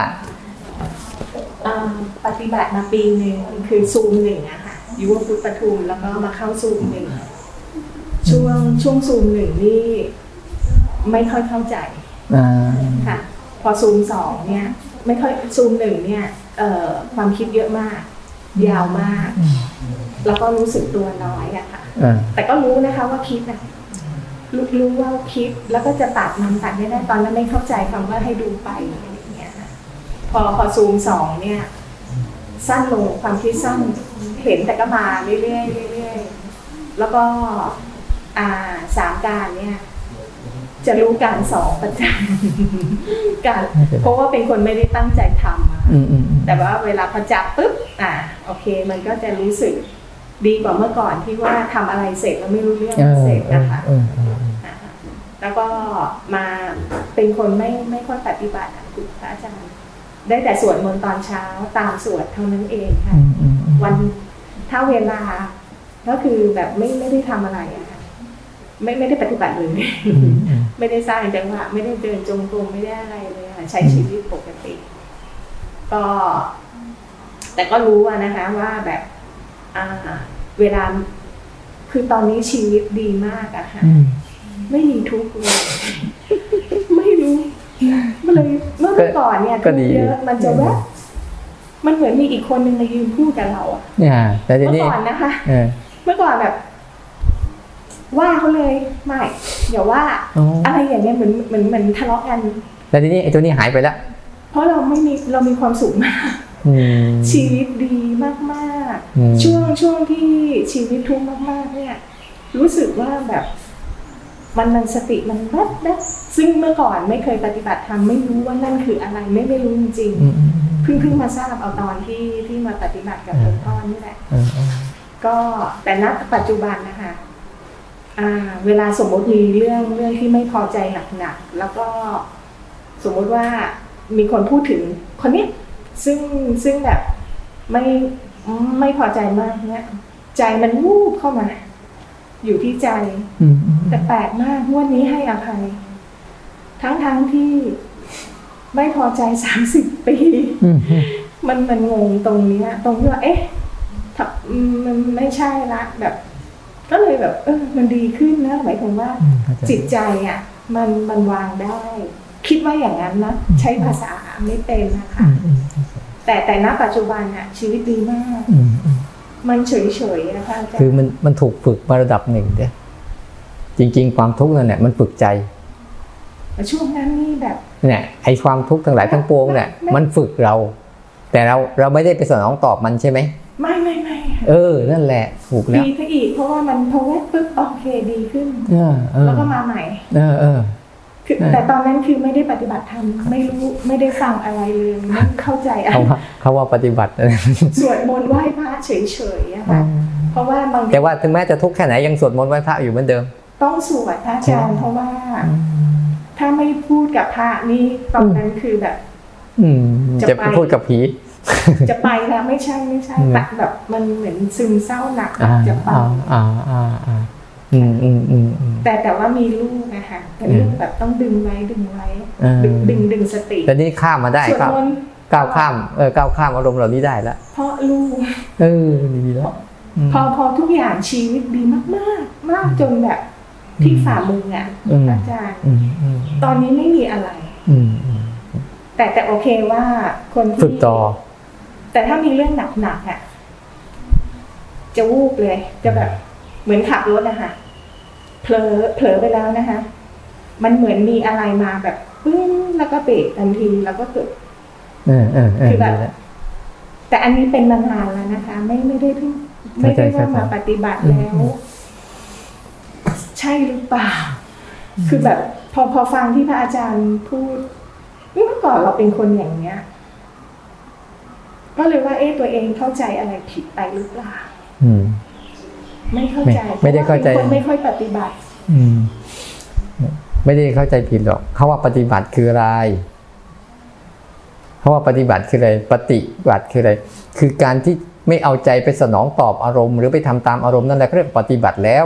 ปฏิบัติมาปีหนึ่งคือซูมหนึ่งอะค่ะอยู่ว่าพุทธปทุมแล้วก็มาเข้าซูมหนึ่งช่วงช่วงซูมหนึ่งนี่ไม่ค่อยเข้าใจค่ะพอซูมสองเนี่ยไม่ค่อยซูมหนึ่งเนี่ยความคิดเยอะมากยาวมากแล้วก็รู้สึกตัวน้อยอะค่ะแต่ก็รู้นะคะว่าคิดนะรู้รู้ว่าคิดแล้วก็จะตัดมันตัดไม่ได้ตอนนั้นไม่เข้าใจคำว่าให้ดูไปอะไรอย่างเงี้ยค่ะพอพอซูมสองเนี่ยสั้นลงความคิดสั้นเห็นแต่ก็มาเรื่อยๆเรื่อยๆแล้วก็อ่าสามการเนี่ยจะรู้การสองประจำการเพราะว่าเป็นคนไม่ได้ตั้งใจทำอะแต่ว่าเวลาพอจับปุ๊บอ่าโอเคมันก็จะรู้สึกดีกว่าเมื่อก่อนที่ว่าทำอะไรเสร็จแล้วไม่รู้เรื่องเสร็จนะคะแล้วก็มาเป็นคนไม่ไม่ค่อยปฏิบัติคุณพระอาจารย์ได้แต่สวดมนต์ตอนเช้าตามสวดเท่านั้นเองค่ะวันถ้าเวลาก็คือแบบไม่ไม่ได้ทำอะไรอะค่ะไม่ไม่ได้ปฏิบัติเลยไม่ได้สร้างจังหวะไม่ได้เดินจงกรมไม่ได้อะไรเลยค่ะใช้ชีวิตปกติก็แต่ก็รู้ว่านะคะว่าแบบอ่าเวลาคือตอนนี้ชีวิตดีมากอะค่ะไม่มีทุกข์เลยไม่รู้มันเลยเมื่อก่อนเนี่ยทุกข์เยอะมันจะแบบมันเหมือนมีอีกคนหนึ่งมายืนพูดกับเราอะเมื่อก่อนนะคะเมื่อก่อนแบบว่าเขาเลยไม่เดี๋ยวว่าอะไรอย่างเงี้ยเหมือนเหมือนเหมือนทะเลาะกันแล้วทีนี้ไอ้ตัวนี้หายไปแล้วเพราะเราไม่มีเรามีความสุขมากชีวิตดีมากๆช่วงช่วงที่ชีวิตทุกข์มากๆเนี่ยรู้สึกว่าแบบมันมันสติมันแวบแวบซึ่งเมื่อก่อนไม่เคยปฏิบัติธรรมไม่รู้ว่านั่นคืออะไรไม่ไม่รู้จริงๆเพิ่งเพิ่งมาทราบเอาตอนที่ที่มาปฏิบัติกับหลวงพ่อนี่แหละก็แต่ณปัจจุบันนะคะอ่าเวลาสมมติมีเรื่องเรื่องที่ไม่พอใจหนักๆแล้วก็สมมติว่ามีคนพูดถึงคนนี้ซึ่งซึ่งแบบไม่ไม่พอใจมากเนี่ยใจมันวูบเข้ามาอยู่ที่ใจแต่แปลกมากวันนี้ให้อภัยทั้งทั้งที่ไม่พอใจสามสิบปีมันมันงงตรงนี้ตรงที่ว่าเอ๊ะมันไม่ใช่ละแบบก็เลยแบบเออมันดีขึ้นนะหมายถึงว่าจิตใจอ่ะมันมันวางได้คิดว่าอย่างนั้นนะใช้ภาษาไม่เป็นนะคะแต่แต่ณปัจจุบันอ่ะชีวิตดีมากมันเฉยๆนะคะคือมันมันถูกฝึกมาระดับหนึ่งเด้จริงๆความทุกข์นั่นแหละมันฝึกใจช่วงนั้นนี่แบบเนี่ยไอ้ความทุกข์ทั้งหลายทั้งปวงเนี่ยมันฝึกเราแต่เราเราไม่ได้ไปสนองตอบมันใช่ไหมไม่ไม่ไม่เออนั่นแหละถูกแล้วดีขึ้นอีกเพราะว่ามันพอแวบปึ๊บโอเคดีขึ้นแล้วก็มาใหม่เออเออคือแต่ตอนนั้นคือไม่ได้ปฏิบัติธรรมไม่รู้ไม่ได้ฟังอะไรเลยไม่เข้าใจอะไรเขาว่าเขาว่าปฏิบัติสวดมนต์ไหว้พระเฉยๆอะค่ะเพราะว่าบางแต่ว่าถึงแม้จะทุกข์แค่ไหนยังสวดมนต์ไหว้พระอยู่เหมือนเดิมต้องสวดอาจารย์เพราะว่าถ้าไม่พูดกับพระนี่ตอนนั้นคือแบบจะพูดกับผีจะไปแล้วไม่ใช่ไม่ใช่แต่แบบมันเหมือนซึมเศร้าหนักจะไปอ่าอ่าอ่าอืมอืมอืมแต่แต่ว่ามีลูกนะคะแต่ลูกแบบต้องดึงไว้ดึงไว้ดึงดึงดึงสติแต่นี่ข้ามมาได้ครับก้าวข้ามเออก้าวข้ามอารมณ์เหล่านี้ได้แล้วเพราะลูกเออดีแล้วพอพอทุกอย่างชีวิตดีมากมากมากจนแบบที่ฝ่ามืออ่ะอาจารย์ตอนนี้ไม่มีอะไรแต่แต่โอเคว่าคนที่ฝึกต่อแต่ถ้ามีเรื่องหนักๆอ่ะจะวูบเลยจะแบบเหมือนขับรถนะคะเผลอเผลอไปแล้วนะคะมันเหมือนมีอะไรมาแบบปึ้งแล้วก็เบรกทันทีแล้วก็เกิดคือแบบแต่อันนี้เป็นมานานแล้วนะคะไม่ไม่ได้เพิ่งไม่ได้ว่ามาปฏิบัติแล้วใช่หรือเปล่าคือแบบพอพอฟังที่พระอาจารย์พูดเมื่อก่อนเราเป็นคนอย่างเนี้ยก็เลยว่าเอ๊ะตัวเองเข้าใจอะไรผิดไปหรือเปล่าไม่เข้าใจไม่ได้เข้าใจคนไม่ค่อยปฏิบัติอืมไม่ได้เข้าใจผิดหรอกเขาว่าปฏิบัติคืออะไรเขาว่าปฏิบัติคืออะไรปฏิบัติคืออะไรคือการที่ไม่เอาใจไปสนองตอบอารมณ์หรือไปทำตามอารมณ์นั่นแหละเรียกปฏิบัติแล้ว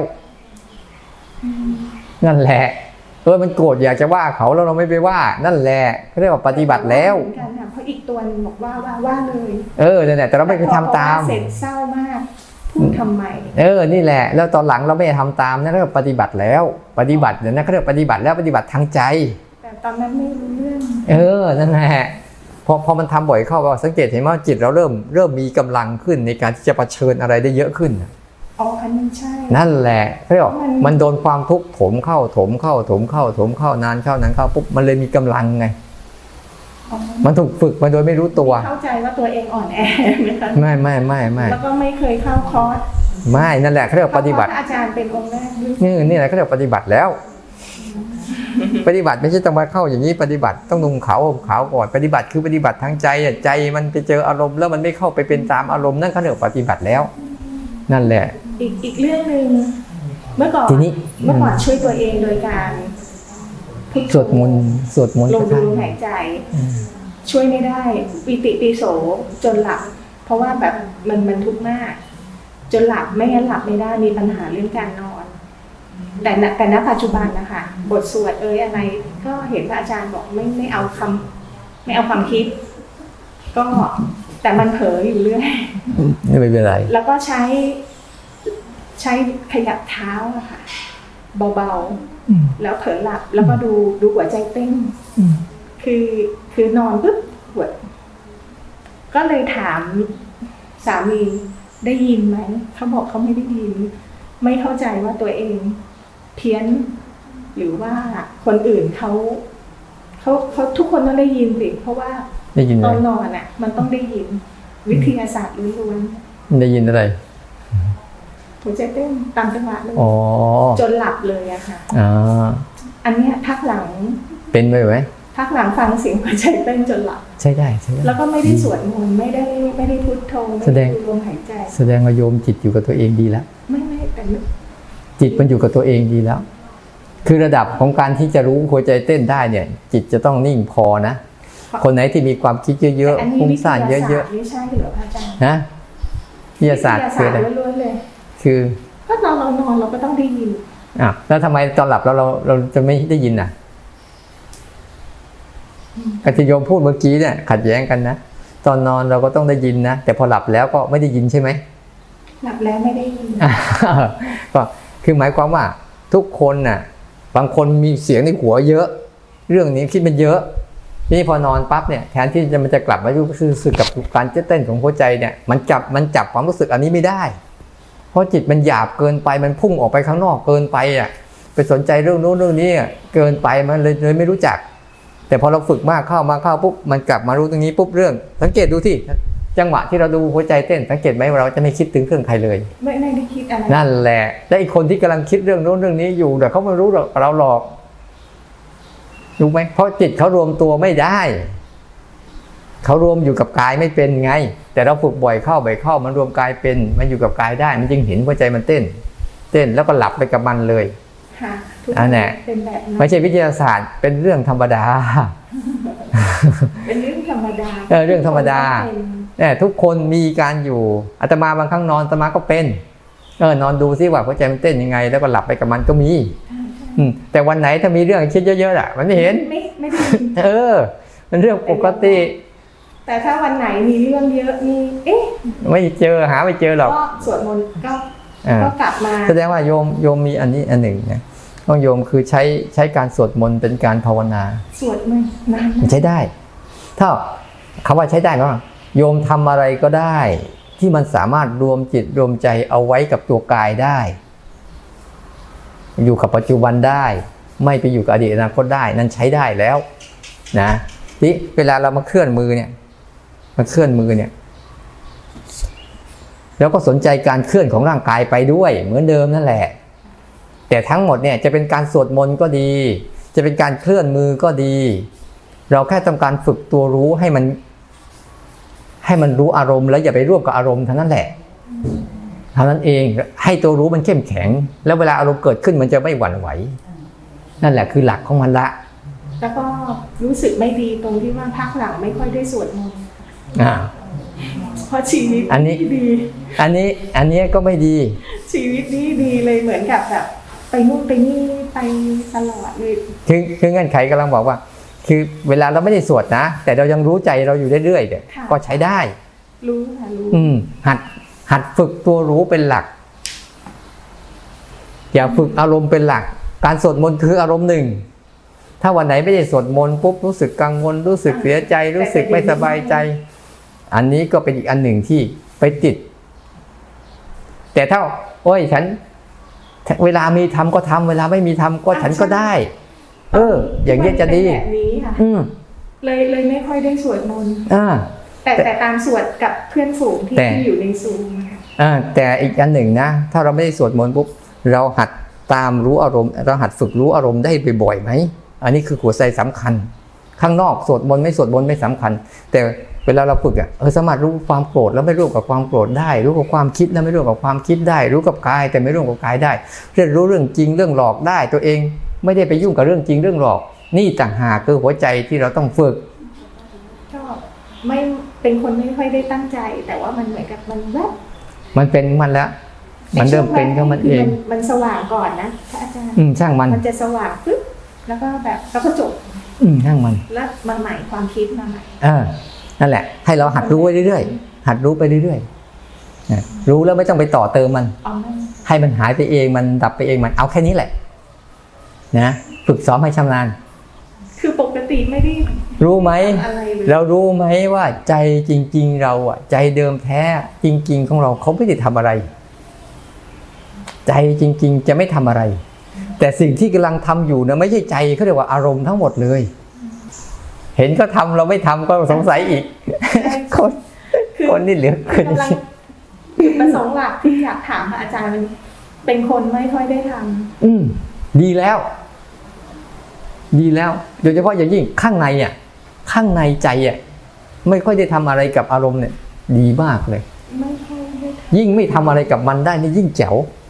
นั่นแหละเออมันโกรธอยากจะว่าเขาแล้วเราไม่ไปว่านั่นแหละเรียกว่าปฏิบัติแล้วเพราะอีกตัวนึงบอกว่าว่าว่าเลยเออเนี่ยแต่เราไม่ไปทำตามเสร็จเศร้ามากพูดทำไมเออนี่แหละแล้วตอนหลังเราไม่ทำตามนั่นเรียกว่าปฏิบัติแล้วปฏิบัติเนี่ยนั่นเขาเรียกปฏิบัติแล้วปฏิบัติทางใจแต่ตอนนั้นไม่รู้เรื่องเออนั่นแหละพอพอมันทำบ่อยเข้าเราสังเกตเห็นว่าจิตเราเริ่มเริ่มมีกำลังขึ้นในการที่จะเผชิญอะไรได้เยอะขึ้นอ๋ออันนั้นใช่นั่นแหละเขาบอกมันโดนความทุกข์ถมเข้าถมเข้าถมเข้าถมเข้านานเข้านานเข้าปุ๊บมันเลยมีกำลังไงมันถูกฝึกมาโดยไม่รู้ตัวเข้าใจว่าตัวเองอ่อนแอไหมคะไม่ไม่ไม่ไม่แล้วก็ไม่เคยเข้าคอร์สไม่นั่นแหละเขาเรียกปฏิบัติอาจารย์เป็นองค์แรกนี่นี่แหละเขาเรียกปฏิบัติแล้วปฏิบัติไม่ใช่ต้องมาเข้าอย่างนี้ปฏิบัติต้องนุ่งขาวห่มขาวก่อนปฏิบัติคือปฏิบัติทางใจใจมันไปเจออารมณ์แล้วมันไม่เข้าไปเป็นตามอารมณ์นั่นเขาเรียกปฏิบัติแล้วนั่นแหละอีกอีกเรื่องนึงเมื่อก่อนเมื่อก่อนช่วยตัวเองโดยการสวดมนต์สวดมนต์ลงดูลมหายใจช่วยไม่ได้ปิติปิโสจนหลับเพราะว่าแบบมันมันทุกข์มากจนหลับไม่งั้นหลับไม่ได้มีปัญหาเรื่องการนอนแต่แต่ณปัจจุบันนะคะบทสวดเอ่ยอะไรก็เห็นพระอาจารย์บอกไม่ไม่เอาคำไม่เอาความคิดก็แต่มันเผลออยู่เรื่อยไม่เป็นไรแล้วก็ใช้ใช้ขยับเท้าอะค่ะเบาๆแล้วเผลอหลับแล้วก็ดูดูหัวใจเต้นคือคือนอนปุ๊บหัวก็เลยถามสามีได้ยินไหมเขาบอกเขาไม่ได้ยินไม่เข้าใจว่าตัวเองเพี้ยนหรือว่าคนอื่นเขาเขาเขาทุกคนต้องได้ยินสิเพราะว่าตอนนอนอ่ะมันต้องได้ยินวิทยาศาสตร์ล้วนๆได้ยินอะไรหัวใจเต้นตามจังหวะเลยจนหลับเลยอะค่ะอันนี้พักหลังเป็นไหมไหมพักหลังฟังเสียงหัวใจเต้นจนหลับใช่ได้ใช่ได้แล้วก็ไม่ได้สวดมนต์ไม่ได้ไม่ได้พุทโธไม่ได้ดูลมหายใจแสดงว่าโยมจิตอยู่กับตัวเองดีแล้วไม่ไม่แต่จิตมันอยู่กับตัวเองดีแล้วคือระดับของการที่จะรู้หัวใจเต้นได้เนี่ยจิตจะต้องนิ่งพอนะคนไหนที่มีความคิดเยอะๆฟุ้งซ่านเยอะๆไม่ใช่เหรอพระอาจารย์นะวิทยาศาสตร์คืออะไรล้วนๆเลยคือก็ตอนเรานอนเราก็ต้องได้ยินอ่ะแล้วทำไมตอนหลับเราเราเราจะไม่ได้ยินอ่ะกติโยมพูดเมื่อกี้เนี่ยขัดแย้งกันนะตอนนอนเราก็ต้องได้ยินนะแต่พอหลับแล้วก็ไม่ได้ยินใช่ไหมหลับแล้วไม่ได้ยินก็คือหมายความว่าทุกคนน่ะบางคนมีเสียงในหัวเยอะเรื่องนี้คิดมันเยอะนี่พอนอนปั๊บเนี่ยแทนที่จะมันจะกลับมารู้สึกกับการเต้นของหัวใจเนี่ยมันจับมันจับความรู้สึกอันนี้ไม่ได้เพราะจิตมันหยาบเกินไปมันพุ่งออกไปข้างนอกเกินไปอ่ะไปสนใจเรื่องโน้นเรื่องนี้เกินไปมันเลยเลยไม่รู้จักแต่พอเราฝึกมากเข้ามาเข้าปุ๊บมันกลับมารู้ตรงนี้ปุ๊บเรื่องสังเกตดูที่จังหวะที่เราดูหัวใจเต้นสังเกตไหมว่าเราจะไม่คิดถึงเรื่องใครเลยไม่ไม่ได้คิดอะไรนั่นแหละและอีกคนที่กำลังคิดเรื่องโน้นเรื่องนี้อยู่แต่เขาไม่รู้เราหรอกรู้ไหมเพราะจิตเขารวมตัวไม่ได้เขารวมอยู่กับกายไม่เป็นไงแต่เราฝึกบ่อยเข้าบ่อยเข้ามันรวมกายเป็นมันอยู่กับกายได้มันจึงเห็นหัวใจมันเต้นเต้นแล้วก็หลับไปกับมันเลยค่ะอันนี้ไม่ใช่วิทยาศาสตร์เป็นเรื่องธรรมดาเป็นเรื่องธรรมดาเออเรื่องธรรมดาเนี่ยทุกคนมีการอยู่อาตมาบางครั้งนอนอาตมาก็เป็นเออนอนดูซิว่าหัวใจมันเต้นยังไงแล้วก็หลับไปกับมันก็มีแต่วันไหนถ้ามีเรื่องคิดเยอะๆอ่ะมันไม่เห็นไม่ไม่ได้เออมันเรื่องปกติแต่ถ้าวันไหนมีเรื่องเยอะนี่เอ๊ะไม่เจอหาไม่เจอหรอกก็สวดมนต์ก็ก็กลับมาแสดงว่าโยมโยมมีอันนี้อันหนึ่งนะต้องโยมคือใช้ใช้การสวดมนต์เป็นการภาวนาสวดมันนานใช้ได้ถ้าคำว่าใช้ได้ก็โยมทำอะไรก็ได้ที่มันสามารถรวมจิตรวมใจเอาไว้กับตัวกายได้อยู่กับปัจจุบันได้ไม่ไปอยู่กับอดีตอนาคตได้นั่นใช้ได้แล้วนะที่เวลาเรามาเคลื่อนมือเนี่ยมาเคลื่อนมือเนี่ยแล้วก็สนใจการเคลื่อนของร่างกายไปด้วยเหมือนเดิมนั่นแหละแต่ทั้งหมดเนี่ยจะเป็นการสวดมนต์ก็ดีจะเป็นการเคลื่อนมือก็ดีเราแค่ต้องการฝึกตัวรู้ให้มันให้มันรู้อารมณ์แล้วอย่าไปร่วมกับอารมณ์เท่านั้นแหละเท่านั้นเองให้ตัวรู้มันเข้มแข็งแล้วเวลาอารมณ์เกิดขึ้นมันจะไม่หวั่นไหวนั่นแหละคือหลักของมันละแล้วก็รู้สึกไม่ดีตรงที่ว่าพักหลังไม่ค่อยได้สวดมนต์อ่าเพราะชีวิตอันนี้ดีอันนี้อันนี้ก็ไม่ดีชีวิตนี้ดีเลยเหมือนกับแบบไปนู่นไปนี่ไปตลอดเลยคือคือเงื่อนไขกำลังบอกว่าคือเวลาเราไม่ได้สวดนะแต่เรายังรู้ใจเราอยู่เรื่อยๆเนี่ยก็ใช้ได้รู้ค่ะรู้อืมหัดหัดฝึกตัวรู้เป็นหลักอย่าฝึกอารมณ์เป็นหลักการสวดมนต์คืออารมณ์หนึ่งถ้าวันไหนไม่ได้สวดมนต์ปุ๊บรู้สึกกังวลรู้สึกเสียใจรู้สึกไม่สบายใจอันนี้ก็เป็นอีกอันหนึ่งที่ไปติดแต่ถ้าโอ้ยฉันเวลามีทำก็ทำเวลาไม่มีทำก็ฉันก็ได้เอออย่างนี้จะดีแบบนี้ค่ะเลยเลยไม่ค่อยได้สวดมนต์แต่แต่ตามสวดกับเพื่อนฝูงที่อยู่ในซูมอ่าแต่อีกอันหนึ่งนะถ้าเราไม่ได้สวดมนต์ปุ๊บเราหัดตามรู้อารมณ์เราหัดฝึกรู้อารมณ์ได้บ่อยๆไหมอันนี้คือหัวใจสำคัญข้างนอกสวดมนต์ไม่สวดมนต์ไม่สำคัญแต่เวลาเราฝึกอ่ะเออสามารถรู้ความโกรธแล้วไม่ร่วมกับความโกรธได้รู้กับความคิดแล้วไม่ร่วมกับความคิดได้รู้กับกายแต่ไม่ร่วมกับกายได้เรียนรู้เรื่องจริงเรื่องหลอกได้ตัวเองไม่ได้ไปยุ่งกับเรื่องจริงเรื่องหลอกนี่ต่างหากคือหัวใจที่เราต้องฝึกก็ไม่เป็นคนไม่ค่อยได้ตั้งใจแต่ว่ามันเหมือนกับมันแวบมันเป็นมันแล้วมันเริ่มเป็นก็มันเองมันสว่างก่อนนะพระอาจารย์อืมช่างมันมันจะสว่างปึ๊บแล้วก็แบบแล้วก็จบอืมช่างมันแล้วมาใหม่ความคิดมาใหม่เออนั่นแหละให้เราหัดรู้ไปเรื่อยๆหัดรู้ไปเรื่อยๆรู้แล้วไม่ต้องไปต่อเติมมันให้มันหายไปเองมันดับไปเองมันเอาแค่นี้แหละนะฝึกซ้อมให้ชำนาญคือปกติไม่ได้รู้ไหมเรารู้ไหมว่าใจจริงๆเราอ่ะใจเดิมแท้จริงๆของเราเขาไม่ได้ทำอะไรใจจริงๆจะไม่ทำอะไรแต่สิ่งที่กำลังทำอยู่นะไม่ใช่ใจเขาเรียกว่าอารมณ์ทั้งหมดเลยเห็นก็ทำเราไม่ทำก็สงสัยอีกคนคนนี่เหลือเกินประสงค์หลักที่อยากถามอาจารย์มันเป็นคนไม่ค่อยได้ทำอืมดีแล้วดีแล้วโดยเฉพาะอย่างยิ่งข้างในอ่ะข้างในใจอ่ะไม่ค่อยได้ทำอะไรกับอารมณ์เนี่ยดีมากเลยไม่ค่อยได้ยิ่งไม่ทำอะไรกับมันได้นี่ยิ่งแจ๋ว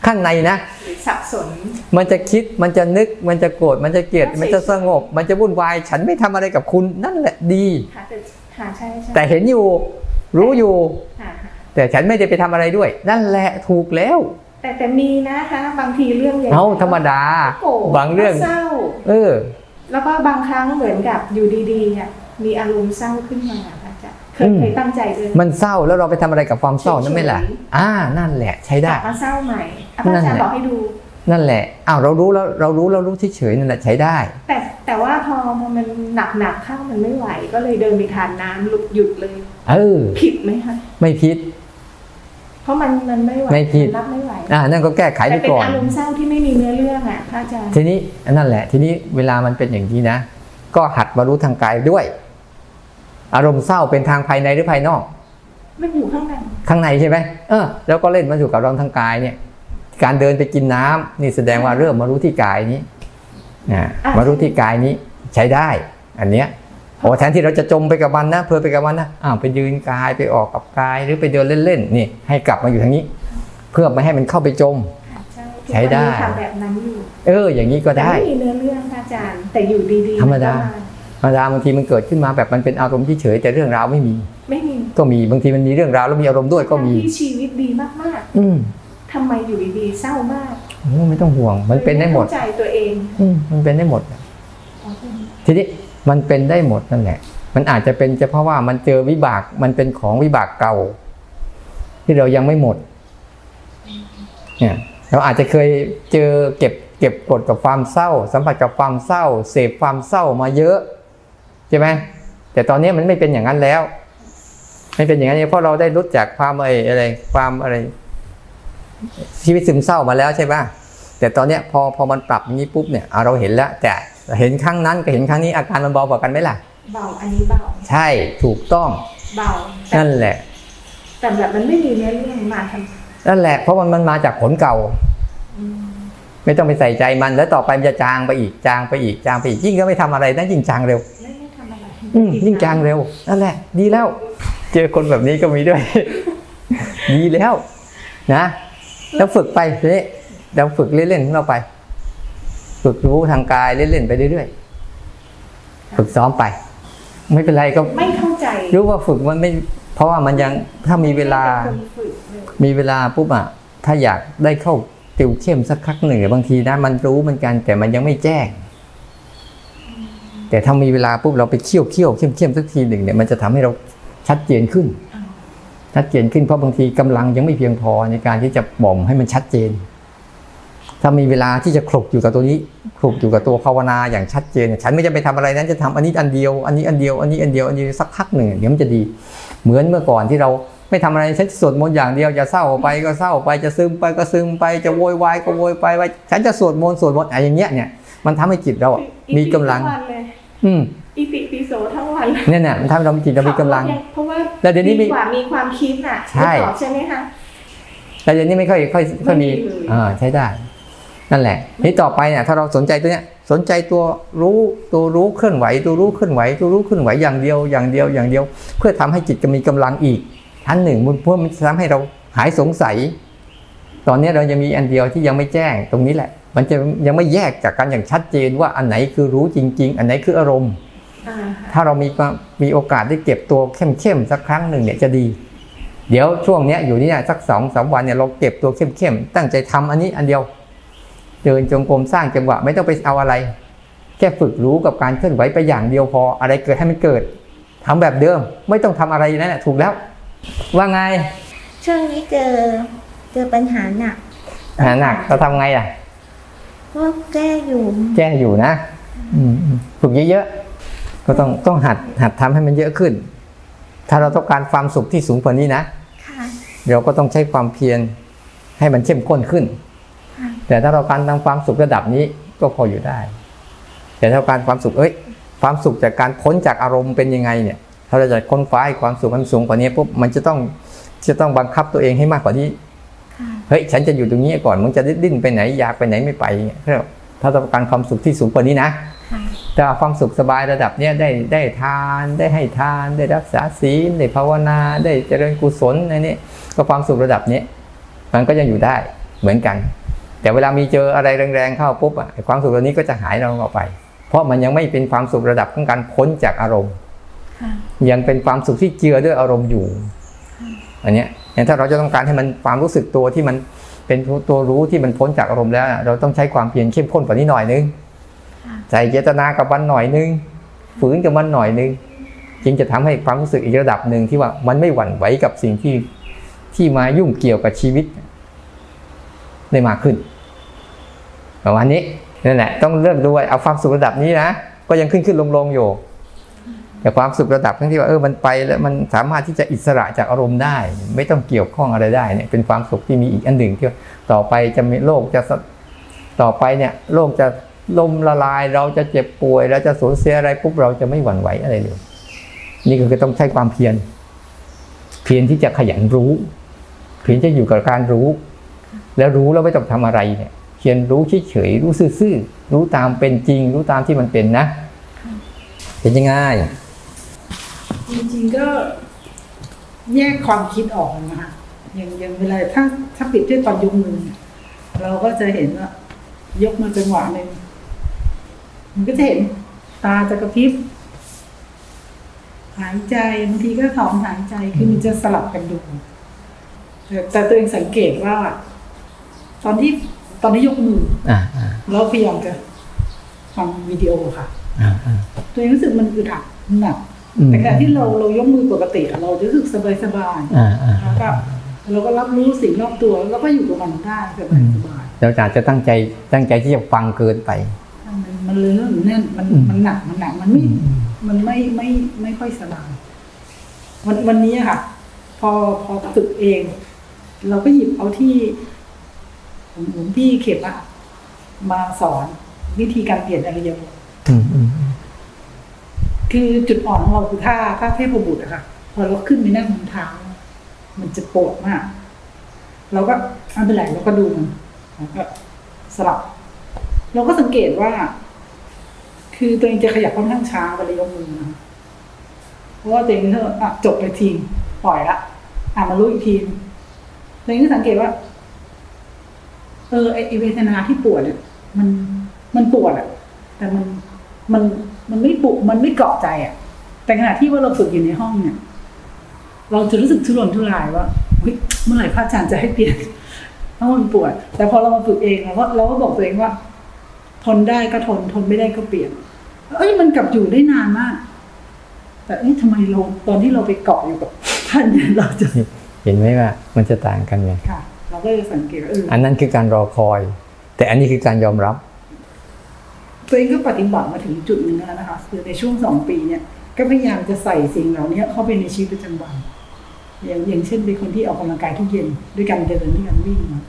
ข้างในนะสับสนมันจะคิดมันจะนึกมันจะโกรธมันจะเกลียดมันจะสงบมันจะวุ่นวายฉันไม่ทำอะไรกับคุณนั่นแหละดีแต่เห็นอยู่รู้อยู่แต่ฉันไม่ได้ไปทำอะไรด้วยนั่นแหละถูกแล้วแต่แต่มีนะคะบางทีเรื่องใหญ่เอาธรรมดาบางเรื่องเศร้าเออแล้วก็บางครั้งเหมือนกับอยู่ดีๆอ่ะมีอารมณ์เศร้าขึ้นมาอาจารย์เคยเคยตั้งใจเลยมันเศร้าแล้วเราไปทำอะไรกับความเศร้านั่นไม่ล่ะอ่านั่นแหละใช้ได้กลับมาเศร้าใหม่อาจารย์บอกให้ดูนั่นแหละอ้าวเรารู้แล้วเรารู้เรารู้เฉยๆนั่นแหละใช้ได้แต่แต่ว่าพอพอมันหนักๆเข้ามันไม่ไหวก็เลยเดินไปทานน้ำหลุดหยุดเลยเออผิดไหมคะไม่ผิดเพราะมันมันไม่ไหวไม่ผิดรับไม่ไหวอ่านั่นก็แก้ไขไปก่อนแต่เป็นอารมณ์เศร้าที่ไม่มีเนื้อเรื่องอ่ะพระอาจารย์ทีนี้นั่นแหละทีนี้เวลามันเป็นอย่างนี้นะก็หัดมารู้ทางกายด้วยอารมณ์เศร้าเป็นทางภายในหรือภายนอกมันอยู่ข้างในข้างในใช่ไหมเออแล้วก็เล่นมาอยู่กับเราทางกายเนี่ยการเดินไปกินน้ำนี่แสดงว่าเริ่มมารู้ที่กายนี้นะมารู้ที่กายนี้ใช้ได้อันเนี้ยโอ้แทนที่เราจะจมไปกับมันนะเพลินไปกับมันนะอ้าวไปยืนกายไปออกกับกายหรือไปเดินเล่นๆนี่ให้กลับมาอยู่ทางนี้เพื่อไม่ให้มันเข้าไปจมใช้ได้ทำแบบนั้นอยู่เอออย่างนี้ก็ได้ไม่มีเนื้อเรื่องอาจารย์แต่อยู่ดีๆธรรมดาธรรมดาบางทีมันเกิดขึ้นมาแบบมันเป็นอารมณ์ที่เฉยแต่เรื่องราวไม่มีไม่มีก็มีบางทีมันมีเรื่องราวแล้วมีอารมณ์ด้วยก็มีที่ชีวิตดีมากๆอืมทำไมอยู่ดีๆเศร้ามากไม่ต้องห่วงมันเป็นได้หมดเข้าใจตัวเองอืมมันเป็นได้หมดทีนี้มันเป็นได้หมดนั่นแหละมันอาจจะเป็นเฉพาะว่ามันเจอวิบากมันเป็นของวิบากเก่าที่เรายังไม่หมดเนี่ยเราอาจจะเคยเจอเก็บเก็บกดกับความเศร้าสัมผัสกับความเศร้าเสพความเศร้ามาเยอะใช่ไหมแต่ตอนนี้มันไม่เป็นอย่างนั้นแล้วไม่เป็นอย่างนั้นเพราะเราได้รู้จักความอะไรอะไรความอะไรชีวิตซึมเศร้ามาแล้วใช่ป่ะแต่ตอนเนี้ยพอพอมันปรับอย่างนี้ปุ๊บเนี่ยเราเห็นแล้วแต่เห็นครั้งนั้นกับเห็นครั้งนี้อาการมันเบากว่ากันไหมล่ะเบาอันนี้เบาใช่ถูกต้องเบานั่นแหละแต่แบบมันไม่มีเนื้อเรื่องมาทำนั่นแหละเพราะมันมันมาจากผลเก่าไม่ต้องไปใส่ใจมันแล้วต่อไปมันจะจางไปอีกจางไปอีกจางไปอีกยิ่งก็ไม่ทำอะไรนั่นยิ่งจางเร็วไม่ไม่ทำอะไรยิ่งจางเร็วนั่นแหละดีแล้วเจอคนแบบนี้ก็มีด้วยดีแล้วนะแล้วฝึกไปนี่เราฝึกเล่นๆของเราไปฝึกรู้ทางกายเล่นๆไปเรื่อยๆฝึกซ้อมไปไม่เป็นไรก็ไม่เข้าใจรู้ว่าฝึกมันไม่เพราะว่ามันยังถ้ามีเวลามีเวลาปุ๊บอะถ้าอยากได้เข้าติวเข้มสักครั้งหนึ่งบางทีนะมันรู้เหมือนกันแต่มันยังไม่แจ้งแต่ถ้ามีเวลาปุ๊บเราไปเคี่ยวเคี่ยวเข้มเข้มสักทีหนึ่งเนี่ยมันจะทำให้เราชัดเจนขึ้นชัดเจนขึ้นเพราะบางทีกำลังยังไม่เพียงพอในการที่จะบ่มให้มันชัดเจนถ้ามีเวลาที่จะคลุกอยู่กับตัวนี้คลุกอยู่กับตัวภาวนาอย่างชัดเจนฉันไม่จะไปทำอะไรนั้นจะทำอันนี้อันเดียวอันนี้อันเดียวอันนี้อันเดียวอันนี้สักพักหนึ่งเดี๋ยวมันจะดีเหมือนเมื่อก่อนที่เราไม่ทำอะไรฉันสวดมนต์อย่างเดียวจะเศร้าไปก็เศร้าไปจะซึมไปก็ซึมไปจะโวยวายก็โวยวายไปฉันจะสวดมนต์สวดมนต์อะไรอย่างเงี้ยเนี่ยมันทำให้จิตเรามีกำลังอืมอีปิปิโสทั้งวันเนี่ยเนี่ยมันทำให้เราจิตเรามีกำลังเพราะว่าแล้วเดี๋ยวนี้มีความมีความคิดน่ะใช่ใช่ไหมคะแต่เดี๋ยวนี้ไม่ค่อยค่อยค่อยมีอ่าใช้ได้นั่นแหละนี่ต่อไปเนี่ยถ้าเราสนใจตัวเนี้ยสนใจตัวรู้ตัวรู้เคลื่อนไหวตัวรู้เคลื่อนไหวตัวรู้เคลื่อนไหวอย่างเดียวอย่างเดียวอย่างเดียวเพื่อทำให้จิตมีกำลังอีกชั้นหนึ่งเพื่อมันทำให้เราหายสงสัยตอนนี้เรายังมีอันเดียวที่ยังไม่แจ้งตรงนี้แหละมันจะยังไม่แยกจากกันอย่างชัดเจนว่าอันไหนคือรู้จริงๆอันไหนคืออารมณ์ถ้าเรามีมีโอกาสได้เก็บตัวเข้มๆสักครั้งหนึ่งเนี่ยจะดีเดี๋ยวช่วงเนี้ยอยู่นี่สักสองสามวันเนี่ยเราเก็บตัวเข้มๆตั้งใจทำอันนี้อันเดียวเดินจงกรมสร้างจังหวะไม่ต้องไปเอาอะไรแค่ฝึกรู้กับการเคลื่อนไหวไปอย่างเดียวพออะไรเกิดให้มันเกิดทำแบบเดิมไม่ต้องทำอะไรนั่นแหละถูกแล้วว่าไงช่วงนี้เจอเจอปัญหาหนักปัญหาหนักเราทำไงอ่ะก็แก้อยู่แก้อยู่นะฝึกเยอะๆก็ต้องต้องหัดหัดทำให้มันเยอะขึ้นถ้าเราต้องการความสุขที่สูงกว่านี้นะเราก็ต้องใช้ความเพียรให้มันเข้มข้นขึ้นแต่ถ้าเราการทำความสุขระดับนี้ก็พออยู่ได้แต่ถ้าการความสุขเอ้ยความสุขจากการพ้นจากอารมณ์เป็นยังไงเนี่ยถ้าเราจะค้นคว้าความสุขมันสูงกว่านี้ปุ๊บมันจะต้องจะต้องบังคับตัวเองให้มากกว่านี้เฮ้ยฉันจะอยู่ตรงนี้ก่อนมึงจะดิ้นไปไหนอยากไปไหนไม่ไปถ้าต้องการความสุขที่สูงกว่านี้นะแต่ความสุขสบายระดับเนี้ยได้ได้ทานได้ให้ทานได้รักษาศีลได้ภาวนาได้เจริญกุศลอะไรนี้ก็ความสุขระดับนี้มันก็ยังอยู่ได้เหมือนกันแต่เวลามีเจออะไรแรงๆเข้าปุ๊บอ่ะความสุขตัวนี้ก็จะหายลงออกไปเพราะมันยังไม่เป็นความสุขระดับของการพ้นจากอารมณ์ยังเป็นความสุขที่เจือด้วยอารมณ์อยู่อันเนี้ยถ้าเราจะต้องการให้มันความรู้สึกตัวที่มันเป็นตัวรู้ที่มันพ้นจากอารมณ์แล้วเราต้องใช้ความเพียรเข้มข้นกว่านี้หน่อยนึงใส่เจตนากับมันหน่อยนึงฝืนกับมันหน่อยนึงจึงจะทำให้ความรู้สึกอีกระดับหนึ่งที่ว่ามันไม่หวั่นไหวกับสิ่งที่ที่มายุ่งเกี่ยวกับชีวิตได้มากขึ้นประมาณนี้นั่นแหละต้องเลือกดูเอาความสุขระดับนี้นะก็ยังขึ้นขึ้นลงลงอยู่แต่ความสุขระดับทั้งที่ว่าเออมันไปแล้วมันสามารถที่จะอิสระจากอารมณ์ได้ไม่ต้องเกี่ยวข้องอะไรได้เนี่ยเป็นความสุขที่มีอีกอันหนึ่งที่ต่อไปจะมีโลกจะต่อไปเนี่ยโลกจะล่มละลายเราจะเจ็บป่วยเราจะสูญเสียอะไรปุ๊บเราจะไม่หวั่นไหวอะไรเลยนี่ก็คือต้องใช้ความเพียรเพียรที่จะขยันรู้เพียรจะอยู่กับการรู้แล้วรู้แล้วไม่ต้องทำอะไรเนี่ยเพียรรู้เฉยๆรู้ซื่อๆรู้ตามเป็นจริงรู้ตามที่มันเป็นนะเป็นยังไงจริงๆก็แยกความคิดออกนะคะอย่างอย่างเวลาถ้าถ้าปิดด้วยตอนยกมือเราก็จะเห็นว่ายกมาจังหวะหนึ่งมันก็จะเห็นตาจะกระพริบหายใจบางทีก็ถอนหายใจคือมันจะสลับกันดูแต่แต่ตัวเองสังเกตว่าตอนที่ตอนที่ยกมืออ่าเราพยายามจะฟังวิดีโอค่ะตัวเองรู้สึกมันอึดอัดหนักแต่ขณะที่เราเรายกมือปกติเราจะรู้สึกสบายสบายแล้วก็เราก็รับรู้สิ่งรอบตัวแล้วก็อยู่กับมันได้สบายสบายเราอาจจะตั้งใจตั้งใจที่จะฟังเกินไปมันมันเลยแน่นมันมันหนักมันหนักมันไม่มันไม่ไม่ไม่ค่อยสบายวันวันนี้ค่ะพอพอฝึกเองเราก็หยิบเอาที่หลวงพี่เข็มอะมาสอนวิธีการเปลี่ยนอริยบทคือจุดอ่อนของเราคือท่าท่าเทพบุตรอะค่ะพอเราขึ้นไปนั่งบนเท้ามันจะปวดมากเราก็ไม่เป็นไรเราก็ดูมันแล้วก็สลับเราก็สังเกตว่าคือตัวเองจะขยับค่อนข้างช้าเวลายกมือนะเพราะว่าตัวเองเธออ่ะจบไปทีปล่อยละอ่ะมารู้อีกทีตัวเองก็สังเกตว่าเออไอเวทนาที่ปวดเนี่ยมันมันปวดอะแต่มันมันมันไม่ปุมันไม่เกาะใจอ่ะแต่ขณะที่ว่าเราฝึกอยู่ในห้องเนี่ยเราจะรู้สึกทุรนทุรายว่าเมื่อไหร่พระอาจารย์จะให้เปลี่ยนเพราะมันปวดแต่พอเรามาฝึกเองเราก็เราก็บอกตัวเองว่าทนได้ก็ทนทนไม่ได้ก็เปลี่ยนเอ้ยมันกลับอยู่ได้นานมากแต่เอ๊ะทำไมเราตอนที่เราไปเกาะอยู่กับท่านเนี่ยเราจะเห็นไหมว่ามันจะต่างกันไงค่ะเราก็จะสังเกตเอออันนั้นคือการรอคอยแต่อันนี้คือการยอมรับตัวเองก็ปฏิบัติมาถึงจุดหนึ่งแล้วนะคะคือในช่วงสองปีเนี่ยก็พยายามจะใส่สิ่งเหล่านี้เข้าไปในชีวิตประจำวันอย่างอย่างเช่นเป็นคนที่ออกกำลังกายทุกเย็นด้วยการเดินด้วยการวิ่งมา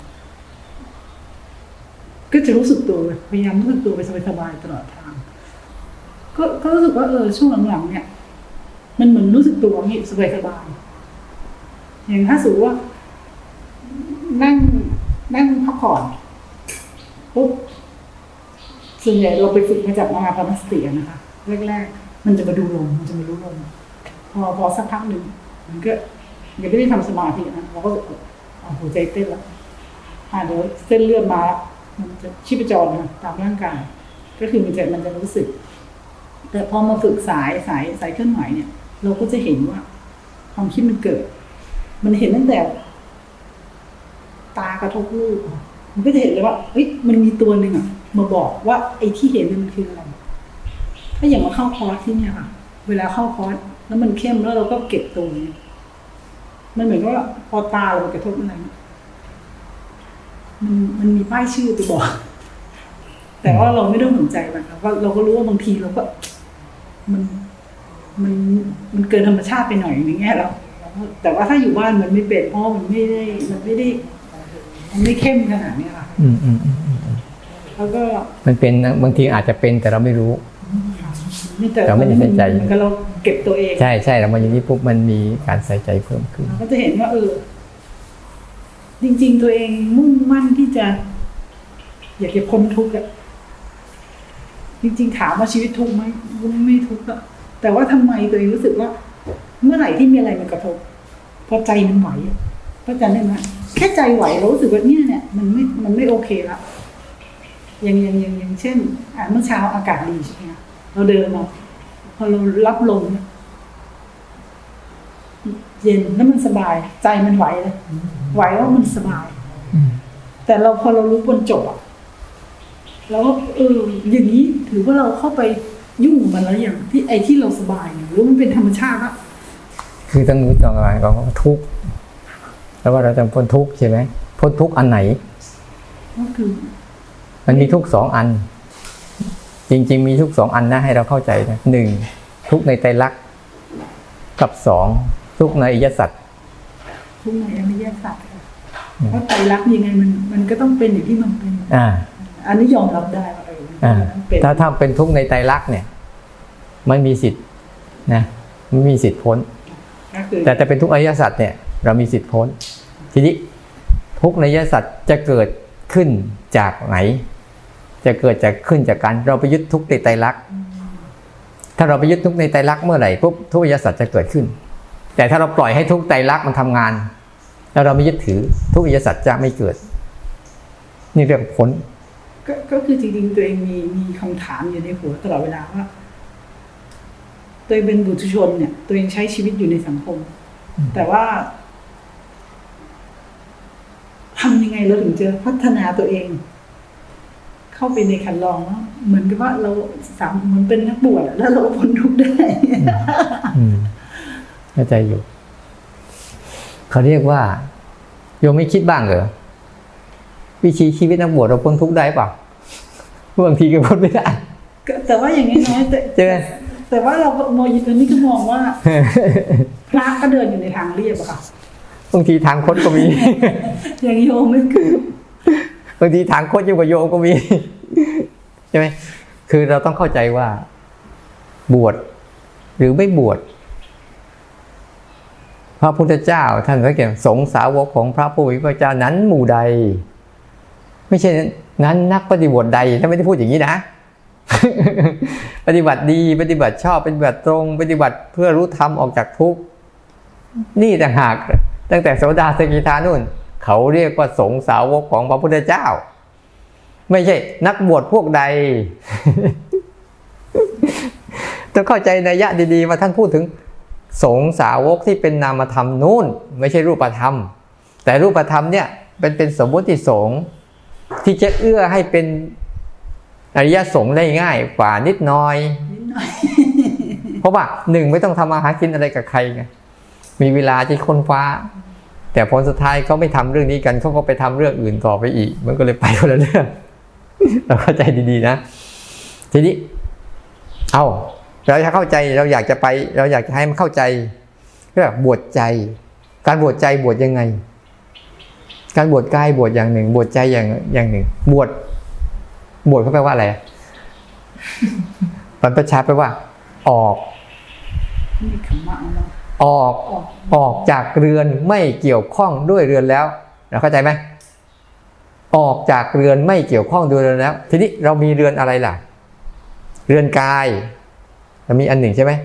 ก็จะรู้สึกตัวพยายามรู้สึกตัวไปสบายๆตลอดทางก็ก็รู้สึกว่าเออช่วงหลังๆเนี่ยมันเหมือนรู้สึกตัวนี่สบายๆอย่างถ้าสมมติว่านั่งนั่งพักผ่อนปุ๊บส่วนใหญ่เราไปฝึกมาจากมาปานสตินะคะแรกๆมันจะมาดูลมมันจะมารู้ลมพอพอสักพักหนึ่งมันก็ยังไม่ได้ทำสมาธินะเราก็เอาหัวใจเต้นแล้วอ่าเดี๋ยวเส้นเลือดมามันจะชีพจรนะตามร่างกายก็คือมันจะมันจะรู้สึกแต่พอมาฝึกสายสายสายเคลื่อนไหวเนี่ยเราก็จะเห็นว่าความคิดมันเกิดมันเห็นตั้งแต่ตากระทบรูปมันก็จะเห็นเลยว่าเฮ้ยมันมีตัวหนึ่งอ่ะมาบอกว่าไอ้ที่เห็นมันคืออะไรถ้าอย่างมาเข้าคอร์สที่เนี่ยค่ะเวลาเข้าคอร์สแล้วมันเข้มแล้วเราก็เก็บตัวมันเหมือนว่าพอตาเรากระทบอะไรมันมันมีป้ายชื่อตัวบอกแต่ว่าเราไม่ต้องสนใจมันเราก็เราก็รู้ว่าบางทีเราก็มันมันมันเกินธรรมชาติไปหน่อยอย่างเงี้ยเราแต่ว่าถ้าอยู่บ้านมันไม่เป็นเพราะมันไม่ได้มันไม่ได้มันไม่เข้มขนาดนี้ค่ะอืมอืมอืมแล้วก็มันเป็นบางทีอาจจะเป็นแต่เราไม่รู้เราไม่ได้ใส่ใจมันก็เราเก็บตัวเองใช่ใช่แล้วมันอย่างนี้ปุ๊บมันมีการใส่ใจเพิ่มขึ้นก็จะเห็นว่าเออจริงๆตัวเองมุ่งมั่นที่จะอยากจะพ้นทุกข์อะจริงๆถามว่าชีวิตทุกข์ไหมไม่ทุกข์อะแต่ว่าทำไมตัวเองรู้สึกว่าเมื่อไหร่ที่มีอะไรมากระทบพอใจมันไหวพระอาจารย์ได้ไหมแค่ใจไหวเรารู้สึกว่าเนี่ยเนี่ยมันไม่มันไม่โอเคแล้วอย่างอย่างอย่างอย่างเช่นเมื่อเช้าอากาศดีใช่ไหมคะเราเดินมาพอเรารับลมเย็นแล้วมันสบายใจมันไหวเลยไหวว่ามันสบายแต่เราพอเรารู้บนจบอ่ะแล้วเอออย่างนี้ถือว่าเราเข้าไปยุ่งมันแล้วอย่างที่ไอ้ที่เราสบายเนี่ยรู้มันเป็นธรรมชาติละคือต้องรู้จักอะไรก็ทุกข์แล้วว่าเราจะพ้นทุกข์ใช่ไหมพ้นทุกข์อันไหนก็คือมันมีทุกข์สองอันจริงๆมีทุกข์สองอันนะให้เราเข้าใจนะหนึ่งทุกข์ในไตรลักษณ์กับสองทุกข์ในอริยสัจทุกข์ในอริยสัจเพราะไตรลักษณ์ยังไงมันมันก็ต้องเป็นอย่างที่มันเป็นอ่าอันนี้ยอมรับได้ว่าเออถ้าถ้าเป็นทุกข์ในไตรลักษณ์เนี่ยมันมีสิทธิ์นะมันมีสิทธิ์พ้นแต่จะเป็นทุกข์อริยสัจเนี่ยเรามีสิทธิ์พ้นทีนี้ทุกข์ในอริยสัจจะเกิดขึ้นจากไหนจะเกิดจากขึ้นจากการเราไปยึดทุกข์ในไตรลักษณ์ถ้าเราไปยึดทุกข์ในไตรลักษณ์เมื่อไหร่ปุ๊บทุกข์อริยสัจจะเกิดขึ้นแต่ถ้าเราปล่อยให้ทุกข์ไตรลักษณ์มันทำงานแล้วเราไม่ยึดถือทุกข์อริยสัจจะไม่เกิดนี่เรียกพ้นก็ก็คือจริงๆตัวเองมีมีคำถามอยู่ในหัวตลอดเวลาว่าตัวเองเป็นบุตุชนเนี่ยตัวเองใช้ชีวิตอยู่ในสังคมแต่ว่าทำยังไงเราถึงจะพัฒนาตัวเองเข้าไปในคันลองเนาะเหมือนกับว่าเราสามเหมือนเป็นนักบวชแล้วเราพ้นทุกข์ได้เข้าใจอยู่เขาเรียกว่าโยมไม่คิดบ้างเหรอวิธีชีวิตนักบวชเราพ้นทุกข์ได้เปล่าบางทีก็พ้นไม่ได้แต่ว่าอย่างน้อยแต่แต่ว่าเรามองตอนนี้ก็มองว่าพระก็เดินอยู่ในทางเรียบอะค่ะบางทีทางคดก็มีอย่างโยมไม่คือบางทีทางคดยิ่งกว่าโยมก็มีใช่ไหมคือเราต้องเข้าใจว่าบวชหรือไม่บวชพระพุทธเจ้าท่านสังเกตสงฆ์สาวกของพระผู้มีพระเจ้านั้นหมู่ใดไม่ใช่นั้นนักปฏิบัติใดท่านไม่ได้พูดอย่างนี้นะปฏิบัติดีปฏิบัติชอบปฏิบัติตรงปฏิบัติเพื่อรู้ธรรมออกจากทุกข์นี่ต่างหากตั้งแต่โสดาสกิทานู่นเขาเรียกว่าสงฆ์สาวกของพระพุทธเจ้าไม่ใช่นักบวชพวกใดต้องเข้าใจนัยยะดีๆว่าท่านพูดถึงสงฆ์สาวกที่เป็นนามธรรมนู่นไม่ใช่รูปธรรมแต่รูปธรรมเนี่ยเป็นเป็นสมมติสงฆ์ที่จะเอื้อให้เป็นอริยสงฆ์ได้ง่ายกว่านิดหน่อยเพราะว่าหนึ่งไม่ต้องทำอาหารกินอะไรกับใครไงมีเวลาที่ค้นฟ้าแต่ผลสุดท้ายเขาไม่ทำเรื่องนี้กันเขาก็ไปทำเรื่องอื่นต่อไปอีกมันก็เลยไปคนละเรื่องเราเข้าใจดีๆนะทีนี้เอาเราจะเข้าใจเราอยากจะไปเราอยากจะให้มันเข้าใจเรื่องบวชใจการบวชใจบวชยังไงการบวชกายบวชอย่างหนึ่งบวชใจอย่างอย่างหนึ่งบวชบวชเขาแปลว่าอะไรบรรพชาแปลว่าออกออกออกจากเรือนไม่เกี่ยวข้องด้วยเรือนแล้วเราเข้าใจไหมออกจากเรือนไม่เกี่ยวข้องด้วยเรือนแล้วทีนี้เรามีเรือนอะไรล่ะเรือนกายเรามีอันหนึ่งใช่ไหม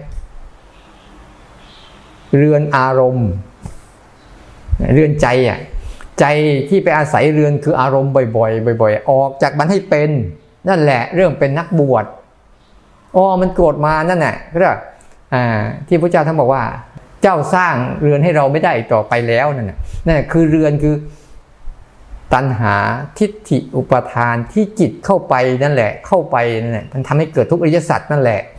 เรือนอารมณ์เรือนใจอ่ะใจที่ไปอาศัยเรือนคืออารมณ์บ่อยๆบ่อยๆออกจากมันให้เป็นนั่นแหละเรื่องเป็นนักบวชอ๋อมันโกรธมานั่นแหละก็เรียกอ่าที่พระเจ้าท่านบอกว่าเจ้าสร้างเรือนให้เราไม่ได้ต่อไปแล้วนั่นน่ะนั่นคือเรือนคือตัณหาทิฏฐิอุปาทานที่จิตเข้าไปนั่นแหละเข้าไปนั่นแหละมันทำให้เกิดทุกข์อริยสัจนั่นแหละ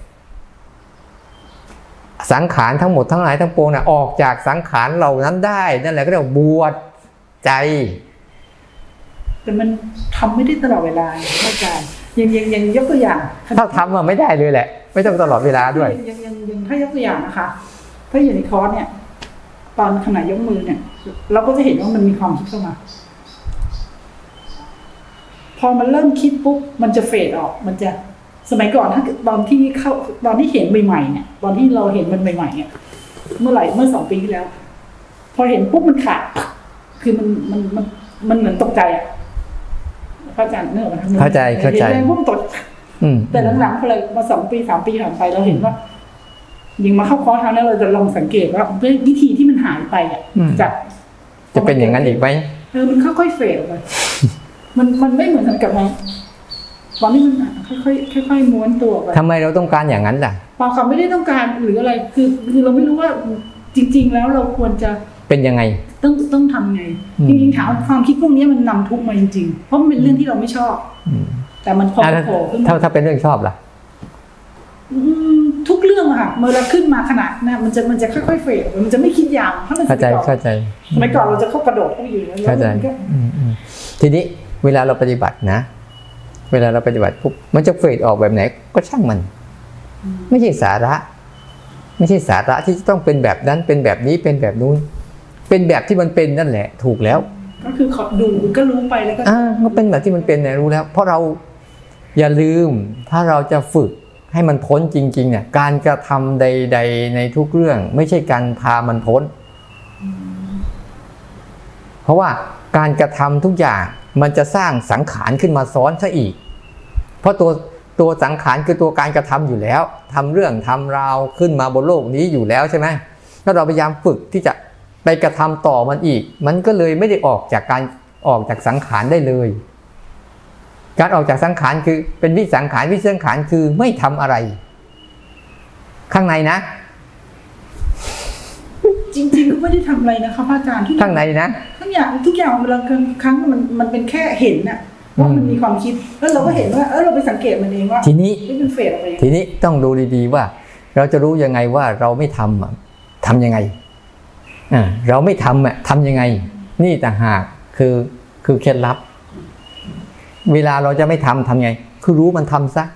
สังขารทั้งหมดทั้งหลายทั้งปวงน่ะออกจากสังขารเหล่านั้นได้นั่นแหละก็เรียกบวชใจแต่มันทำไม่ได้ตลอดเวลาอาจารย์ยังยังยังยกตัวอย่างถ้าทำอะไม่ได้เลยแหละไม่ต้องตลอดเวลาด้วยยังยังยังถ้ายกตัวอย่างนะคะถ้าอยู่ในคอร์สเนี่ยตอนขณะยกมือเนี่ยเราก็จะเห็นว่ามันมีความคิดเข้ามาพอมันเริ่มคิดปุ๊บมันจะเฟดออกมันจะสมัยก่อนนะตอนที่เข้าตอนที่เห็นใหม่ๆเนี่ยตอนที่เราเห็นมันใหม่ๆเนี่ยเมื่อไหร่เมื่อสองปีที่แล้วพอเห็นปุ๊บมันขาดคือมันมันมันมันเหมือนตกใจอ่ะเข้าใจเนื้อมันเข้าใจเข้าใจเห็นปุ๊บตกแต่หลังๆพอเลยมาสองปีสามปีผ่านไปเราเห็นว่ายิงมาเข้าคอร์สทางนี้เราจะลองสังเกตว่าวิธีที่มันหายไปอ่ะจากจะเป็นอย่างนั้นอีกไหมเออมันค่อยๆเฟดไปมันมันไม่เหมือนกับมันตอนนี้มันค่อยๆค่อยๆม้วนตัวไปทำไมเราต้องการอย่างนั้นล่ะเปล่าค่ะไม่ได้ต้องการหรืออะไรคือคือเราไม่รู้ว่าจริงๆแล้วเราควรจะเป็นยังไงต้องต้องทำไงจริงๆถามความคิดพวกนี้มันนำทุกข์มาจริงๆเพราะมันเป็นเรื่องที่เราไม่ชอบแต่มันพอโผล่ขึ้นมาถ้าถ้าเป็นเรื่องชอบล่ะทุกเรื่องอะค่ะเมื่อเราขึ้นมาขนาดนั้นมันจะมันจะค่อยๆเฟดมันจะไม่คิดยาวถ้ามันเข้าใจเข้าใจสมัยก่อนเราจะเข้ากระโดดเข้าอยู่แล้วเข้าใจทีนี้เวลาเราปฏิบัตินะเวลาเราปฏิบัติปุ๊บมันจะเฟดออกแบบไหนก็ช่างมันไม่ใช่สาระไม่ใช่สาระที่จะต้องเป็นแบบนั้นเป็นแบบนี้เป็นแบบนู้นเป็นแบบที่มันเป็นนั่นแหละถูกแล้วก็คือขอดูก็รู้ไปแล้วก็อ่าก็เป็นแบบที่มันเป็นเนี่ยรู้แล้วเพราะเราอย่าลืมถ้าเราจะฝึกให้มันพ้นจริงๆเนี่ยการกระทำใดๆในทุกเรื่องไม่ใช่การพามันพ้นเพราะว่าการกระทำทุกอย่างมันจะสร้างสังขารขึ้นมาซ้อนซะอีกเพราะตัวตัวสังขารคือตัวการกระทำอยู่แล้วทำเรื่องทำราวขึ้นมาบนโลกนี้อยู่แล้วใช่ไหมถ้าเราพยายามฝึกที่จะไปกระทำต่อมันอีกมันก็เลยไม่ได้ออกจากการออกจากสังขารได้เลยการออกจากสังขารคือเป็นวิสังขารวิสังขารคือไม่ทำอะไรข้างในนะจริงๆก็ไม่ได้ทำอะไรนะคะพระอาจารย์ข้างในนะทุกอย่างทุกอย่างเวลาครั้งมันมันเป็นแค่เห็นน่ะว่ามันมีความคิดแล้วเราก็เห็นว่าเออเราไปสังเกตมันเองว่าทีนี้เป็นเฟดอะไรทีนี้ต้องดูดีๆว่าเราจะรู้ยังไงว่าเราไม่ทำอ่ะทำยังไงอ่าเราไม่ทำอ่ะทำยังไงนี่ต่างหากคือคือเคล็ดลับเวลาเราจะไม่ทำทำไงคือรู้มันทำซะ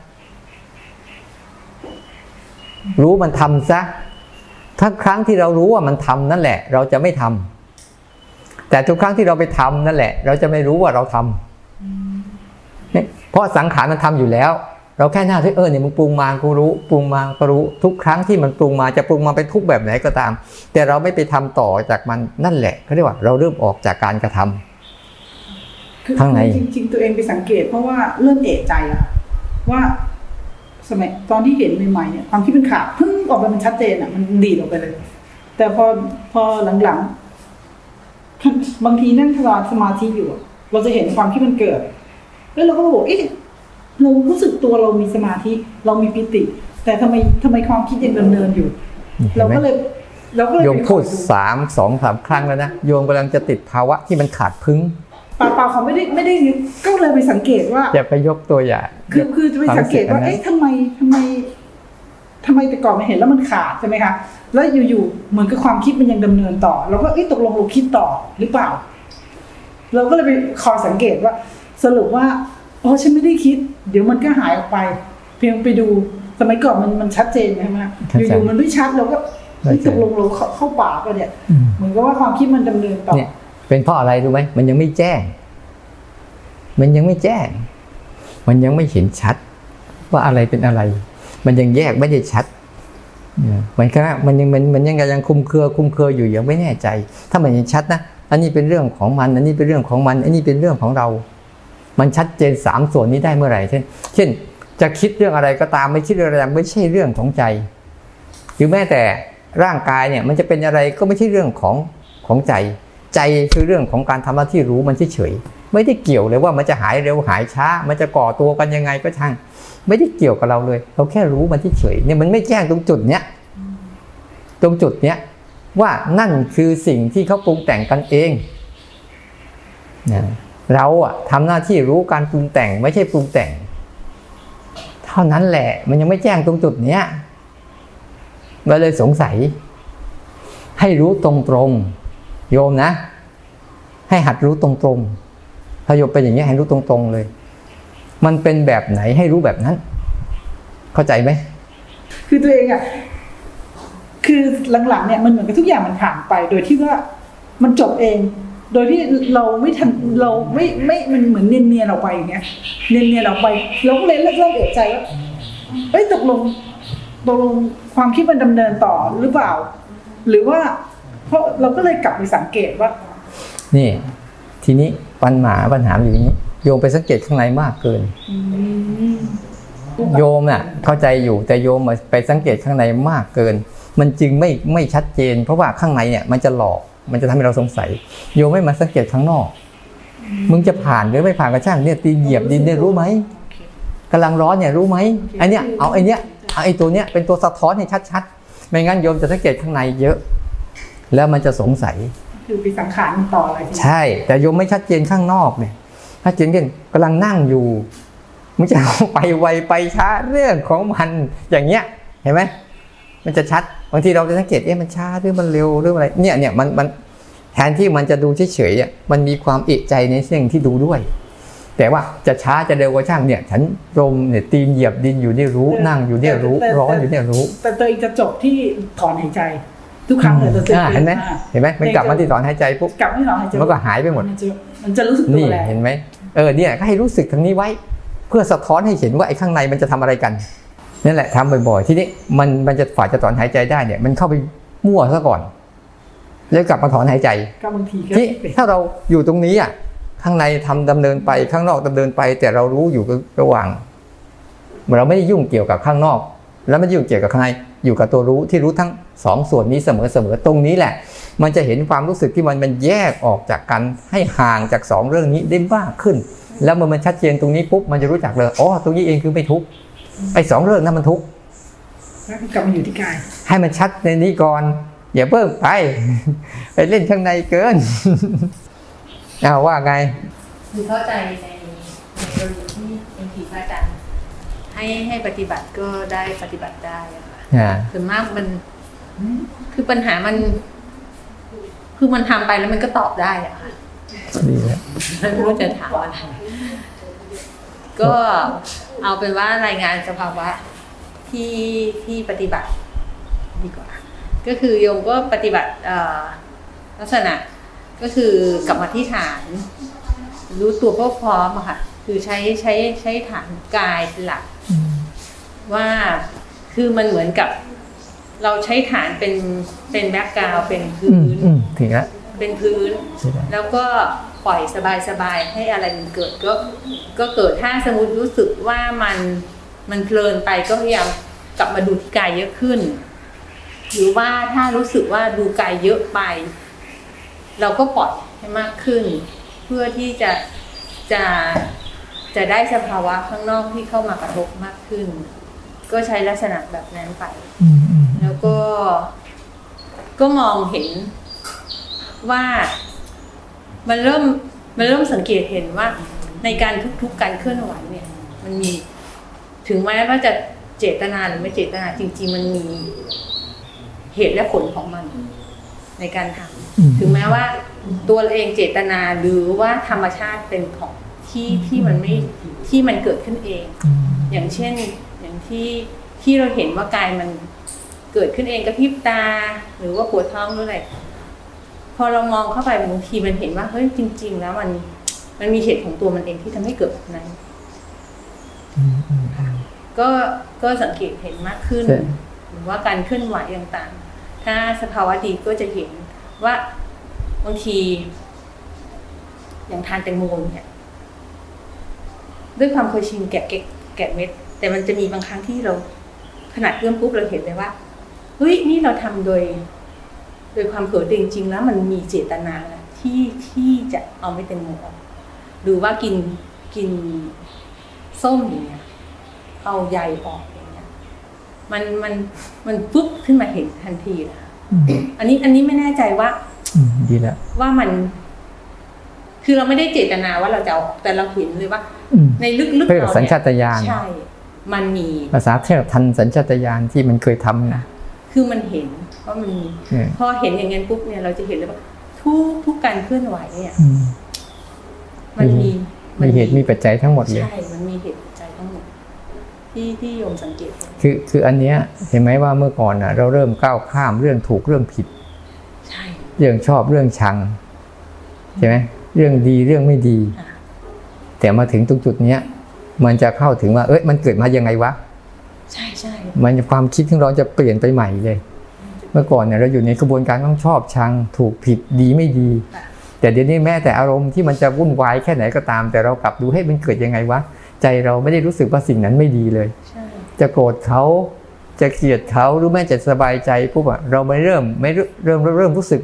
รู้มันทำซะถ้าครั้งที่เรารู้ว่ามันทำนั่นแหละเราจะไม่ทำแต่ทุกครั้งที่เราไปทำนั่นแหละเราจะไม่รู้ว่าเราทำเพราะสังขารมันทำอยู่แล้วเราแค่หน้าที่เออเนี่ยมึงปรุงมากูรู้ปรุงมาก็รู้ทุกครั้งที่มันปรุงมาจะปรุงมาเป็นทุกแบบไหนก็ตามแต่เราไม่ไปทำต่อจากมันนั่นแหละเขาเรียกว่าเราเริ่มออกจากการกระทำข้างในจริงๆตัวเองไปสังเกตเพราะว่าเริ่มเอะใจอะว่าสมัยตอนที่เห็นใหม่ๆเนี่ยความคิดเป็นขาดพึ่งออกไปมันชัดเจนอะมันดีดออกไปเลยแต่พอพอหลังๆบางทีนั่งทำงานสมาธิอยู่เราจะเห็นความคิดมันเกิดแล้วเราก็บอกเอ๊ะเรารู้สึกตัวเรามีสมาธิเรามีปิติแต่ทำไมทำไมความคิดยังดำเนินอยู่เราก็เลยเราก็เลยโยมพูดสามสองสามครั้งแล้วนะโยมกำลังจะติดภาวะที่มันขาดพึ่งเปล่าๆเขาไม่ได้ไม่ได้ก็เลยไปสังเกตว่าอย่าไปยกตัวอย่างคือคือจะไปสังเกตว่าเอ๊ะทำไมทำไมทำไมแต่ก่อนมันเห็นแล้วมันขาดใช่ไหมคะแล้วอยู่ๆเหมือนกับความคิดมันยังดำเนินต่อเราก็เอ๊ะตกลงเราคิดต่อหรือเปล่าเราก็เลยไปคอยสังเกตว่าสรุปว่าอ๋อฉันไม่ได้คิดเดี๋ยวมันก็หายออกไปเพียงไปดูสมัยก่อนมันมันชัดเจนใช่ไหมอยู่ๆมันไม่ชัดเราก็ตกลงเราเข้าป่าก็เนี่ยเหมือนกับว่าความคิดมันดำเนินต่อเป็นเพราะอะไรรู้ไหมมันยังไม่แจ้งมันยังไม่แจ้งมันยังไม่เห็นชัดว่าอะไรเป็นอะไรมันยังแยกไม่ได้ชัดมันก็มันยังมันมันยังยังคุมเครือคุมเครืออยู่ยังไม่แน่ใจถ้ามันยังชัดนะอันนี้เป็นเรื่องของมันอันนี้เป็นเรื่องของมันอันนี้เป็นเรื่องของเรามันชัดเจนสามส่วนนี้ได้เมื่อไหร่เช่นเช่นจะคิดเรื่องอะไรก็ตามไม่คิดเรื่องอะไรไม่ใช่เรื่องของใจหรือแม้แต่ร่างกายเนี่ยมันจะเป็นอะไรก็ไม่ใช่เรื่องของของใจใจคือเรื่องของการทำหน้าที่รู้มันเฉยๆไม่ได้เกี่ยวเลยว่ามันจะหายเร็วหายช้ามันจะก่อตัวกันยังไงก็ช่างไม่ได้เกี่ยวกับเราเลยเราแค่รู้มันเฉยๆเนี่ยมันไม่แจ้งตรงจุดเนี้ยตรงจุดเนี้ยว่านั่นคือสิ่งที่เขาปรุงแต่งกันเองนะเราอะทำหน้าที่รู้การปรุงแต่งไม่ใช่ปรุงแต่งเท่านั้นแหละมันยังไม่แจ้งตรงจุดเนี้ยเราเลยสงสัยให้รู้ตรงๆโยมนะให้หัดรู้ตรงๆถ้าโยมเป็นอย่างนี้ให้รู้ตรงๆเลยมันเป็นแบบไหนให้รู้แบบนั้นเข้าใจไหมคือตัวเองอะคือหลังๆเนี่ยมันเหมือนกับทุกอย่างมันผ่านไปโดยที่ว่ามันจบเองโดยที่เราไม่ทันเราไม่ไม่มันเหมือนเนียนๆออกไปอย่างเงี้ยเนียนๆออกไปเราก็เลยเริ่มเอะใจว่าเอ้ยตกลงตกลงความคิดมันดำเนินต่อหรือเปล่าหรือว่าเพราะเราก็เลยกลับไปสังเกตว่านี่ทีนี้ปัญหาปัญหาอยู่อย่างนี้โยมไปสังเกตข้างในมากเกินโยมน่ะเข้าใจอยู่แต่โยมไปสังเกตข้างในมากเกินมันจึงไม่ไม่ชัดเจนเพราะว่าข้างในเนี่ยมันจะหลอกมันจะทำให้เราสงสัยโยมไม่มาสังเกตข้างนอกมึงจะผ่านหรือไม่ผ่านก็ช่างเนี่ยตีเหยียบดินเนี่ยรู้ไหมกำลังร้อนเนี่ยรู้ไหมไอเนี้ยเอาไอเนี้ยเอาไอตัวเนี้ยเป็นตัวสะท้อนให้ชัดๆไม่งั้นโยมจะสังเกตข้างในเยอะแล้วมันจะสงสัยคือไปสังขารต่ออะไรใช่แต่โยมไม่ชัดเจนข้างนอกเนี่ยชัดเจนกันกำลังนั่งอยู่มึงจะไปไวไปช้าเรื่องของมันอย่างเงี้ยเห็นไหมมันจะชัดบางทีเราจะสังเกตเอ๊ะมันช้าหรือมันเร็วหรืออะไรเนี่ยเนี่ยมันมันแทนที่มันจะดูเฉยๆอ่ะมันมีความเอะใจในสิ่งที่ดูด้วยแต่ว่าจะช้าจะเร็วก็ช่างเนี่ยฉันลมเนี่ยตีนเหยียบดินอยู่นี่รู้นั่งอยู่เนี่ยรู้ร้อนอยู่เนี่ยรู้แต่ตัวเองจะจบที่ถอนหายใจทุกครั้งเลยตัวเองเห็นไหมเห็นไหมมันกลับมาที่ถอนหายใจปุ๊บกลับมาที่ถอนหายใจมันก็หายไปหมดมันจะรู้สึกตัวแล้วเห็นไหมเออเนี่ยก็ให้รู้สึกทางนี้ไว้เพื่อสะท้อนให้เห็นว่าไอ้ข้างในมันจะทำอะไรกันนั่นแหละทำบ่อยๆทีนี้มันมันจะฝ่าจะถอนหายใจได้เนี่ยมันเข้าไปมั่วซะก่อนแล้วกลับมาถอนหายใจก็บางทีที่ถ้าเราอยู่ตรงนี้อ่ะข้างในทำดำเนินไปข้างนอกดำเนินไปแต่เรารู้อยู่ระหว่างเราไม่ได้ยุ่งเกี่ยวกับข้างนอกแล้วไม่ยุ่งเกี่ยวกับข้างในอยู่กับตัวรู้ที่รู้ทั้งสองส่วนนี้เสมอๆตรงนี้แหละมันจะเห็นความรู้สึกที่มันมันแยกออกจากกันให้ห่างจากสองเรื่องนี้ได้มากขึ้นแล้วเมื่อมันชัดเจนตรงนี้ปุ๊บมันจะรู้จักเลยอ๋อตรงนี้เองคือไม่ทุกข์ไอ้สองเรื่องนั้นมันทุกข์กลับมาอยู่ที่กายให้มันชัดในนี้ก่อนอย่าเพิ่งไปไปเล่นข้างในเกินอ้าวว่าไงคือเข้าใจในในกรณีที่บางทีพระอาจารย์ให้ให้ปฏิบัติก็ได้ปฏิบัติได้ค่ะส่วนมากมันคือปัญหามันคือมันทำไปแล้วมันก็ตอบได้อะค่ะดีแล้วไม่รู้จะถามอะไรก็เอาเป็นว่ารายงานสภาวะที่ที่ปฏิบัติดีกว่าก็คือโยมก็ปฏิบัติลักษณะก็คือกลับมาที่ฐานรู้ตัวพร้อมอะค่ะคือใช้ใช้ใช้ฐานกายเป็นหลักว่าคือมันเหมือนกับเราใช้ฐานเป็นเป็นแบ็คกราวด์เป็นพื้นถึงแล้วเป็นพื้นแล้วก็ปล่อยสบายๆให้อะไรมันเกิดก็ก็เกิดถ้าสมมติรู้สึกว่ามันมันเพลินไปก็พยายามกลับมาดูที่กายเยอะขึ้นหรือว่าถ้ารู้สึกว่าดูกายเยอะไปเราก็ปล่อยให้มากขึ้นเพื่อที่จะจะจะได้สภาวะข้างนอกที่เข้ามากระทบมากขึ้นก็ใช้ลักษณะแบบนั้นไปแล้วก็ก็มองเห็นว่ามันเริ่มมันเริ่มสังเกตเห็นว่าในการทุกๆการเคลื่อนไหวเนี่ยมันมีถึงแม้ว่าจะเจตนาหรือไม่เจตนาจริงๆมันมีเหตุและผลของมันในการทำถึงแม้ว่าตัวเองเจตนาหรือว่าธรรมชาติเป็นของที่ที่มันไม่ที่มันเกิดขึ้นเองอย่างเช่นอย่างที่ที่เราเห็นว่ากายมันเกิดขึ้นเองกระพริบตาหรือว่าปวดท้องหรืออะไรพอเรามองเข้าไปบางทีมันเห็นว่าเฮ้ยจริงๆแล้วมันมันมีเหตุของตัวมันเองที่ทำให้เกิดแบบนั้นก็ก็สังเกตเห็นมากขึ้นหรือว่าการเคลื่อนไหวต่างๆถ้าสภาวะดีก็จะเห็นว่าบางทีอย่างทานแตงโมเนี่ยด้วยความเคยชินแกะแกะเม็ดแต่มันจะมีบางครั้งที่เราขนาดเอื้อมปุ๊บเราเห็นเลยว่าเฮ้ยนี่เราทำโดยโดยความเผลอจริงๆแล้วมันมีเจตนาที่ที่จะเอาไม่แตงโมออกหรือว่ากินกินส้มอย่างเงี้ยเอาใยออกอย่างเงี้ยมันมันมันปุ๊บขึ้นมาเห็นทันทีนะคะอันนี้อันนี้ไม่แน่ใจว่าดีแล้วว่ามันคือเราไม่ได้เจตนาว่าเราจะเอาแต่เราเห็นเลยว่าในลึกๆเราเนี่ยสัญชาตญาณใช่มันมีภาษาเทพทันสัญชาตญาณที่มันเคยทำนะคือมันเห็นว่ามันมีพอเห็นอย่างงั้นปุ๊บเนี่ยเราจะเห็นเลยว่าทุกทุกการเคลื่อนไหวเนี่ยมันมีมีเหตุมีปัจจัยทั้งหมดเลยใช่มันมีเหตุปัจจัยทั้งหมดที่ที่โยมสังเกตคือคืออันเนี้ยเห็นไหมว่าเมื่อก่อนอ่ะเราเริ่มก้าวข้ามเรื่องถูกเรื่องผิดใช่เรื่องชอบเรื่องชังใช่ไหมเรื่องดีเรื่องไม่ดีแต่มาถึงตรงจุดเนี้ยมันจะเข้าถึงว่าเอ้ยมันเกิดมายังไงวะใช่ใช่มันความคิดของเราจะเปลี่ยนไปใหม่เลยเมื่อก่อนเนี่ยเราอยู่ในกระบวนการต้องชอบชังถูกผิดดีไม่ดีแต่เดี๋ยวนี้แม้แต่อารมณ์ที่มันจะวุ่นวายแค่ไหนก็ตามแต่เรากลับดูให้มันเกิดยังไงวะใจเราไม่ได้รู้สึกว่าสิ่งนั้นไม่ดีเลยจะโกรธเขาจะเกลียดเขาหรือแม้จะสบายใจปุ๊บอะเราไม่เริ่มไม่เริ่มเริ่มรู้สึกว่า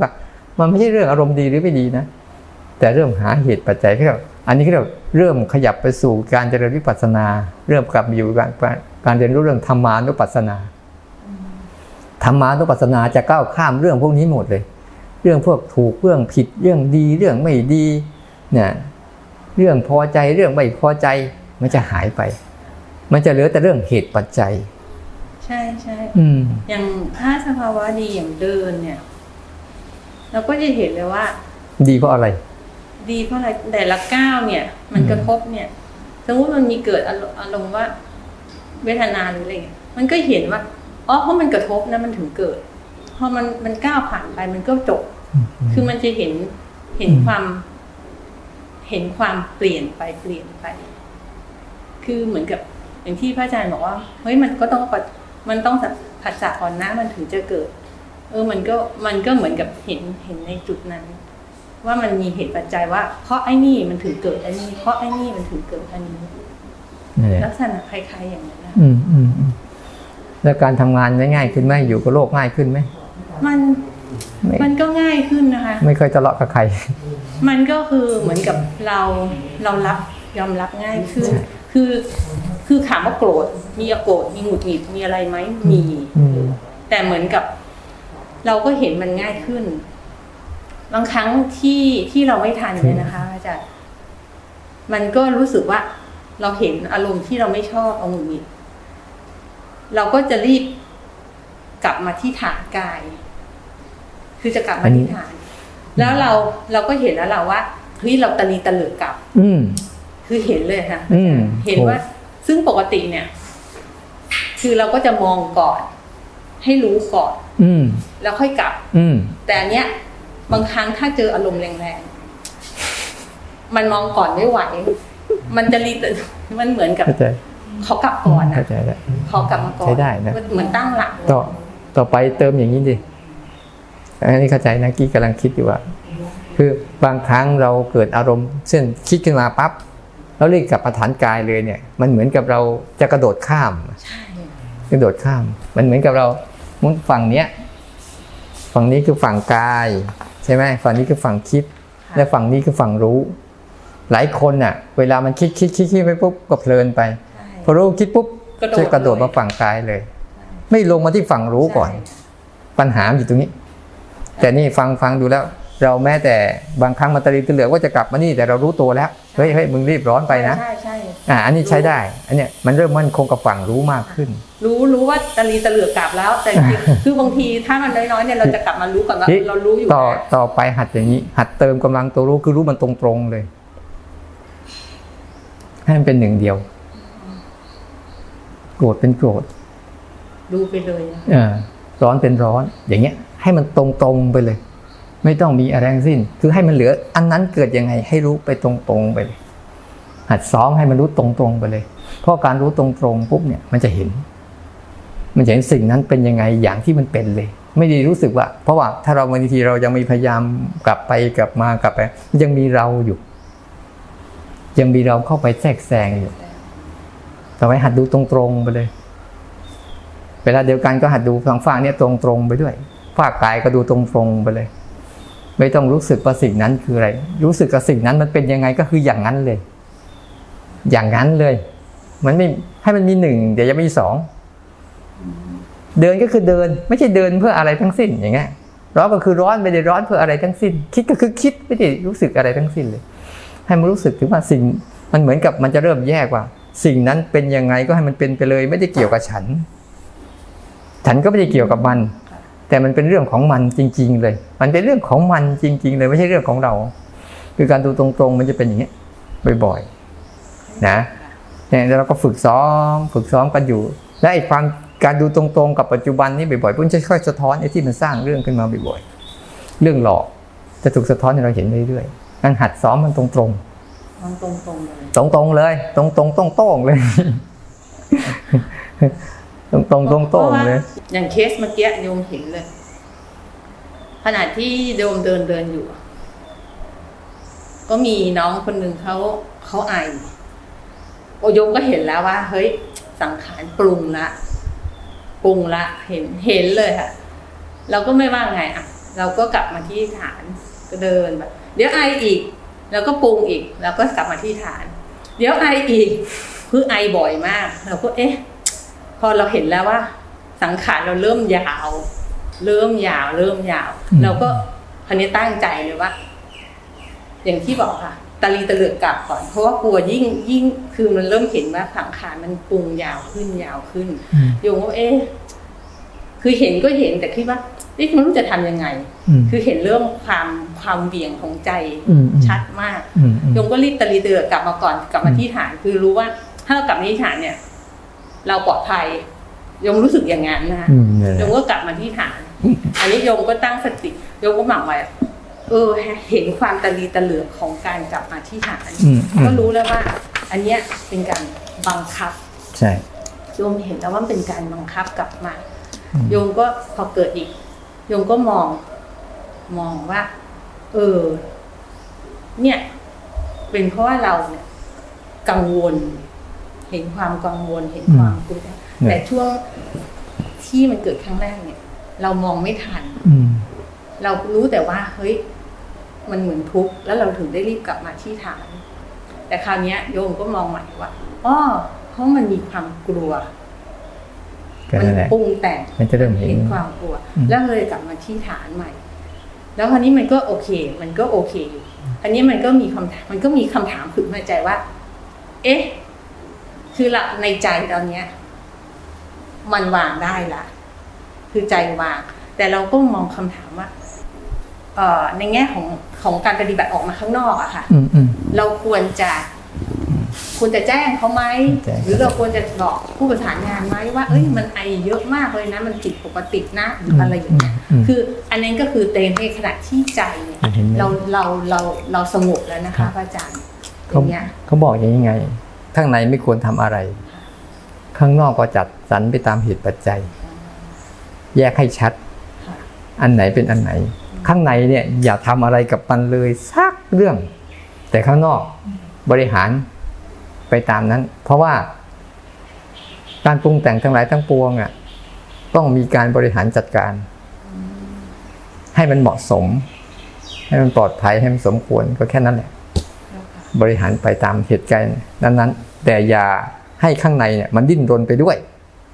มันไม่ใช่เรื่องอารมณ์ดีหรือไม่ดีนะแต่เริ่มหาเหตุปัจจัยที่เราอันนี้ก็เราเริ่มขยับไปสู่การเจริญวิปัสสนาเริ่มกลับมาอยู่การการเรียนรู้เรื่องธรรมานุปัสสนาธรรมานุปัสสนาจะก้าวข้ามเรื่องพวกนี้หมดเลยเรื่องพวกถูกเรื่องผิดเรื่องดีเรื่องไม่ดีเนี่ยเรื่องพอใจเรื่องไม่พอใจมันจะหายไปมันจะเหลือแต่เรื่องเหตุปัจจัยใช่ใช่อย่างถ้าสภาวะดีอย่างเดินเนี่ยเราก็จะเห็นเลยว่าดีเพราะอะไรดีเพราะอะไรแต่ละก้าวเนี่ยมันกระทบเนี่ยสมมติมันมีเกิดอารมณ์ว่าเวทนาหรืออะไรมันก็เห็นว่าอ๋อเพราะมันกระทบนะมันถึงเกิดพอมันมันก้าวผ่านไปมันก็จบคือมันจะเห็นเห็นความเห็นความเปลี่ยนไปเปลี่ยนไปคือเหมือนกับอย่างที่พระอาจารย์บอกว่าเฮ้ยมันก็ต้องมันต้องผัสสะก่อนนะมันถึงจะเกิดเออมันก็มันก็เหมือนกับเห็นเห็นในจุดนั้นว่ามันมีเหตุปัจจัยว่าเพราะไอ้นี่มันถึงเกิดไอ้นี่เพราะไอ้นี่มันถึงเกิดอันนี้ลักษณะคล้ายๆอย่างนั้นนะอืมอืมแล้วการทำงานง่ายขึ้นไหมอยู่กับโลกง่ายขึ้นไหมมันมันก็ง่ายขึ้นนะคะไม่เคยทะเลาะกับใครมันก็คือเหมือนกับเราเรารับยอมรับง่ายขึ้นคือคือถามว่าโกรธมีโกรธมีหงุดหงิดมีอะไรไหมมีแต่เหมือนกับเราก็เห็นมันง่ายขึ้นบางครั้งที่ที่เราไม่ทันเนี่ยนะคะอาจารย์มันก็รู้สึกว่าเราเห็นอารมณ์ที่เราไม่ชอบเอาหงุดหงิดเราก็จะรีบกลับมาที่ฐานกายคือจะกลับมาที่ฐานแล้วเราเราก็เห็นแล้วเราว่าเฮ้ยเราตะลีตะเหลือกลับคือเห็นเลยค่ะเห็นว่าซึ่งปกติเนี่ยคือเราก็จะมองก่อนให้รู้ก่อนแล้วค่อยกลับแต่อันเนี้ยบางครั้งถ้าเจออารมณ์แรงๆมันมองก่อนไม่ไหวมันจะรีมันเหมือนกับเขากลับก่อนนะเขากลับมาก่อนใช้ได้นะเหมือนตั้งหลักต่อต่อไปเติมอย่างนี้ดิอันนี้เข้าใจนะกี้กำลังคิดอยู่ว่าคือบางครั้งเราเกิดอารมณ์เช่นคิดขึ้นมาปั๊บแล้วรีบกลับมาฐานกายเลยเนี่ยมันเหมือนกับเราจะกระโดดข้ามกระโดดข้ามมันเหมือนกับเรามุนฝั่งเนี้ยฝั่งนี้คือฝั่งกายใช่ไหมฝั่งนี้คือฝั่งคิดและฝั่งนี้คือฝั่งรู้หลายคนน่ะเวลามันคิดคิดคิดคิดไปปุ๊บก็เพลินไปพอรู้คิดปุ๊บจะกระโดดมาฝั่งกายเลยไม่ลงมาที่ฝั่งรู้ก่อนปัญหาอยู่ตรงนี้แต่นี่ฟังฟังดูแล้วเราแม้แต่บางครั้งมันตะลีตะเหลือกว่าจะกลับมานี่แต่เรารู้ตัวแล้วเฮ้ยเฮ้ยมึงรีบร้อนไปนะใช่ใช่อ่าอันนี้ใช้ได้อันเนี้ยมันเริ่มมั่นคงกับฝั่งรู้มากขึ้นรู้รู้ว่าตะลีตะเหลือกกลับแล้วแต่คือบางทีถ้ามันน้อยๆเนี่ยเราจะกลับมารู้ก่อนว่าเรารู้อยู่ต่อต่อไปหัดอย่างนี้หัดเติมกำลังตัวรู้คือรู้มันตรงๆเลยให้มันเป็นหนึ่งเดียวโกรธเป็นโกรธดูไปเลยอ่าร้อนเป็นร้อนอย่างเงี้ยให้มันตรงๆไปเลยไม่ต้องมีอะไรทั้งสิ้นคือให้มันเหลืออันนั้นเกิดยังไงให้รู้ไปตรงๆไปเลยหัดซ้อมให้มันรู้ตรงๆไปเลยเพราะการรู้ตรงๆปุ๊บเนี่ยมันจะเห็นมันจะเห็นสิ่งนั้นเป็นยังไงอย่างที่มันเป็นเลยไม่ได้รู้สึกว่าเพราะว่าถ้าเราบางทีเรายังมีพยายามกลับไปกลับมากลับไปยังมีเราอยู่ยังมีเราเข้าไปแทรกแซงอยู่ต่อไปหัดดูตรงๆไปเลยเวลาเดียวกันก็หัดดูฝั่งฝั่งเนี่ยตรงๆไปด้วยฝ่ายกายก็ดูตรงๆไปเลยไม่ต้องรู้สึกว่าสิ่งนั้นคืออะไรรู้สึกกับสิ่งนั้นมันเป็นยังไงก็คืออย่างนั้นเลยอย่างนั้นเลยมันไม่ให้มันมีหนึ่งเดี๋ยวจะมีสองเดินก็คือเดินไม่ใช่เดินเพื่ออะไรทั้งสิ้นอย่างเงี้ยร้อนก็คือร้อนไม่ได้ร้อนเพื่ออะไรทั้งสิ้นคิดก็คือคิดไม่ได้รู้สึกอะไรทั้งสิ้นเลยให้มันรู้สึกถึงว่าสิ่งมันเหมือนกับมันจะเริ่มแยกว่าสิ่งนั้นเป็นยังไงก็ให้มันเป็นไปเลยไม่ได้เกี่ยวกับฉันฉันก็ไม่ได้เกี่ยวกับมันแต่มันเป็นเรื่องของมันจริงๆเลยมันเป็นเรื่องของมันจริงๆเลยไม่ใช่เรื่องของเราคือการดูตรงๆมันจะเป็นอย่างนี้บ่อยๆนะเนี่ยเราก็ฝึกซ้อมฝึกซ้อมกันอยู่และไอ้ความการดูตรงๆกับปัจจุบันนี้บ่อยๆมันจะค่อยสะท้อนไอ้ที่มันสร้างเรื่องขึ้นมาบ่อยๆเรื่องหลอกจะถูกสะท้อนให้เราเห็นเรื่อยๆงั้นหัดซ้อมมันตรงๆตรงๆเลยตรงๆเลยตรงๆโต้งๆเลยตรงตรงตรงตรงเลยอย่างเคสเมื่อกี้โยมเห็นเลยขณะที่โยมเดินเดินอยู่ก็มีน้องคนหนึ่งเขาเขาไอโอโยมก็เห็นแล้วว่าเฮ้ยสังขารปรุงละปรุงละเห็นเห็นเลยค่ะเราก็ไม่ว่าไงอ่ะเราก็กลับมาที่ฐานก็เดินแบบเดี๋ยวไออีกแล้วก็ปรุงอีกแล้วก็กลับมาที่ฐานเดี๋ยวไออีกคือไอบ่อยมากเราก็เอ๊ะพอเราเห็นแล้วว่าสังขารเราเริ่มยาวเริ่มยาวเริ่มยาวเราก็คันนี้ตั้งใจเลยว่าอย่างที่บอกค่ะตะลีตะเลือกกลับก่อนเพราะว่ากลัวยิ่งยิ่งคือมันเริ่มเห็นว่าสังขารมันปรุงยาวขึ้นยาวขึ้นโยมว่าเอ๊ะคือเห็นก็เห็นแต่คิดว่าเอ๊ะไม่รู้จะทำยังไงคือเห็นเรื่องความความเบี่ยงของใจชัดมากโยมก็รีบตะลีตะเลือกกลับมาก่อนกลับมาที่ฐานคือรู้ว่าถ้าเรากลับมาที่ฐานเนี่ยเราปลอดภัยโยมรู้สึกอย่างนั้นนะโยมก็กลับมาที่ฐานอันนี้โยมก็ตั้งสติโยมก็หมั่นไว้เออเห็นความตะลีตะเหลือกของการกลับมาที่ฐานก็รู้แล้วว่าอันเนี้ยเป็นการบังคับใช่โยมเห็นแล้วว่าเป็นการบังคับกลับมาโยมก็พอเกิดอีกโยมก็มองมองว่าเออเนี่ยเป็นเพราะว่าเราเนี่ยกังวลเห็นความกังวลเห็นความกลัวแต่ช่วงที่มันเกิดครั้งแรกเนี่ยเรามองไม่ทันเรารู้แต่ว่าเฮ้ยมันเหมือนทุกข์แล้วเราถึงได้รีบกลับมาที่ฐานแต่คราวนี้โยมก็มองใหม่ว่าอ๋อเพราะมันมีความกลัวมันปรุงแต่งมันจะเริ่มเห็นความกลัวแล้วเลยกลับมาที่ฐานใหม่แล้วคราวนี้มันก็โอเคมันก็โอเคอยู่อันนี้มันก็มีคำมันก็มีคำถามขึ้นมาใจว่าเอ๊ะคือละในใจตอนเนี้ยมันวางได้ละคือใจวางแต่เราก็มองคำถามว่าเอ่อในแง่ของของการปฏิบัติออกมาข้างนอกอะค่ะเราควรจะควรจะแจ้งเขาไหมหรือเราควรจะบอกผู้ประสานงานไหมว่าเอ้ยมันไอเยอะมากเลยนะมันผิดปกตินะอะไรอย่างเงี้ยคืออันนั้นก็คือเต็มในขณะที่ใจเนี่ยเราเราเราเราสงบแล้วนะคะพระอาจารย์อย่างเงี้ยเขาบอกอย่างยังไงข้างในไม่ควรทำอะไรข้างนอกก็จัดสรรไปตามเหตุปัจจัยแยกให้ชัดอันไหนเป็นอันไหนข้างในเนี่ยอย่าทำอะไรกับมันเลยสักเรื่องแต่ข้างนอกบริหารไปตามนั้นเพราะว่าการปรุงแต่งทั้งหลายทั้งปวงอ่ะต้องมีการบริหารจัดการให้มันเหมาะสมให้มันปลอดภัยให้มันสมควรก็แค่นั้นแหละบริหารไปตามเหตุการณ์นั้นๆแต่อย่าให้ข้างในเนี่ยมันดิ้นรนไปด้วย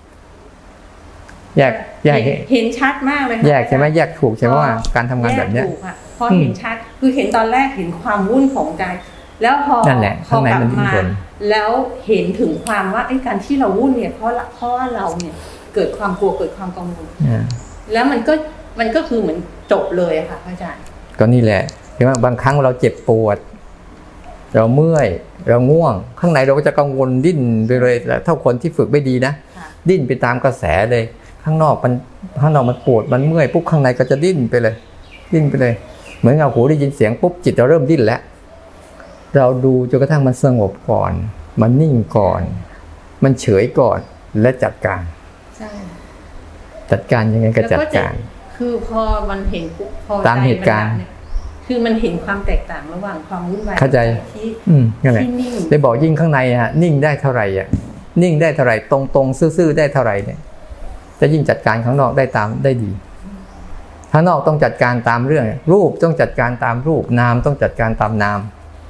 แยกแยกเห็นชัดมากเลยแยกใช่ไหมแยกถูกใช่ไหมว่าการทำงานแบบนี้ถูกค่ะพอเห็นชัดคือเห็นตอนแรกเห็นความวุ่นของใจแล้วพอพอกลับมาแล้วเห็นถึงความว่าไอ้การที่เราวุ่นเนี่ยเพราะเพราะว่าเราเนี่ยเกิดความกลัวเกิดความกังวลแล้วมันก็มันก็คือเหมือนจบเลยค่ะอาจารย์ก็นี่แหละเห็นไหมบางครั้งเราเจ็บปวดเราเมื่อยเราง่วงข้างในเราก็จะกังวลดิ้นไปเลยแต่ถ้าคนที่ฝึกไม่ดีนะดิ้นไปตามกระแสเลยข้างนอกมันข้างนอกมันปวดมันเมื่อยปุ๊บข้างในก็จะดิ้นไปเลยดิ้นไปเลยเหมือนเราหูได้ยินเสียงปุ๊บจิตเราเริ่มดิ้นแล้วเราดูจนกระทั่งมันสงบก่อนมันนิ่งก่อนมันเฉยก่อนและจัดการใช่จัดการยังไงก็จัดการคือพอมันเห็นปุ๊บพอตามเหตุการณ์คือมันเห็นความแตกต่างระหว่างความวุ่นวายเข้าใจที่ที่นิ่งได้บอกยิ่งข้างในฮะนิ่งได้เท่าไหร่อ่ะนิ่งได้เท่าไหร่ตรงตรงซื่อๆได้เท่าไหร่เนี่ยจะยิ่งจัดการข้างนอกได้ตามได้ดีข้างนอกต้องจัดการตามเรื่องรูปต้องจัดการตามรูปนามต้องจัดการตามนาม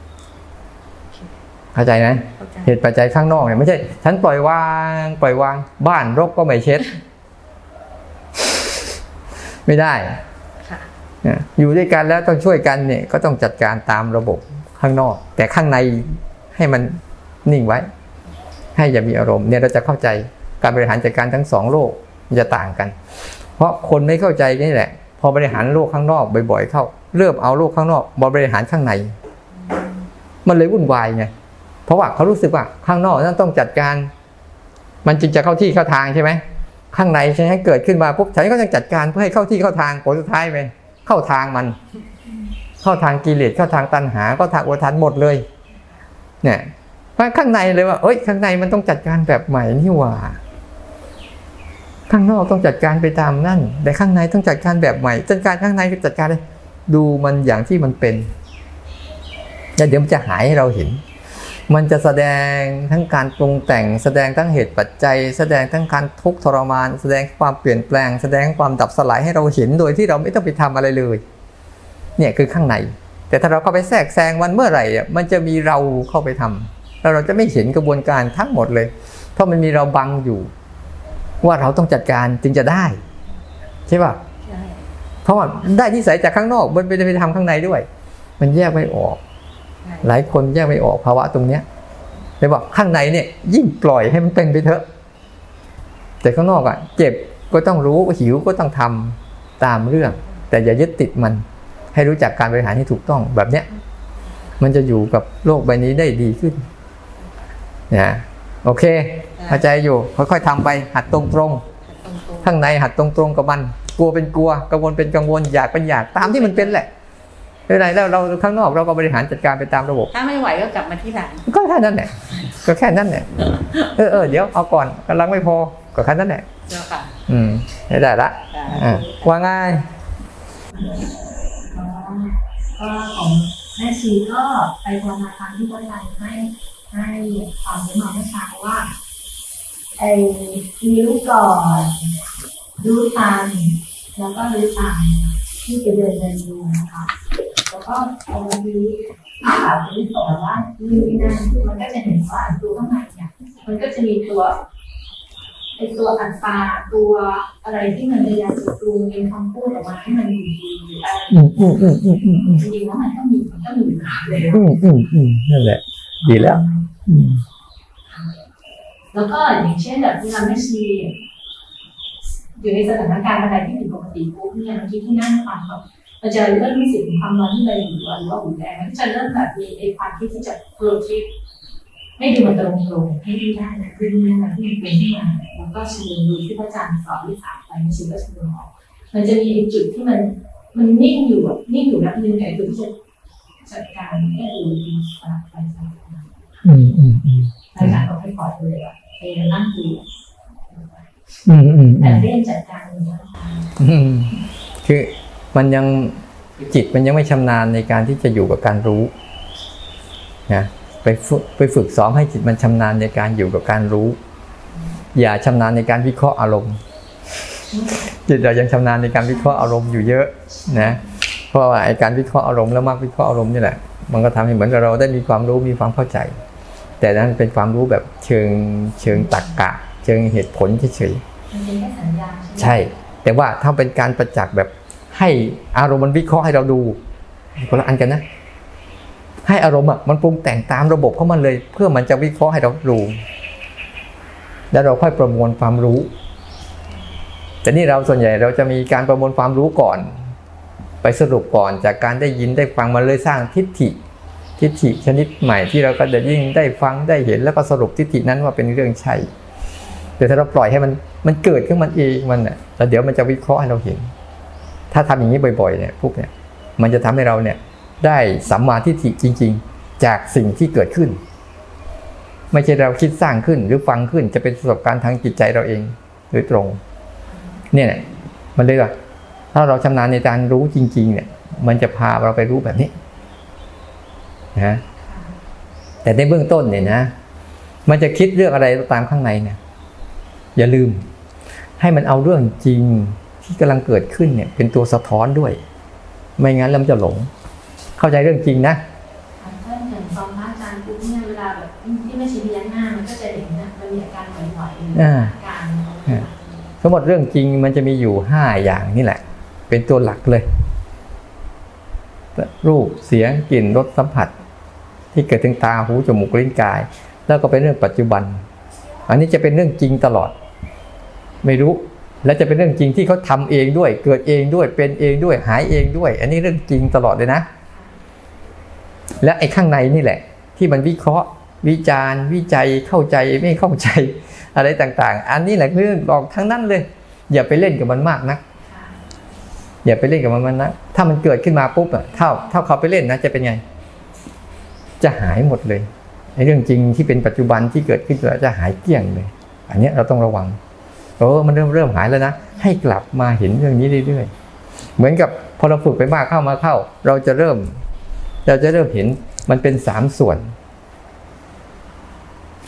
เข้าใจไหมเหตุปัจจัยข้างนอกเนี่ยไม่ใช่ฉันปล่อยวางปล่อยวางบ้านรกก็ไม่เช็ดไม่ได้อยู่ด้วยกันแล้วต้องช่วยกันเนี่ยก็ต้องจัดการตามระบบข้างนอกแต่ข้างในให้มันนิ่งไว้ให้อย่ามีอารมณ์เนี่ยเราจะเข้าใจการบริหารจัดการทั้งสองโลกมันจะต่างกันเพราะคนไม่เข้าใจนี่แหละพอบริหารโลกข้างนอกบ่อยๆเข้าเริ่มเอาโลกข้างนอกมาบริหารข้างในมันเลยวุ่นวายไงเพราะว่าเขารู้สึกว่าข้างนอกนั้นต้องจัดการมันจึงจะเข้าที่เข้าทางใช่ไหมข้างในฉันให้เกิดขึ้นมาปุ๊บฉันก็ต้องจัดการเพื่อให้เข้าที่เข้าทางผลสุดท้ายไปเข้าทางมันเข้าทางกิเลสเข้าทางตัณหาก็ทางอุทานหมดเลยเนี่ยเพราะข้างในเลยว่าเอ้ยข้างในมันต้องจัดการแบบใหม่นี่หว่าข้างนอกต้องจัดการไปตามนั่นแต่ข้างในต้องจัดการแบบใหม่จัดการข้างในจัดการเลยดูมันอย่างที่มันเป็นแล้วเดี๋ยวมันจะหายให้เราเห็นมันจะแสดงทั้งการปรุงแต่งแสดงทั้งเหตุปัจจัยแสดงทั้งการทุกข์ทรมานแสดงความเปลี่ยนแปลงแสดงความดับสลายให้เราเห็นโดยที่เราไม่ต้องไปทำอะไรเลยเนี่ยคือข้างในแต่ถ้าเราเข้าไปแทรกแซงมันเมื่อไหร่อ่ะมันจะมีเราเข้าไปทำแล้วเราจะไม่เห็นกระบวนการทั้งหมดเลยเพราะมันมีเราบังอยู่ว่าเราต้องจัดการจึงจะได้ใช่ป่ะใช่เพราะว่าได้นิสัยจากข้างนอกมันไปไปทำข้างในด้วยมันแยกไม่ออกหลายคนแยกไม่ออกภาวะตรงเนี้ยเลยบอกข้างในเนี่ยยิ่งปล่อยให้มันเป็นไปเถอะแต่ข้างนอกอ่ะเจ็บก็ต้องรู้หิวก็ต้องทำตามเรื่องแต่อย่ายึดติดมันให้รู้จักการบริหารที่ถูกต้องแบบเนี้ยมันจะอยู่กับโลกใบนี้ได้ดีขึ้นนะโอเคเข้าใจอยู่ค่อยๆทำไปหัดตรงๆข้างในหัดตรงๆกับมันกลัวเป็นกลัวกังวลเป็นกังวลอยากเป็นอยากตามที่มันเป็นแหละไม่เป็นไรแล้วเราข้างนอกเราก็บริหารจัดการไปตามระบบถ้าไม่ไหวก็กลับมาที่หลังก็แค่นั้นแหละก็แค่นั้นแหละเออเออเดี๋ยวเอาก่อนกำลังไม่พอก็แค่นั้นแหละเจ้าค่ะอืมได้ละอ่าว่าง่ายก็ของแม่ชีก็ไปภาวนาทางที่วัดไทยให้ให้ความรู้มาเมื่อเช้าว่าไอ้มีรู้ก่อนรู้ทันแล้วก็รู้ตามที่จะเดินเดินดูนะคะแล้วก็ตรงนี้ถ้าถามที่สอนว่ามีนั่นมันก็จะเห็นว่าตัวข้างในเนี่ยมันก็จะมีตัวไอ้ตัวอัตตาตัวอะไรที่มันพยายามจะปรุงเป็นคำพูดออกมาให้มันดีๆอะไรอืมอืมอืมอืมอืมอืมจริงๆแล้วมันก็มีมันก็มีเลยอืมอืมอืมนั่นแหละดีแล้วอืมแล้วก็อย่างเช่นแบบที่เราไม่ชีอยู่ในสถานการณ์อะไรที่ผิดปกติปุ๊บเนี่ยบางทีที่นั่งฟังแบบมันจะเริ่มรู้สึกถึงความร้อนที่เราอยู่หรือว่าหุ่นแรงมันจะเริ่มแบบมีไอ้ความคิดที่จะโปรทิปให้ดูมันตรงๆให้ดูได้นะคือเนี่ยนะที่มันเป็นขึ้นมาแล้วก็ชิมดูที่พระอาจารย์สอนที่สามไปไม่ชิมก็ชิมดูออกมันจะมีจุดที่มันมันนิ่งอยู่แบบนิ่งอยู่นับนึงแต่จุดที่จะจัดการให้ดูดีสลับไปสลับมาอืมอืมอืมอาจารย์บอกให้ปล่อยเลยอ่ะไปนั่งดูอืมอืมแต่เรื่องจัดการมันยังอืมคือมันยังจิตมันยังไม่ชำนาญในการที่จะอยู่กับการรู้นะไปฝึกไปฝึกซ้อมให้จิตมันชำนาญในการอยู่กับการรู้อย่าชำนาญในการวิเคราะห์อารมณ์จิตเรายังชำนาญในการวิเคราะห์อารมณ์อยู่เยอะนะเพราะว่าไอ้การวิเคราะห์อารมณ์แล้วมากวิเคราะห์อารมณ์นี่แหละมันก็ทำให้เหมือนกับเราได้มีความรู้มีความเข้าใจแต่นั้นเป็นความรู้แบบเชิงเชิงตรรกะเชิงเหตุผลเฉยๆใช่แต่ว่าถ้าเป็นการประจักษ์แบบให้อารมณ์มันวิเคราะห์ให้เราดูคนละอันกันนะให้อารมณ์อ่ะมันปรุงแต่งตามระบบของมันเลยเพื่อมันจะวิเคราะห์ให้เราดูแล้วเราค่อยประมวลความรู้แต่นี่เราส่วนใหญ่เราจะมีการประมวลความรู้ก่อนไปสรุปก่อนจากการได้ยินได้ฟังมันเลยสร้างทิฏฐิทิฏฐิชนิดใหม่ที่เราก็จะยิ่งได้ฟังได้เห็นแล้วก็สรุปทิฏฐินั้นว่าเป็นเรื่องใช่แต่ถ้าเราปล่อยให้มันมันเกิดขึ้นมันเองมันน่ะแล้วเดี๋ยวมันจะวิเคราะห์ให้เราเห็นถ้าทำอย่างนี้บ่อยๆเนี่ยพวกเนี่ยมันจะทำให้เราเนี่ยได้สัมมาทิฏฐิจริงๆจากสิ่งที่เกิดขึ้นไม่ใช่เราคิดสร้างขึ้นหรือฟังขึ้นจะเป็นประสบการณ์ทางจิตใจเราเองโดยตรงเนี่ยมันเลยว่าถ้าเราชำนาญในการรู้จริงๆเนี่ยมันจะพาเราไปรู้แบบนี้นะแต่ในเบื้องต้นเนี่ยนะมันจะคิดเรื่องอะไรตามข้างในเนี่ยอย่าลืมให้มันเอาเรื่องจริงที่กำลังเกิดขึ้นเนี่ยเป็นตัวสะท้อนด้วยไม่งั้นแล้วมันจะหลงเข้าใจเรื่องจริงนะถ้าอย่างตอนพระอาจารย์ปุ๊บเนี่ยเวลาแบบที่ไม่ชี้พยัญชนะมันก็จะเห็นนะมันมีอาการไหวๆอาการทั้งหมดเรื่องจริงมันจะมีอยู่ห้าอย่างนี่แหละเป็นตัวหลักเลยรูปเสียงกลิ่นรสสัมผัสที่เกิดถึงตาหูจมูกลิ้นกายแล้วก็เป็นเรื่องปัจจุบันอันนี้จะเป็นเรื่องจริงตลอดไม่รู้และจะเป็นเรื่องจริงที่เขาทำเองด้วยเกิดเองด้วยเป็นเองด้วยหายเองด้วยอันนี้เรื่องจริงตลอดเลยนะและไอ้ข้างในนี่แหละที่มันวิเคราะห์วิจารณ์วิจัยเข้าใจไม่เข้าใจอะไรต่างๆอันนี้แหละเรื่องหลอกทั้งนั้นเลยอย่าไปเล่นกับมันมากนักอย่าไปเล่นกับมันนะถ้ามันเกิดขึ้นมาปุ๊บอ่ะเท่าเท่าเขาไปเล่นนะจะเป็นไงจะหายหมดเลยไอ้เรื่องจริงที่เป็นปัจจุบันที่เกิดขึ้นแล้วจะหายเกลี้ยงเลยอันนี้เราต้องระวังโอ้มันเริ่มเริ่มหายแล้วนะให้กลับมาเห็นเรื่องนี้เรื่อยๆเหมือนกับพอเราฝึกไปมากเข้ามาเข้าเราจะเริ่มเราจะเริ่มเห็นมันเป็นสามส่วน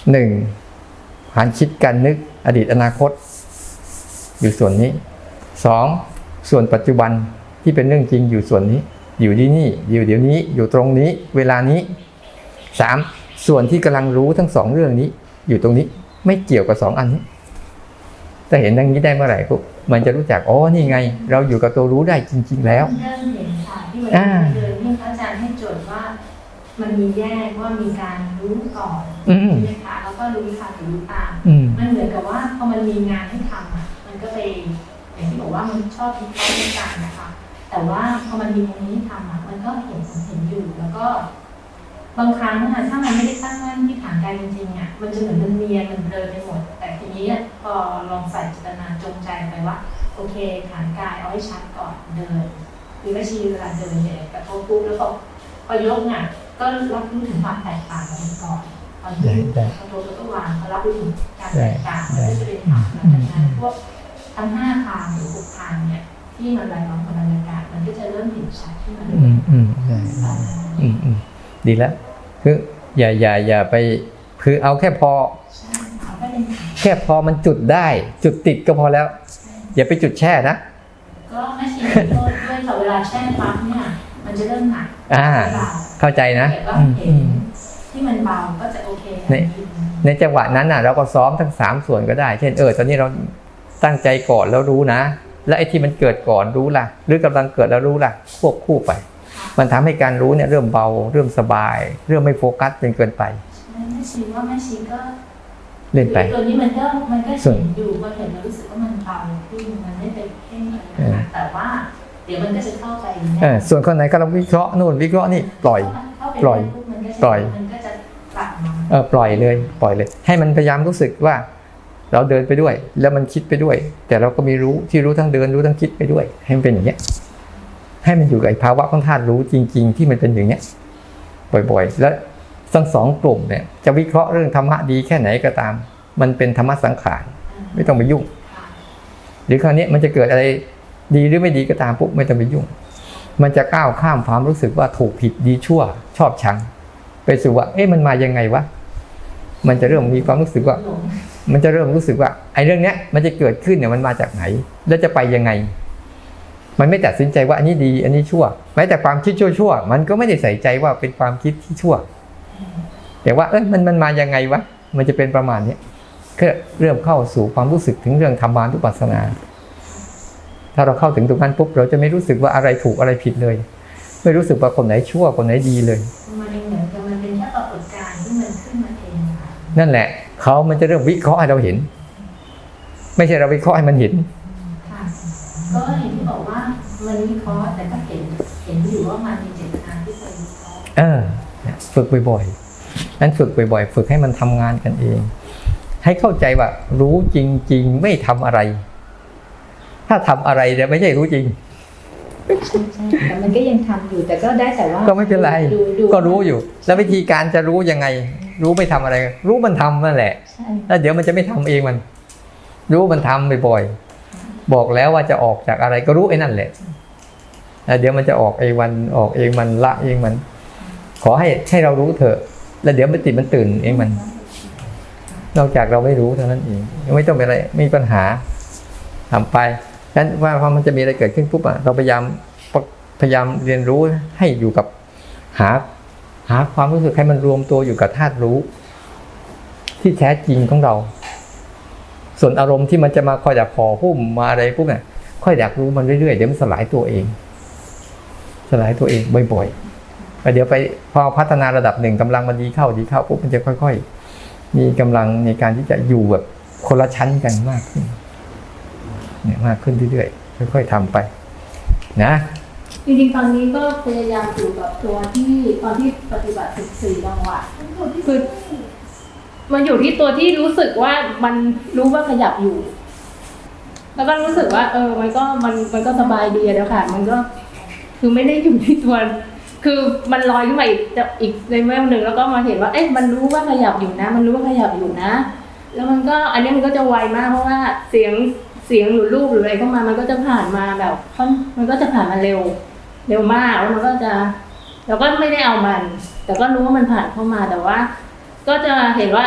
หนึ่งการคิดการนึกอดีตอนาคตอยู่ส่วนนี้สองส่วนปัจจุบันที่เป็นเรื่องจริงอยู่ส่วนนี้อยู่ที่นี่อยู่เดี๋ยวนี้อยู่ตรงนี้เวลานี้สามส่วนที่กำลังรู้ทั้งสองเรื่องนี้อยู่ตรงนี้ไม่เกี่ยวกับสองอันนี้ถ้าเห็นอย่างนี้ได้เมื่อไหร่ปุ๊บมันจะรู้จักอ๋อนี่ไงเราอยู่กับตัวรู้ได้จริงๆแล้วเริ่มเห็นค่ะที่มันเดินที่พระอาจารย์ให้โจทย์ว่ามันมีแยกว่ามีการรู้ก่อนใช่ไหมคะแล้วก็รู้ค่ะหรือรู้ตามมันเหมือนกับว่าพอมันมีงานให้ทำอ่ะมันก็ไปอย่างที่บอกว่ามันชอบคิดเข้าด้วยกันนะคะแต่ว่าพอมันมีตรงนี้ทำอ่ะมันก็เห็นเห็นอยู่แล้วก็บางครั้งนะถ้ามันไม่ได้ตั้งมั่นที่ฐานกายจริงๆอ่ะมันจะเหมือนมันเนียนมันเบลอไปหมดแต่ทีนี้พอลองใส่เจตนาจงใจไปว่าโอเคฐานกายเอาให้ชัดก่อนเดินคือไม่ชี้เวลาเดินเนี่ยกับโต๊ะปุ๊บแล้วก็พอยกเนี่ยก็รับรู้ถึงความแตกต่างกันก่อนพอยกพอโต๊ะก็วางพอรับรู้ถึงการแตกต่างมันก็จะเป็นฐานหลังจากนั้นพวกทั้งห้าทางหรือหกทางเนี่ยที่มันไหลล้อมกับบรรยากาศมันก็จะเริ่มเห็นชัดที่มันอืมอืมใช่อืมอืมดีแล้วคืออย่าอย่าอย่าไปคือเอาแค่พอแค่พอมันจุดได้จุดติดก็พอแล้วอย่าไปจุดแช่นะก็ไม่ใช่ด้วยแต่เวลาแช่ปั๊บเนี่ยมันจะเริ่มหนักอ่าเข้าใจนะที่มันเบาก็จะโอเคในในจังหวะนั้นน่ะเราก็ซ้อมทั้งสามส่วนก็ได้เช่นเออตอนนี้เราตั้งใจก่อนแล้วรู้นะและไอ้ที่มันเกิดก่อนรู้ล่ะหรือกำลังเกิดแล้วรู้ล่ะควบคู่ไปมันทำให้การรู้เนี่ยเริ่มเบาเริ่มสบายเริ่มไม่โฟกัสจนเกินไปแม่ชีว่าแม่ชีก็เล่นไปตัวนี้มันก็มันก็เห็นอยู่พอเห็นแล้วรู้สึกว่ามันเบาขึ้นมันไม่ไปเพ่งอะไรแต่ว่าเดี๋ยวมันก็จะเข้าไปเออส่วนคนไหนก็เราวิเคราะห์นู่นวิเคราะห์นี่ปล่อยปล่อยปล่อยมันก็จะปรับมาเออปล่อยเลยปล่อยเลยให้มันพยายามรู้สึกว่าเราเดินไปด้วยแล้วมันคิดไปด้วยแต่เราก็มีรู้ที่รู้ทั้งเดินรู้ทั้งคิดไปด้วยให้มันเป็นอย่างเงี้ยให้มันอยู่กับภาวะของธาตุรู้จริงๆที่มันเป็นอย่างเนี้ยบ่อยๆแล้วทั้งสองกลุ่มเนี่ยจะวิเคราะห์เรื่องธรรมะดีแค่ไหนก็ตามมันเป็นธรรมะสังขารไม่ต้องไปยุ่งหรือคราวนี้มันจะเกิดอะไรดีหรือไม่ดีก็ตามปุ๊บไม่ต้องไปยุ่งมันจะก้าวข้ามความรู้สึกว่าถูกผิดดีชั่วชอบชังไปสู่ว่าเอ๊ะมันมายังไงวะมันจะเริ่มมีความรู้สึกว่ามันจะเริ่มรู้สึกว่าไอ้เรื่องเนี้ยมันจะเกิดขึ้นเนี่ยมันมาจากไหนแล้วจะไปยังไงมันไม่ตัดสินใจว่าอันนี้ดีอันนี้ชั่วแม้แต่ความคิดชั่วๆมันก็ไม่ได้ใส่ใจว่าเป็นความคิดที่ชั่วแต่ว่าเอ้ยมันมันมายังไงวะมันจะเป็นประมาณนี้ก็เริ่มเข้าสู่ความรู้สึกถึงเรื่องธรรมานุปัสสนาถ้าเราเข้าถึงตรงนั้นปุ๊บเราจะไม่รู้สึกว่าอะไรถูกอะไรผิดเลยไม่รู้สึกว่าคนไหนชั่วคนไหนดีเลยมันเหมือนกับมันเป็นแค่ปรากฏการณ์ที่มันขึ้นมาเองนั่นแหละเขามันจะเริ่มวิเคราะห์ให้เราเห็นไม่ใช่เราวิเคราะห์ให้มันเห็นก็อย่างที่บอกว่ามันวิเคราะห์แต่ก็เห็นเห็นอยู่ว่ามันมีเจตนาที่จะวิเคราะห์เออฝึกบ่อยๆนั้นฝึกบ่อยๆฝึกให้มันทำงานกันเองให้เข้าใจว่ารู้จริงๆไม่ทำอะไรถ้าทำอะไรแต่ไม่ใช่รู้จริงใช่แต่มันก็ยังทำอยู่แต่ก็ได้แต่ว่าก็ไม่เป็นไรก็รู้อยู่แล้ววิธีการจะรู้ยังไงรู้ไม่ทำอะไรรู้มันทำนั่นแหละแล้วเดี๋ยวมันจะไม่ทำเองมันรู้มันทำบ่อยๆบอกแล้วว่าจะออกจากอะไรก็รู้ไอ้นั่นแหละแล้วเดี๋ยวมันจะออกเองมันออกเองมันละเองมันขอให้ให้เรารู้เถอะแล้วเดี๋ยวมันติดมันตื่นเองมันนอกจากเราไม่รู้เท่านั้นเองไม่ต้องเป็นอะไรไม่มีปัญหาทำไปฉะนั้นว่าพอมันจะมีอะไรเกิดขึ้นปุ๊บอ่ะเราพยายามพยายามเรียนรู้ให้อยู่กับหาหาความรู้สึกให้มันรวมตัวอยู่กับธาตุรู้ที่แท้จริงของเราส่วนอารมณ์ที่มันจะมาคอยดักห่อหุ้มมาอะไรปุ๊บเนี่ยค่อยดักรู้มันเรื่อยๆเดี๋ยวมันสลายตัวเองสลายตัวเองบ่อยๆเดี๋ยวไปพอพัฒนาระดับหนึ่งกำลังมันดีเข้าดีเข้าปุ๊บมันจะค่อยๆมีกำลังในการที่จะอยู่แบบคนละชั้นกันมากขึ้นเนี่ยมากขึ้นเรื่อยๆค่อยๆทำไปนะจริงๆตอนนี้ก็พยายามอยู่กับตัวที่ตอนที่ปฏิบัติสิบสี่จังหวะคือมันอยู่ที่ตัวที่รู้สึกว่ามันรู้ว่าขยับอยู่แล้วก็รู้สึกว่าเออมันก็มันมันก็สบายดีแล้วค่ะมันก็คือไม่ได้อยู่ที่ตัวคือมันลอยขึ้นมาอีกอีกในแวบหนึ่งแล้วก็มาเห็นว่าเอ๊ะมันรู้ว่าขยับอยู่นะมันรู้ว่าขยับอยู่นะแล้วมันก็อันนี้มันก็จะไวมากเพราะว่าเสียงเสียงหรือรูปหรืออะไรเข้ามามันก็จะผ่านมาแบบมันก็จะผ่านมาเร็วเร็วมากแล้วมันก็จะเราก็ไม่ได้เอามันแต่ก็รู้ว่ามันผ่านเข้ามาแต่ว่าก็จะเห็นว่า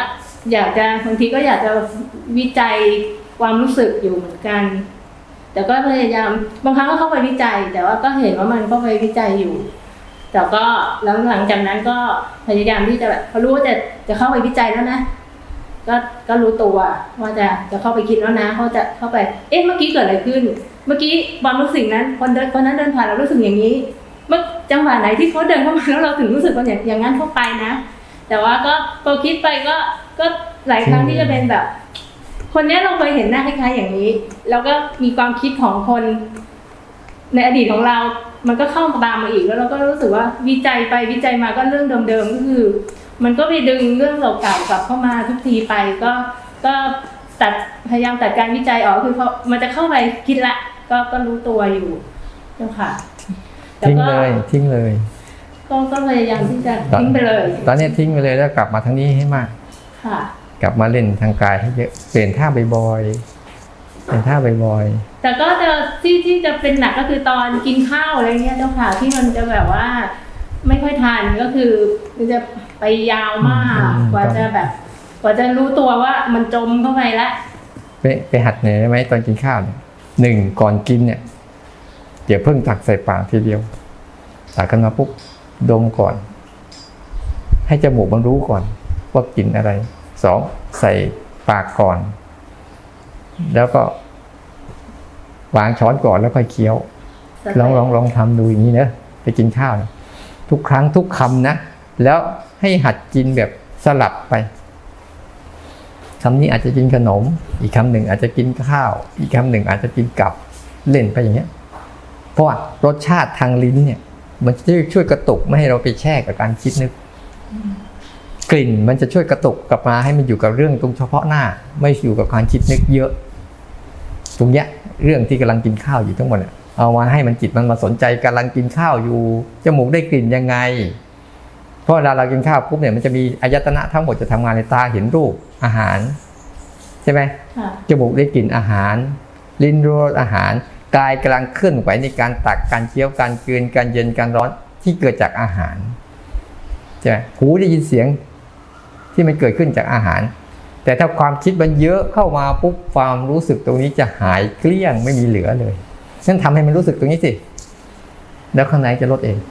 อยากจะบางทีก็อยากจะวิจัยความรู้สึกอยู่เหมือนกันแต่ก็พยายามบางครั้งก็เข้าไปวิจัยแต่ว่าก็เห็นว่ามันเข้าไปวิจัยอยู่แต่ก็หลังหลังจากนั้นก็พยายามที่จะแบบพอรู้ว่าจะจะเข้าไปวิจัยแล้วนะก็ก็รู้ตัวว่าจะจะเข้าไปคิดแล้วนะเขาจะเข้าไปเอ๊ะเมื่อกี้เกิดอะไรขึ้นเมื่อกี้ความรู้สึกนั้นคนเดินคนนั้นเดินผ่านเรารู้สึกอย่างนี้เมื่อจังหวะไหนที่เขาเดินเข้ามาแล้วเราถึงรู้สึกว่าอย่างอย่างนั้นเข้าไปนะแต่ว่าก็พอคิดไปก็ก็หลายครั้งที่จะเป็นแบบคนนี้เราเคยเห็นหน้าคล้ายๆอย่างนี้แล้วก็มีความคิดของคนในอดีตของเรามันก็เข้ามาตามมาอีกแล้วเราก็รู้สึกว่าวิจัยไปวิจัยมาก็เรื่องเดิมๆก็คือมันก็ไปดึงเรื่องเก่าๆกลับเข้ามาทุกทีไปก็ก็ตัดพยายามตัดการวิจัยออกคือเขามันจะเข้าไปคิดละก็ก็รู้ตัวอยู่เจ้าค่ะทิ้งเลยทิ้งเลยก็ก็พยายามที่จะทิ้งไปเลยตอนนี้ทิ้งไปเลยแล้วกลับมาทางนี้ให้มากค่ะกลับมาเล่นทางกายให้เยอะเปลี่ยนท่าบ่อยๆเปลี่ยนท่าบ่อยๆแต่ก็จะที่ที่จะเป็นหนักก็คือตอนกินข้าวอะไรเงี้ยเจ้าค่ะที่มันจะแบบว่าไม่ค่อยทานก็คือมันจะไปยาวมากกว่าจะแบบกว่าจะรู้ตัวว่ามันจมเข้าไปละไปไปหัดหน่อยได้ไหมตอนกินข้าวเนี่ยหนึ่งก่อนกินเนี่ยเดี๋ยวเพิ่งตักใส่ปากทีเดียวตักกันมาปุ๊บดมก่อนให้จมูกมันรู้ก่อนว่ากินอะไรสองใส่ปากก่อนแล้วก็วางช้อนก่อนแล้วค่อยเคี้ยวลองลองลองทำดูอย่างนี้นะไปกินข้าวทุกครั้งทุกคำนะแล้วให้หัดกินแบบสลับไปคำนี้อาจจะกินขนมอีกคำหนึ่งอาจจะกินข้าวอีกคำหนึ่งอาจจะกินกับเล่นไปอย่างเงี้ยเพราะว่ารสชาติทางลิ้นเนี่ยมันจะช่วยกระตุกไม่ให้เราไปแช่กับการคิดนึกกลิ่นมันจะช่วยกระตุกกลับมาให้มันอยู่กับเรื่องตรงเฉพาะหน้าไม่อยู่กับการคิดนึกเยอะตรงเนี้ยเรื่องที่กำลังกินข้าวอยู่ทั้งหมดเอามาให้มันจิตมันมาสนใจกำลังกินข้าวอยู่จมูกได้กลิ่นยังไงเพราะเวลาเรากินข้าวปุ๊บเนี่ยมันจะมีอายตนะทั้งหมดจะทำงานในตาเห็นรูปอาหารใช่ไหมจมูกได้กลิ่นอาหารลิ้นรู้รสอาหารกายกำลังเคลื่อนไหวในการตักการเคี้ยวการกลืนการเย็นการร้อนที่เกิดจากอาหารใช่ไหมหูได้ยินเสียงที่มันเกิดขึ้นจากอาหารแต่ถ้าความคิดมันเยอะเข้ามาปุ๊บความรู้สึกตรงนี้จะหายเกลี้ยงไม่มีเหลือเลยนั่นทำให้มันรู้สึกตรงนี้สิแล้วข้างในจะลดเอง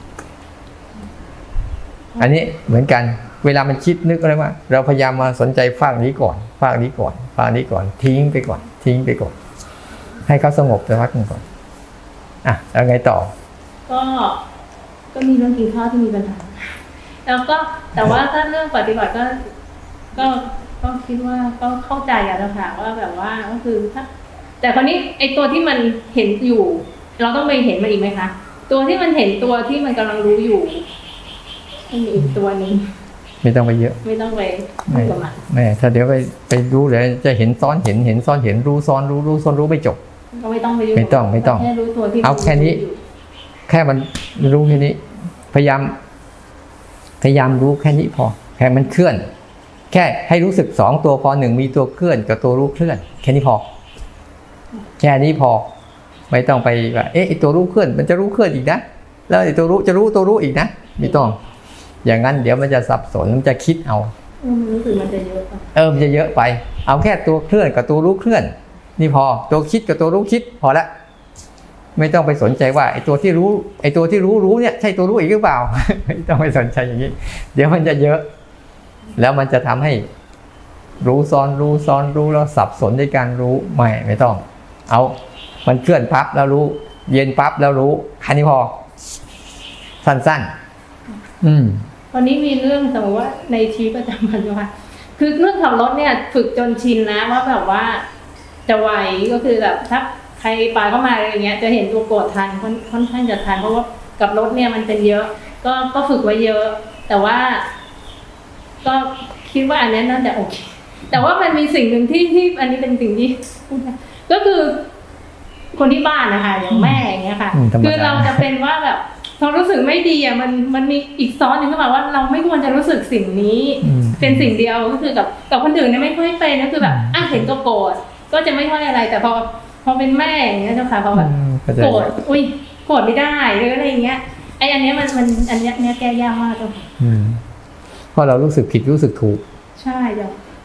อันนี้เหมือนกันเวลามันคิดนึกอะไรว่าเราพยายามมาสนใจฝั่งนี้ก่อนฝั่งนี้ก่อนฝั่งนี้ก่อนทิ้งไปก่อนทิ้งไปก่อนให้เขาสงบสักพักหนึ่งก่อนอ่ะแล้วไงต่อก็ก็มีเรื่องกินข้าวที่มีปัญหาแล้วก็แต่ว่าถ้าเรื่องปฏิบัติก็ก็ก็คิดว่าก็เข้าใจอะแล้วค่ะว่าแบบว่าก็คือถ้าแต่คราวนี้ไอ้ตัวที่มันเห็นอยู่เราต้องไปเห็นมันอีกไหมคะตัวที่มันเห็นตัวที่มันกำลังรู้อยู่มันมีอีกตัวนึงไม่ต้องไปเยอะไม่ต้องไปไม่ไม่ถ้าเดี๋ยวไปไปรู้เลยจะเห็นซ้อนเห็นเห็นซ้อนเห็นรู้ซ้อนรู้รู้ซ้อนรู้ไม่จบก็ไม่ต้องไปไม่ต้องไม่ต้องแค่รู้ตัวที่เอาแค่นี้แค่มันรู้แค่นี้พยายามพยายามรู้แค่นี้พอแค่มันเคลื่อนแค่ให้รู้สึกสองตัวพอหนึ่งมีตัวเคลื่อนกับตัวรู้เคลื่อนแค่นี้พอแค่นี้พอไม่ต้องไปว่าเอ๊ะไอตัวรู้เคลื่อนมันจะรู้เคลื่อนอีกนะแล้วไอตัวรู้จะรู้ตัวรู้อีกนะไม่ต้องอย่างนั้นเดี๋ยวมันจะสับสนมันจะคิดเอาเออมันรู้สึกมันจะเยอะไปเออมันจะเยอะไปเอาแค่ตัวเคลื่อนกับตัวรู้เคลื่อนนี่พอตัวคิดกับตัวรู้คิดพอละไม่ต้องไปสนใจว่าไอ้ตัวที่รู้ไอ้ตัวที่รู้รู้เนี่ยใช่ตัวรู้อีกหรือเปล่าไม่ต้องไปสนใจอย่างนี้เดี๋ยวมันจะเยอะแล้วมันจะทำให้รู้ซ้อนรู้ซ้อนรู้แล้วสับสนในการรู้ไม่ไม่ต้องเอามันเคลื่อนปั๊บแล้วรู้เย็นปั๊บแล้วรู้แค่นี้พอสั้นๆอืมวันนี้มีเรื่องสมมติว่าในชีวิตประจำวันว่าคือเรื่องขับรถเนี่ยฝึกจนชินนะว่าแบบว่าจะไวก็คือแบบถ้าใครปาเข้ามาอะไรอย่างเงี้ยจะเห็นตัวโกรธทันค่อนค่อนข้างจะทันเพราะว่ากับรถเนี่ยมันเป็นเยอะก็ก็ฝึกไว้เยอะ แต่ว่าก็คิดว่าอันนี้น่าจะโอเคแต่ว่ามันมีสิ่งหนึ่งที่ที่อันนี้เป็นสิ่งที่ก็คือคนที่บ้านนะคะอย่างแม่อย่างเงี้ยค่ะคือเราจะเป็นว่าแบบพอรู้สึกไม่ดีอ่ะมันมันมีอีกซ้อนหนึ่งเข้ามาว่าเราไม่ควรจะรู้สึกสิ่งนี้เป็นสิ่งเดียวก็คือกับกับคนอื่นเนี่ยไม่ค่อยเป็นก็คือแบบอ่ะเห็นก็โกรธก็จะไม่ค่อยอะไรแต่พอพอเป็นแม่อย่างเงี้ยเจ้าค่ะพอแบบโกรธอุ้ยโกรธไม่ได้หรืออะไรอย่างเงี้ยไอ้อันนี้มันมันอันนี้แก้ยากมากเจ้าค่ะเพราะเรารู้สึกผิดรู้สึกถูกใช่จ้ะ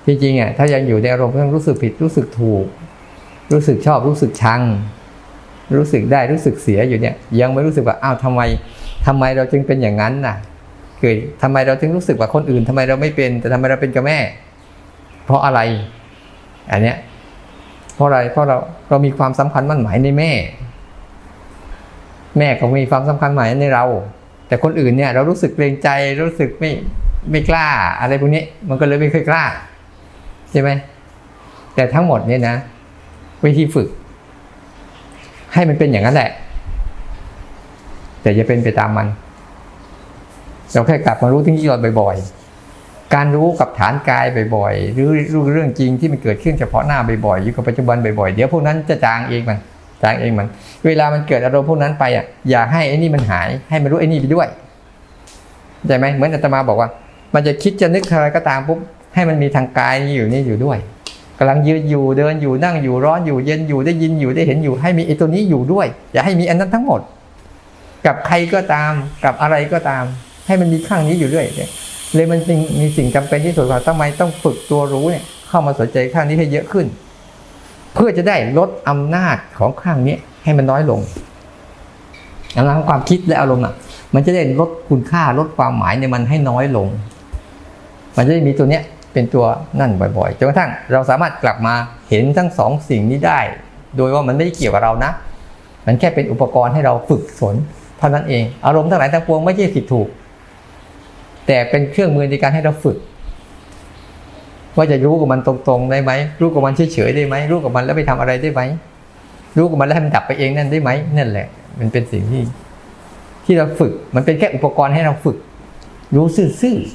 จริงๆอ่ะถ้ายังอยู่ในอารมณ์ต้องรู้สึกผิดรู้สึกถูกรู้สึกชอบรู้สึกชังรู้สึกได้รู้สึกเสียอยู่เนี่ยยังไม่รู้สึกว่าอ้าวทำไมทำไมเราจึงเป็นอย่างนั้นน่ะคือทำไมเราจึงรู้สึกว่าคนอื่นทำไมเราไม่เป็นแต่ทำไมเราเป็นกับแม่เพราะอะไรอันเนี้ยเพราะอะไรเพราะเราเรามีความสำคัญมั่นหมายในแม่แม่ก็มีความสำคัญหมายในเราแต่คนอื่นเนี่ยเรารู้สึกเกรงใจรู้สึกไม่ไม่กล้าอะไรพวกนี้มันก็เลยไม่ค่อยกล้าใช่ไหมแต่ทั้งหมดเนี่ยนะวิธีฝึกให้มันเป็นอย่างนั้นแหละแต่อย่าเป็นไปตามมันเราแค่กลับมารู้ที่นี่บ่อยๆการรู้กับฐานกายบ่อยๆหรือรู้เรื่องจริงที่มันเกิดขึ้นเฉพาะหน้าบ่อยๆอยู่กับปัจจุบันบ่อยๆเดี๋ยวพวกนั้นจะจางเองมันจางเองมันเวลามันเกิดอารมณ์พวกนั้นไปอ่ะอย่าให้ไอ้นี่มันหายให้มันรู้ไอ้นี่ไปด้วยเข้าใจไหมเหมือนอาตมาบอกว่ามันจะคิดจะนึกอะไรก็ตามปุ๊บให้มันมีทางกายนี่อยู่นี่อยู่ด้วยกำลังยืนอยู่เดินอยู่นั่งอยู่ร้อนอยู่เย็นอยู่ได้ยินอยู่ได้เห็นอยู่ให้มีไอ้ตัวนี้อยู่ด้วยอย่าให้มีอันนั้นทั้งหมดกับใครก็ตามกับอะไรก็ตามให้มันมีข้างนี้อยู่ด้วยเลยมันมีสิ่งจำเป็นที่สุดว่าทำไมต้องฝึกตัวรู้เนี่ยเข้ามาสนใจข้างนี้ให้เยอะขึ้นเพื่อจะได้ลดอำนาจของข้างนี้ให้มันน้อยลงอำนาจของความคิดและอารมณ์อ่ะมันจะได้ลดคุณค่าลดความหมายในมันให้น้อยลงมันจะได้มีตัวเนี้ยเป็นตัวนั่นบ่อยๆจนกระทั่งเราสามารถกลับมาเห็นทั้งสองสิ่งนี้ได้โดยว่ามันไม่ได้เกี่ยวกับเรานะมันแค่เป็นอุปกรณ์ให้เราฝึกฝนเท่านั้นเองอารมณ์ทั้งหลายทั้งปวงไม่ใช่ผิดถูกแต่เป็นเครื่องมือในการให้เราฝึกว่าจะรู้กับมันตรงๆได้ไหมรู้กับมันเฉยๆได้ไหมรู้กับมันแล้วไปทำอะไรได้ไหมรู้กับมันแล้วให้มันดับไปเองนั่นได้ไหมนั่นแหละมันเป็นสิ่งที่ที่เราฝึกมันเป็นแค่อุปกรณ์ให้เราฝึกรู้ซื่อ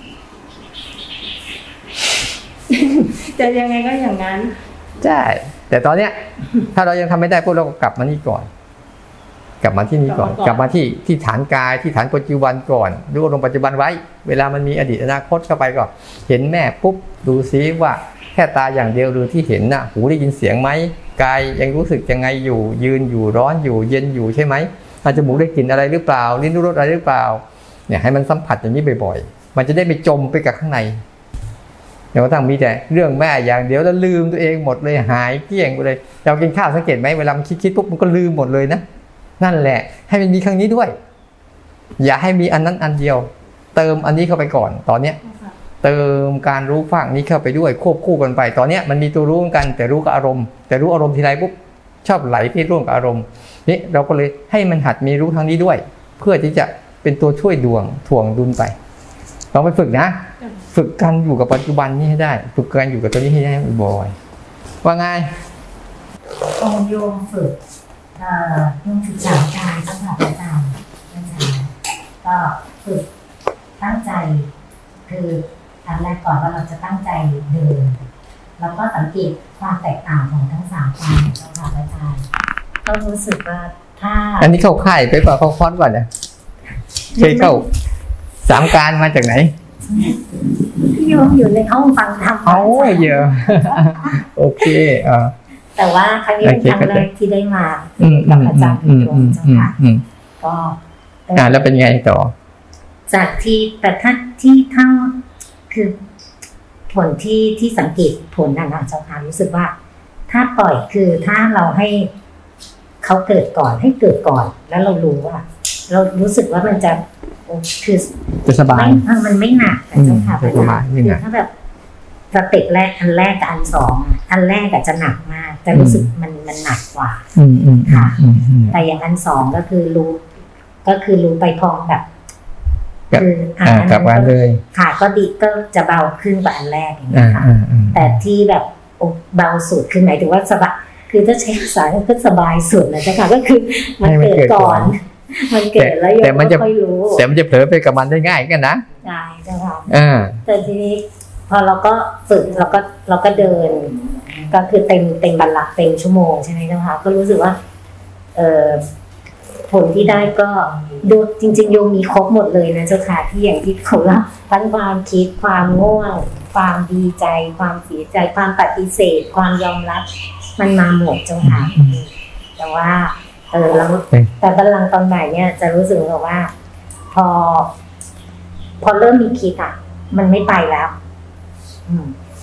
ๆจะยังไงก็อย่างนั้นใช่แต่ตอนเนี้ยถ้าเรายังทำไม่ได้พวกเราก็กลับมานี่ก่อนกลับมาที่นี่ก่อนกลับมาที่ที่ฐานกายที่ฐานปัจจุบันก่อนรู้อารมณ์ปัจจุบันไว้เวลามันมีอดีตอนาคตเข้าไปก่อนเห็นแม่ปุ๊บดูซิว่าแค่ตาอย่างเดียวหรือที่เห็นน่ะหูได้ยินเสียงไหมกายยังรู้สึกยังไงอยู่ยืนอยู่ร้อนอยู่เย็นอยู่ใช่ไหมจมูกได้กลิ่นอะไรหรือเปล่าลิ้นรู้รสอะไรหรือเปล่าเนี่ยให้มันสัมผัสอย่างนี้บ่อยๆมันจะได้ไปจมไปกับข้างในเดี๋ยวตั้งมีแต่เรื่องแม่อย่างเดียวแล้วลืมตัวเองหมดเลยหายเกลี้ยงไปเลยเรากินข้าวสังเกตไหมเวลามันคิดๆปุ๊บมันก็ลืมหมดเลยนะนั่นแหละให้มันมีครั้งนี้ด้วยอย่าให้มีอันนั้นอันเดียวเติมอันนี้เข้าไปก่อนตอนเนี้ยเติมการรู้ฝั่งนี้เข้าไปด้วยควบคู่กันไปตอนเนี้ยมันมีตัวรู้กันแต่รู้กับอารมณ์แต่รู้อารมณ์ทีไรปุ๊บชอบไหลไปร่วมกับอารมณ์นี่เราก็เลยให้มันหัดมีรู้ทางนี้ด้วยเพื่อที่จะเป็นตัวช่วยดวงถ่วงดุลไปลองไปฝึกนะฝึกการอยู่กับปัจจุบันนี้ให้ได้ฝึกการอยู่กับตัวนี้ให้ได้บ่อยๆว่าไงองค์โยมฝึกเอ่อโยมศึกษาการตั้งแต่อาจารย์อาจารย์ก็ฝึกตั้งใจคืออันแรกก่อนว่าเราจะตั้งใจเดินแล้วก็สังเกตความแตกต่างของทั้งสามการตั้งแต่อาจารย์ก็รู้สึกว่าถ้าอันนี้เข้าค่ายไปป่ะเข้าคอร์สก่อนเนี่ยเคยเข้าสามการมาจากไหนพี่โยมอยู่ในห้องฟังธรรมโอ้เยอะโอเคอ่าแต่ว่าครั้งนี้เป็นครั้งแรกที่ได้มากับอาจารย์โดยตรงเจ้าค่ะก็อ่าแล้วเป็นไงต่อจากที่แต่ถ้าที่เท่าคือผลที่ที่สังเกตผลนั่นนะเจ้าค่ะรู้สึกว่าถ้าปล่อยคือถ้าเราให้เขาเกิดก่อนให้เกิดก่อนแล้วเรารู้ว่าเรารู้สึกว่ามันจะคือจะสบายมันไม่หนักเจ้าค่ะคือถ้าแบบสเต็ปแรกอันแรกกับอันสองอันแรกอาจจะหนักมากแต่รู้สึกมันมันหนักกว่าค่ะแต่อย่างอันสองก็คือรู้ก็คือรู้ไปพร้อมแบบคืออ่ากลับมาเลยค่ะก็ดีก็จะเบาขึ้นกว่าอันแรกอย่างนี้ค่ะแต่ที่แบบเบาสุดคือหมายถึงว่าสบายคือถ้าใช้ภาษาก็สบายสุดนะเจ้าค่ะก็คือมันเกิดก่อนมันเกิดแล้วยังไม่ค่อยรู้แต่มันจะเผลอไปกับมันได้ง่ายกันนะใช่เจ้าค่ะแต่ทีนี้พอเราก็ฝึกเราก็เราก็เดินก็คือเต็มเต็มบรรลักเต็มชั่วโมงใช่ไหมเจ้าค่ะก็รู้สึกว่าเออผลที่ได้ก็ดูจริงๆโยมมีครบหมดเลยนะเจ้าค่ะที่อย่างที่เขาเล่าทั้งความคิดความง่วงความดีใจความเสียใจความปฏิเสธความยอมรับมันมาหมดเจ้าค่ะแต่ว่าเออแล้วแต่บรรลังตอนบ่ายเนี่ยจะรู้สึกว่าพอพอเริ่มมีคิดอ่ะมันไม่ไปแล้ว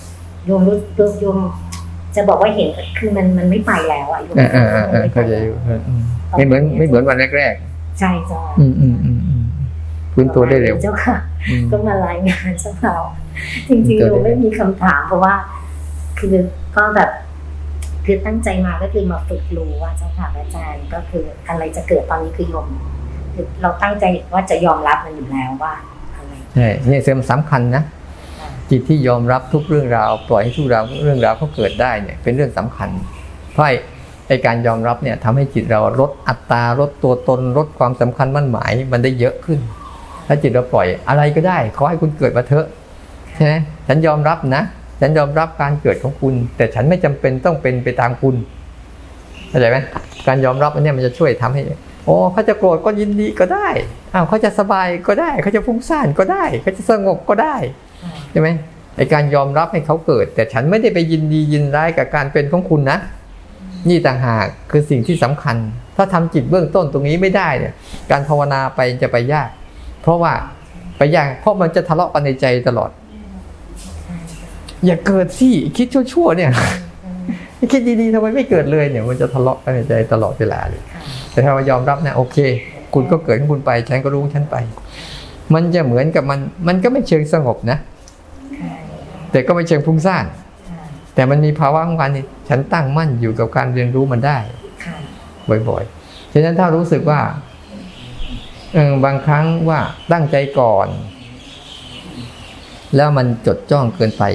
โยมรู้ตัวโยมจะบอกว่าเห็นคือมันมันไม่ไปแล้วอ่ะโยมอ่าอ่าอ่าเข้าใจอยู่ไม่เหมือนไม่เหมือนวันแรกๆใช่จ้ะอืมอืมอืมอืมฟื้นตัวได้เร็วเจ้าค่ะก็มารายงานเจ้าค่ะจริงๆโยมไม่มีคำถามเพราะว่าคือก็แบบคือตั้งใจมาก็คือมาฝึกรู้ว่าเจ้าค่ะอาจารย์ก็คืออะไรจะเกิดตอนนี้คือโยมคือเราตั้งใจว่าจะยอมรับมันอยู่แล้วว่าอะไรใช่เนี่ยเสริมสำคัญนะจิตที่ยอมรับทุกเรื่องราวปล่อยให้ทุกเรื่องเรื่องราวเขาเกิดได้เนี่ยเป็นเรื่องสำคัญเพราะไอ้การยอมรับเนี่ยทำให้จิตเราลดอัตตาลดตัวตนลดความสำคัญมั่นหมายมันได้เยอะขึ้นถ้าจิตเราปล่อยอะไรก็ได้ขอให้คุณเกิดมาเถอะใช่ไหมฉันยอมรับนะฉันยอมรับการเกิดของคุณแต่ฉันไม่จำเป็นต้องเป็นไปตามคุณเข้าใจไหมการยอมรับอันนี้มันจะช่วยทำให้โอ้เขาจะโกรธก็ยินดีก็ได้อ้าวเขาจะสบายก็ได้เขาจะฟุ้งซ่านก็ได้เขาจะสงบก็ได้ใช่ไหมไอ้การยอมรับให้เขาเกิดแต่ฉันไม่ได้ไปยินดียินร้ายกับการเป็นของคุณนะนี่ต่างหากคือสิ่งที่สำคัญถ้าทำจิตเบื้องต้นตรงนี้ไม่ได้เนี่ยการภาวนาไปจะไปยากเพราะว่าไปยากเพราะมันจะทะเลาะกันในใจตลอดอย่าเกิดสิคิดชั่วๆเนี่ยคิดดีๆทำไมไม่เกิดเลยเนี่ยมันจะทะเลาะกันในใจตลอดเวลาเลยแต่ถ้าเรายอมรับนะโอเคคุณก็เกิดของคุณไปฉันก็รู้ฉันไปมันจะเหมือนกับมันมันก็ไม่เชิงสงบนะแต่ก็ไม่เชิงฟุ้งซ่านแต่มันมีภาวะของการที่ฉันตั้งมั่นอยู่กับการเรียนรู้มันได้บ่อยๆฉะนั้นถ้ารู้สึกว่าเออบางครั้งว่าตั้งใจก่อนแล้วมันจดจ้องเกินไป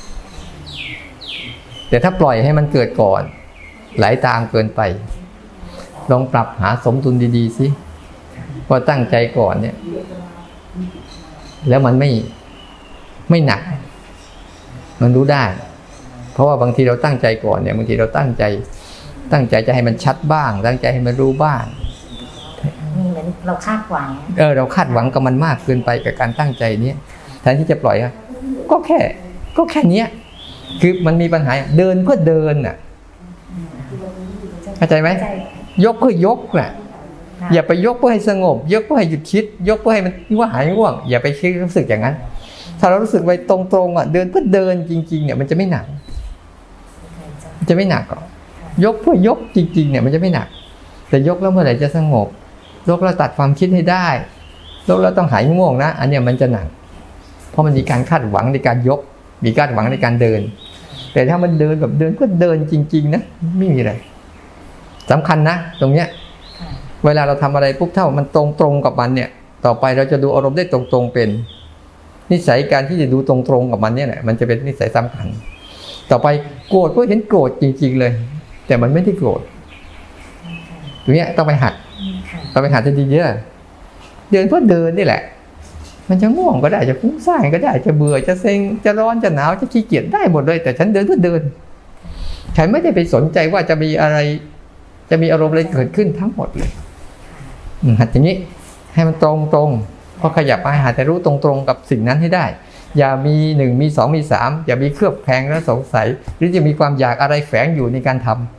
แต่ถ้าปล่อยให้มันเกิดก่อนไหลาตามเกินไปลองปรับหาสมดุลดีๆสิพอตั้งใจก่อนเนี่ยแล้วมันไม่ไม่หนักมันรู้ได้เพราะว่าบางทีเราตั้งใจก่อนเนี่ยบางทีเราตั้งใจตั้งใจจะให้มันชัดบ้างตั้งใจให้มันรู้บ้างเหมือนเราคาดหวังเออเราคาดหวังกับมันมากเกินไปกับการตั้งใจนี้แทนที่จะปล่อยอ่ะก็แค่ก็แค่นี้คือมันมีปัญหาเดินเพื่อเดินน่ะเข้าใจไหมยกเพื่อยกน่ะอย่าไปยกเพื่อให้สงบยกเพื่อให้หยุดคิดยกเพื่อให้มันว่าหายง่วงอย่าไปคิดรู้สึกอย่างนั้นถ้าเรารู้สึกไปตรงๆอ่ะเดินเพื่อเดินจริงๆเนี่ยมันจะไม่หนักจะไม่หนักหรอกยกเพื่อยกจริงๆเนี่ยมันจะไม่หนักแต่ยกแล้วเมื่อไหร่จะสงบยกแล้วตัดความคิดให้ได้ยกแล้วต้องหายง่วงนะอันเนี้ยมันจะหนักเพราะมันมีการคาดหวังในการยกมีการหวังในการเดินแต่ถ้ามันเดินแบบเดินเพื่อเดินจริงๆนะไม่มีอะไรสำคัญนะตรงเนี้ยเวลาเราทำอะไรปุ๊บเท่ามันตรงตรงกับมันเนี่ยต่อไปเราจะดูอารมณ์ได้ตรงๆเป็นนิสัยการที่จะดูตรงๆกับมันเนี่ยแหละมันจะเป็นนิสัยสำคัญต่อไปโกรธก็เห็นโกรธจริงๆเลยแต่มันไม่ได้โกรธตรงเนี้ยต้องไปหัดต้องไปหัดจริงๆเยอะเดินเพื่อเดินนี่แหละมันจะง่วงก็ได้จะฟุ้งซ่านก็ได้จะเบื่อจะเซ็งจะร้อนจะหนาวจะขี้เกียจได้หมดเลยแต่ฉันเดินเพื่อเดินฉันไม่ได้ไปสนใจว่าจะมีอะไรจะมีอารมณ์อะไรเกิดขึ้นทั้งหมดเลยหัดอย่างนี้ให้มันตรงตรงพอขยับไปหัดแต่รู้ตรงๆกับสิ่งนั้นให้ได้อย่ามีหนึ่งมีสองมีสามอย่ามีเครือบแคลงและสงสัยหรือจะมีความอยากอะไรแฝงอยู่ในการท